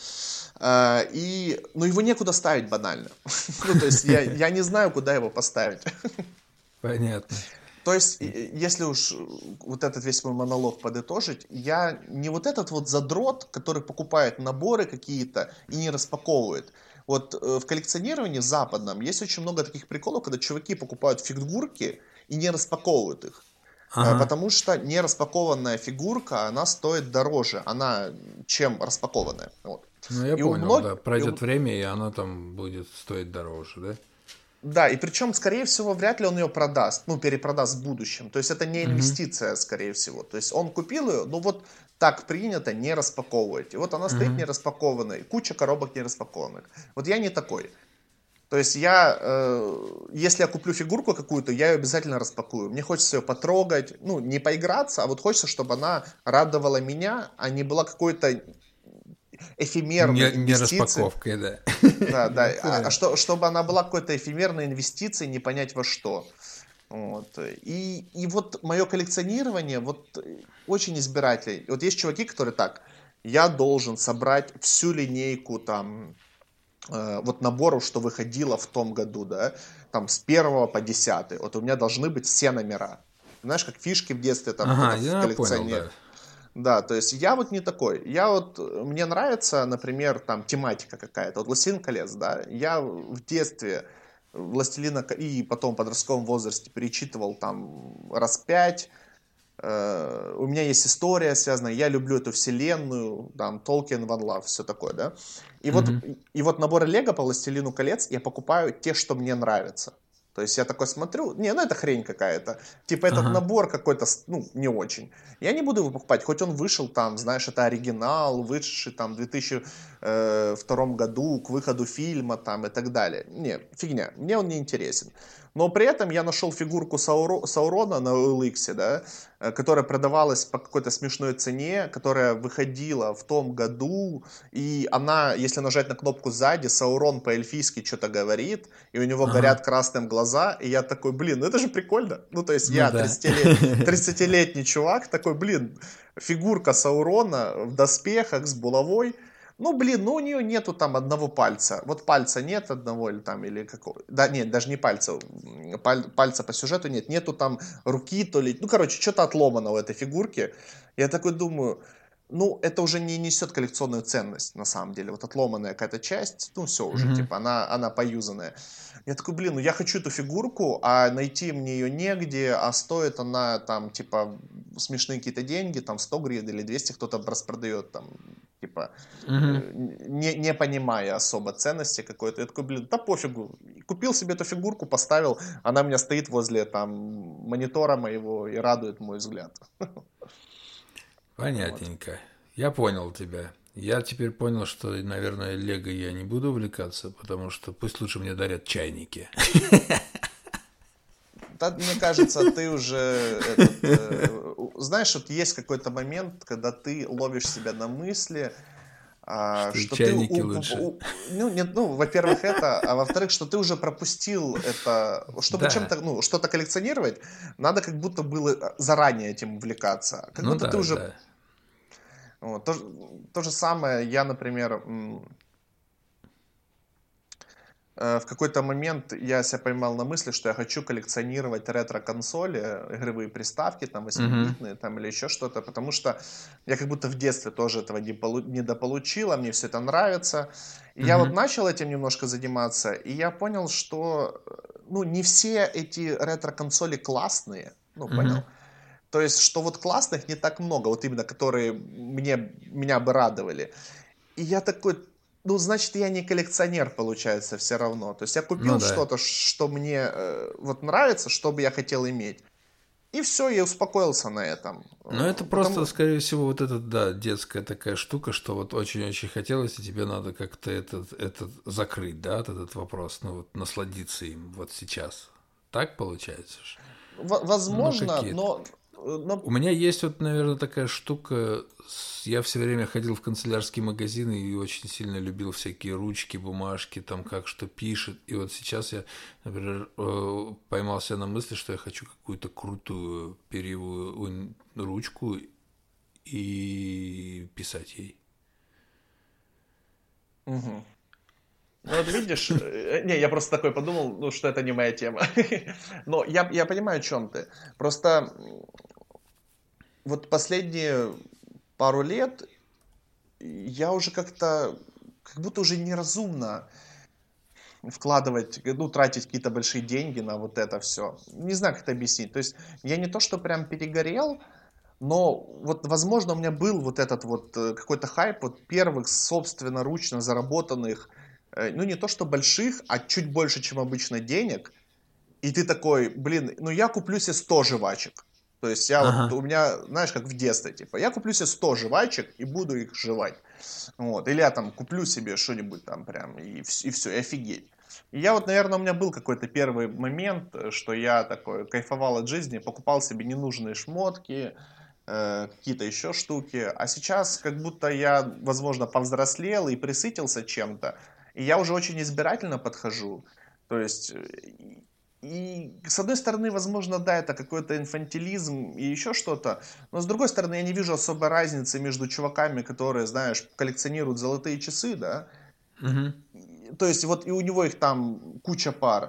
Ну, его некуда ставить банально. Ну, то есть я не знаю, куда его поставить. Понятно. То есть, если уж вот этот весь мой монолог подытожить, я не вот этот вот задрот, который покупает наборы какие-то и не распаковывает. Вот в коллекционировании западном есть очень много таких приколов, когда чуваки покупают фигурки и не распаковывают их. Ага. Потому что не распакованная фигурка, она стоит дороже, чем распакованная. Вот. Ну, я И у понял, да. многих, Пройдет время, и она там будет стоить дороже, да? да, и причем, скорее всего, вряд ли он ее продаст, ну, перепродаст в будущем. То есть это не Угу. инвестиция, скорее всего. То есть он купил ее, ну вот так принято не распаковывать. И вот она стоит не Угу. распакованной, куча коробок не распакованных. Вот я не такой. То есть если я куплю фигурку какую-то, я ее обязательно распакую. Мне хочется ее потрогать, ну, не поиграться, а вот хочется, чтобы она радовала меня, а не была какой-то эфемерной Не инвестицией. распаковкой, да. Да, да. Я понял. Чтобы она была какой-то эфемерной инвестицией, не понять во что. Вот. И вот мое коллекционирование вот очень избирательно. Вот есть чуваки, которые так, я должен собрать всю линейку там вот наборов, что выходило в том году, да, там с 1 по 10. Вот у меня должны быть все номера. Знаешь, как фишки в детстве там Ага, кто-то в я понял, коллекционе. да. Да, то есть я вот не такой. Мне нравится, например, там тематика какая-то. Вот «Властелин колец», да. Я в детстве и потом в подростковом возрасте перечитывал там раз 5. У меня есть история связанная, я люблю эту вселенную, там, Tolkien, One Love, все такое, да. И вот, Угу. и вот наборы Лего по «Властелину колец» я покупаю те, что мне нравятся. То есть я такой смотрю, не, ну это хрень какая-то. Типа этот Ага. набор какой-то, ну, не очень. Я не буду его покупать, хоть он вышел там, знаешь, это оригинал, вышедший там в 2002 году к выходу фильма там и так далее. Не, фигня, мне он не интересен. Но при этом я нашел фигурку Саурона на OLX, да, которая продавалась по какой-то смешной цене, которая выходила в том году, и она, если нажать на кнопку сзади, Саурон по-эльфийски что-то говорит, и у него Ага. горят красным глаза, и я такой, блин, ну это же прикольно. Ну, то есть Ну я да. 30-летний чувак, такой, блин, фигурка Саурона в доспехах с булавой, ну, блин, ну у нее нету там одного пальца. Вот пальца нет одного или там, или какого. Да, нет, даже не пальца. Пальца по сюжету нет. Нету там руки, то ли. Ну, короче, что-то отломано у этой фигурки. Я такой думаю, ну, это уже не несет коллекционную ценность, на самом деле. Вот отломанная какая-то часть, ну, все уже, Мгм. типа, она поюзанная. Я такой, блин, ну я хочу эту фигурку, а найти мне ее негде, а стоит она там, типа, смешные какие-то деньги, там 100 гривен или 200 кто-то распродает, там, типа, Мгм. не понимая особо ценности какой-то. Я такой, блин, да пофигу. Купил себе эту фигурку, поставил, она у меня стоит возле там монитора моего и радует мой взгляд. Вот. Понятненько. Я понял тебя. Я теперь понял, что, наверное, лего я не буду увлекаться, потому что пусть лучше мне дарят чайники. Да, мне кажется, ты уже знаешь, вот есть какой-то момент, когда ты ловишь себя на мысли, Что что ты, чайники лучше. ну, нет, ну, во-первых, это, а во-вторых, что ты уже пропустил это, чтобы Да, чем-то, ну, что-то коллекционировать, надо как будто было заранее этим увлекаться. Как ну будто ты да, уже, да. вот, то же самое, я, например, в какой-то момент я себя поймал на мысли, что я хочу коллекционировать ретро-консоли, игровые приставки, там, Угу, 8-битные, там, или еще что-то, потому что я как будто в детстве тоже этого недополучил, а мне все это нравится. И я вот угу, начал этим немножко заниматься, и я понял, что, ну, не все эти ретро-консоли классные, ну, угу. понял? То есть, что вот классных не так много, вот именно, которые меня бы радовали. И я такой, ну, значит, я не коллекционер, получается, все равно. То есть я Ну купил да. что-то, что мне вот нравится, что бы я хотел иметь. И все, я успокоился на этом. Но это просто, Потому, скорее всего, вот эта, да, детская такая штука, что вот очень-очень хотелось, и тебе надо как-то этот закрыть, да, этот вопрос, ну вот насладиться им вот сейчас. Так получается же? Ну, возможно, какие-то. но У меня есть вот, наверное, такая штука. Я все время ходил в канцелярские магазины и очень сильно любил всякие ручки, бумажки, там как что пишет. И вот сейчас я, например, поймался на мысли, что я хочу какую-то крутую перьевую ручку и писать ей. мгм. Ну вот видишь, не, я просто такой подумал, ну, что это не моя тема. Но я понимаю, о чем ты. Просто вот последние пару лет я уже как-то, как будто уже неразумно вкладывать, ну, тратить какие-то большие деньги на вот это все. Не знаю, как это объяснить. То есть я не то, что прям перегорел, но вот, возможно, у меня был вот этот вот какой-то хайп вот первых собственноручно заработанных, ну, не то, что больших, а чуть больше, чем обычно денег. И ты такой, блин, ну, я куплю себе 100 жвачек. То есть я вот, Ага. у меня, знаешь, как в детстве, типа, я куплю себе 100 жвачек и буду их жевать. Вот. Или я там куплю себе что-нибудь там прям, и все, и офигеть. И я вот, наверное, у меня был какой-то первый момент, что я такой кайфовал от жизни, покупал себе ненужные шмотки, какие-то еще штуки. А сейчас как будто я, возможно, повзрослел и присытился чем-то. И я уже очень избирательно подхожу. То есть, и с одной стороны, возможно, да, это какой-то инфантилизм и еще что-то, но с другой стороны, я не вижу особой разницы между чуваками, которые, знаешь, коллекционируют золотые часы, да, Угу. то есть вот и у него их там куча пар,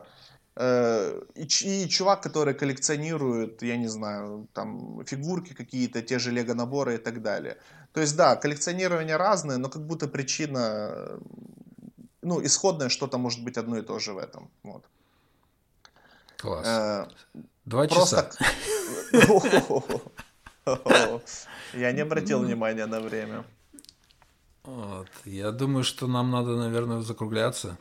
и чувак, который коллекционирует, я не знаю, там фигурки какие-то, те же лего-наборы и так далее. То есть да, коллекционирование разное, но как будто причина, ну, исходное что-то может быть одно и то же в этом. Вот. Класс. Э, 2 часа. Просто... Я не обратил внимания на время. Вот. Я думаю, что нам надо, наверное, закругляться.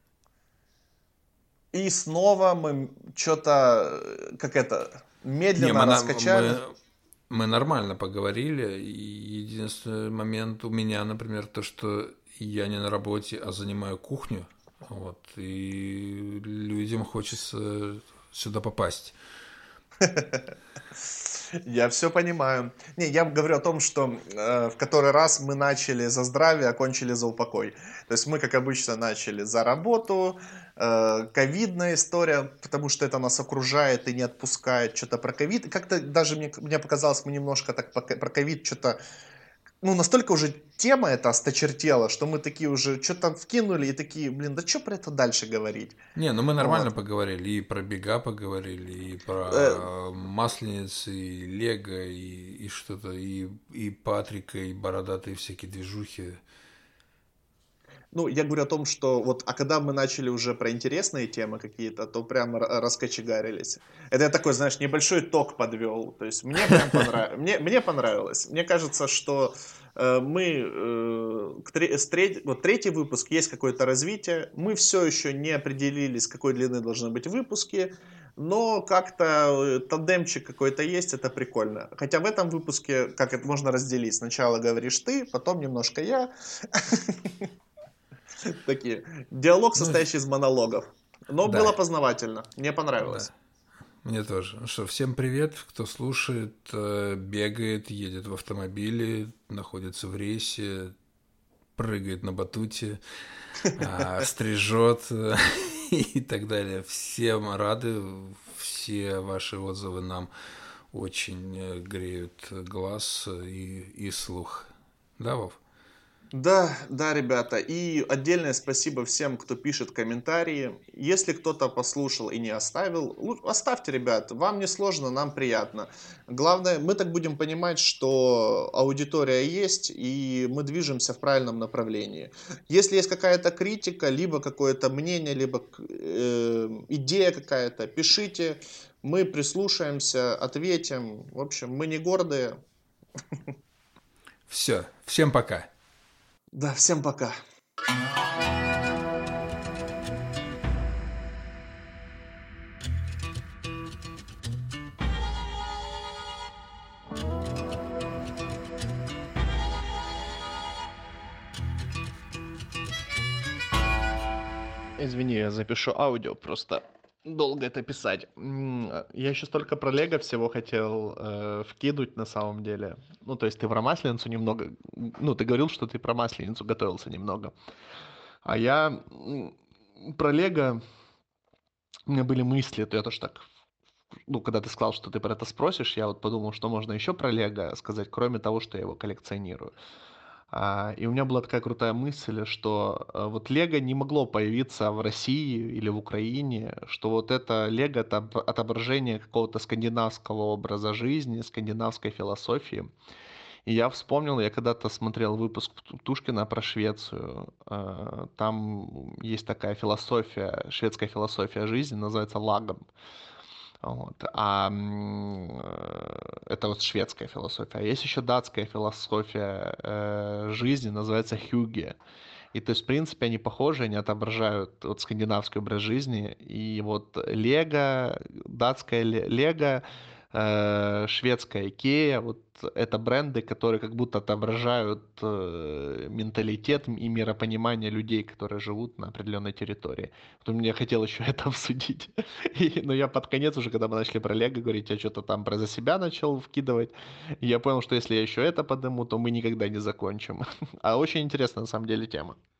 И снова мы что-то, как это, Не, медленно раскачали. мы нормально поговорили. И единственный момент у меня, например, то, что я не на работе, а занимаю кухню. Вот, и людям хочется сюда попасть. Я все понимаю. Не, я говорю о том, что в который раз мы начали за здравие, а кончили за упокой. То есть мы, как обычно, начали за работу, ковидная история, потому что это нас окружает и не отпускает, что-то про ковид. И как-то даже мне показалось, мы немножко так про ковид что-то, ну, настолько уже тема эта осточертела, что мы такие уже что-то вкинули и такие, блин, да что про это дальше говорить? Не, ну мы нормально Вот. поговорили. И про бега поговорили, и Э, про масленицы, и лего, и что-то, и Патрика, и бородатые всякие движухи. Ну, я говорю о том, что вот, а когда мы начали уже про интересные темы какие-то, то прям раскочегарились. Это я такой, знаешь, небольшой ток подвел. То есть мне прям понравилось. Мне понравилось. Мне кажется, что мы вот третий выпуск есть какое-то развитие. Мы все еще не определились, какой длины должны быть выпуски. но как-то тандемчик какой-то есть, это прикольно. Хотя в этом выпуске, как это можно разделить, сначала говоришь ты, потом немножко я. Такие. Диалог, Ну, состоящий из монологов. Но было да, познавательно. Мне да. понравилось. Мне тоже. Ну что, всем привет, кто слушает, бегает, едет в автомобиле, находится в рейсе, прыгает на батуте, стрижет и так далее. Всем рады, все ваши отзывы нам очень греют глаз и слух. Да, Вов? Да, да, ребята. И отдельное спасибо всем, кто пишет комментарии. Если кто-то послушал и не оставил, оставьте, ребят. Вам не сложно, нам приятно. Главное, мы так будем понимать, что аудитория есть, и мы движемся в правильном направлении. Если есть какая-то критика, либо какое-то мнение, либо идея какая-то, пишите. Мы прислушаемся, ответим. В общем, мы не гордые. Все, всем пока. Да, всем пока. Извини, я запишу аудио, просто долго это писать. Я еще столько про Лего всего хотел вкинуть на самом деле. Ну, то есть ты про Масленицу немного... Ну, ты говорил, что ты про Масленицу готовился немного. А я про Лего... У меня были мысли, то я тоже так... Ну, когда ты сказал, что ты про это спросишь, я вот подумал, что можно еще про Лего сказать, кроме того, что я его коллекционирую. И у меня была такая крутая мысль, что вот Лего не могло появиться в России или в Украине, что вот это Лего это отображение какого-то скандинавского образа жизни, скандинавской философии. И я вспомнил, я когда-то смотрел выпуск Птушкина про Швецию. Там есть такая философия, шведская философия жизни, называется лагом. Вот. Это вот шведская философия. А есть еще датская философия жизни, называется хюге. И то есть, в принципе, они похожи, они отображают вот скандинавский образ жизни. И вот Лего, датская Лего, шведская Икея, вот это бренды, которые как будто отображают менталитет и миропонимание людей, которые живут на определенной территории. Вот мне хотел еще это обсудить. Но я под конец уже, когда мы начали про Лего говорить, я что-то там про за себя начал вкидывать. И я понял, что если я еще это подниму, то мы никогда не закончим. А очень интересная на самом деле тема.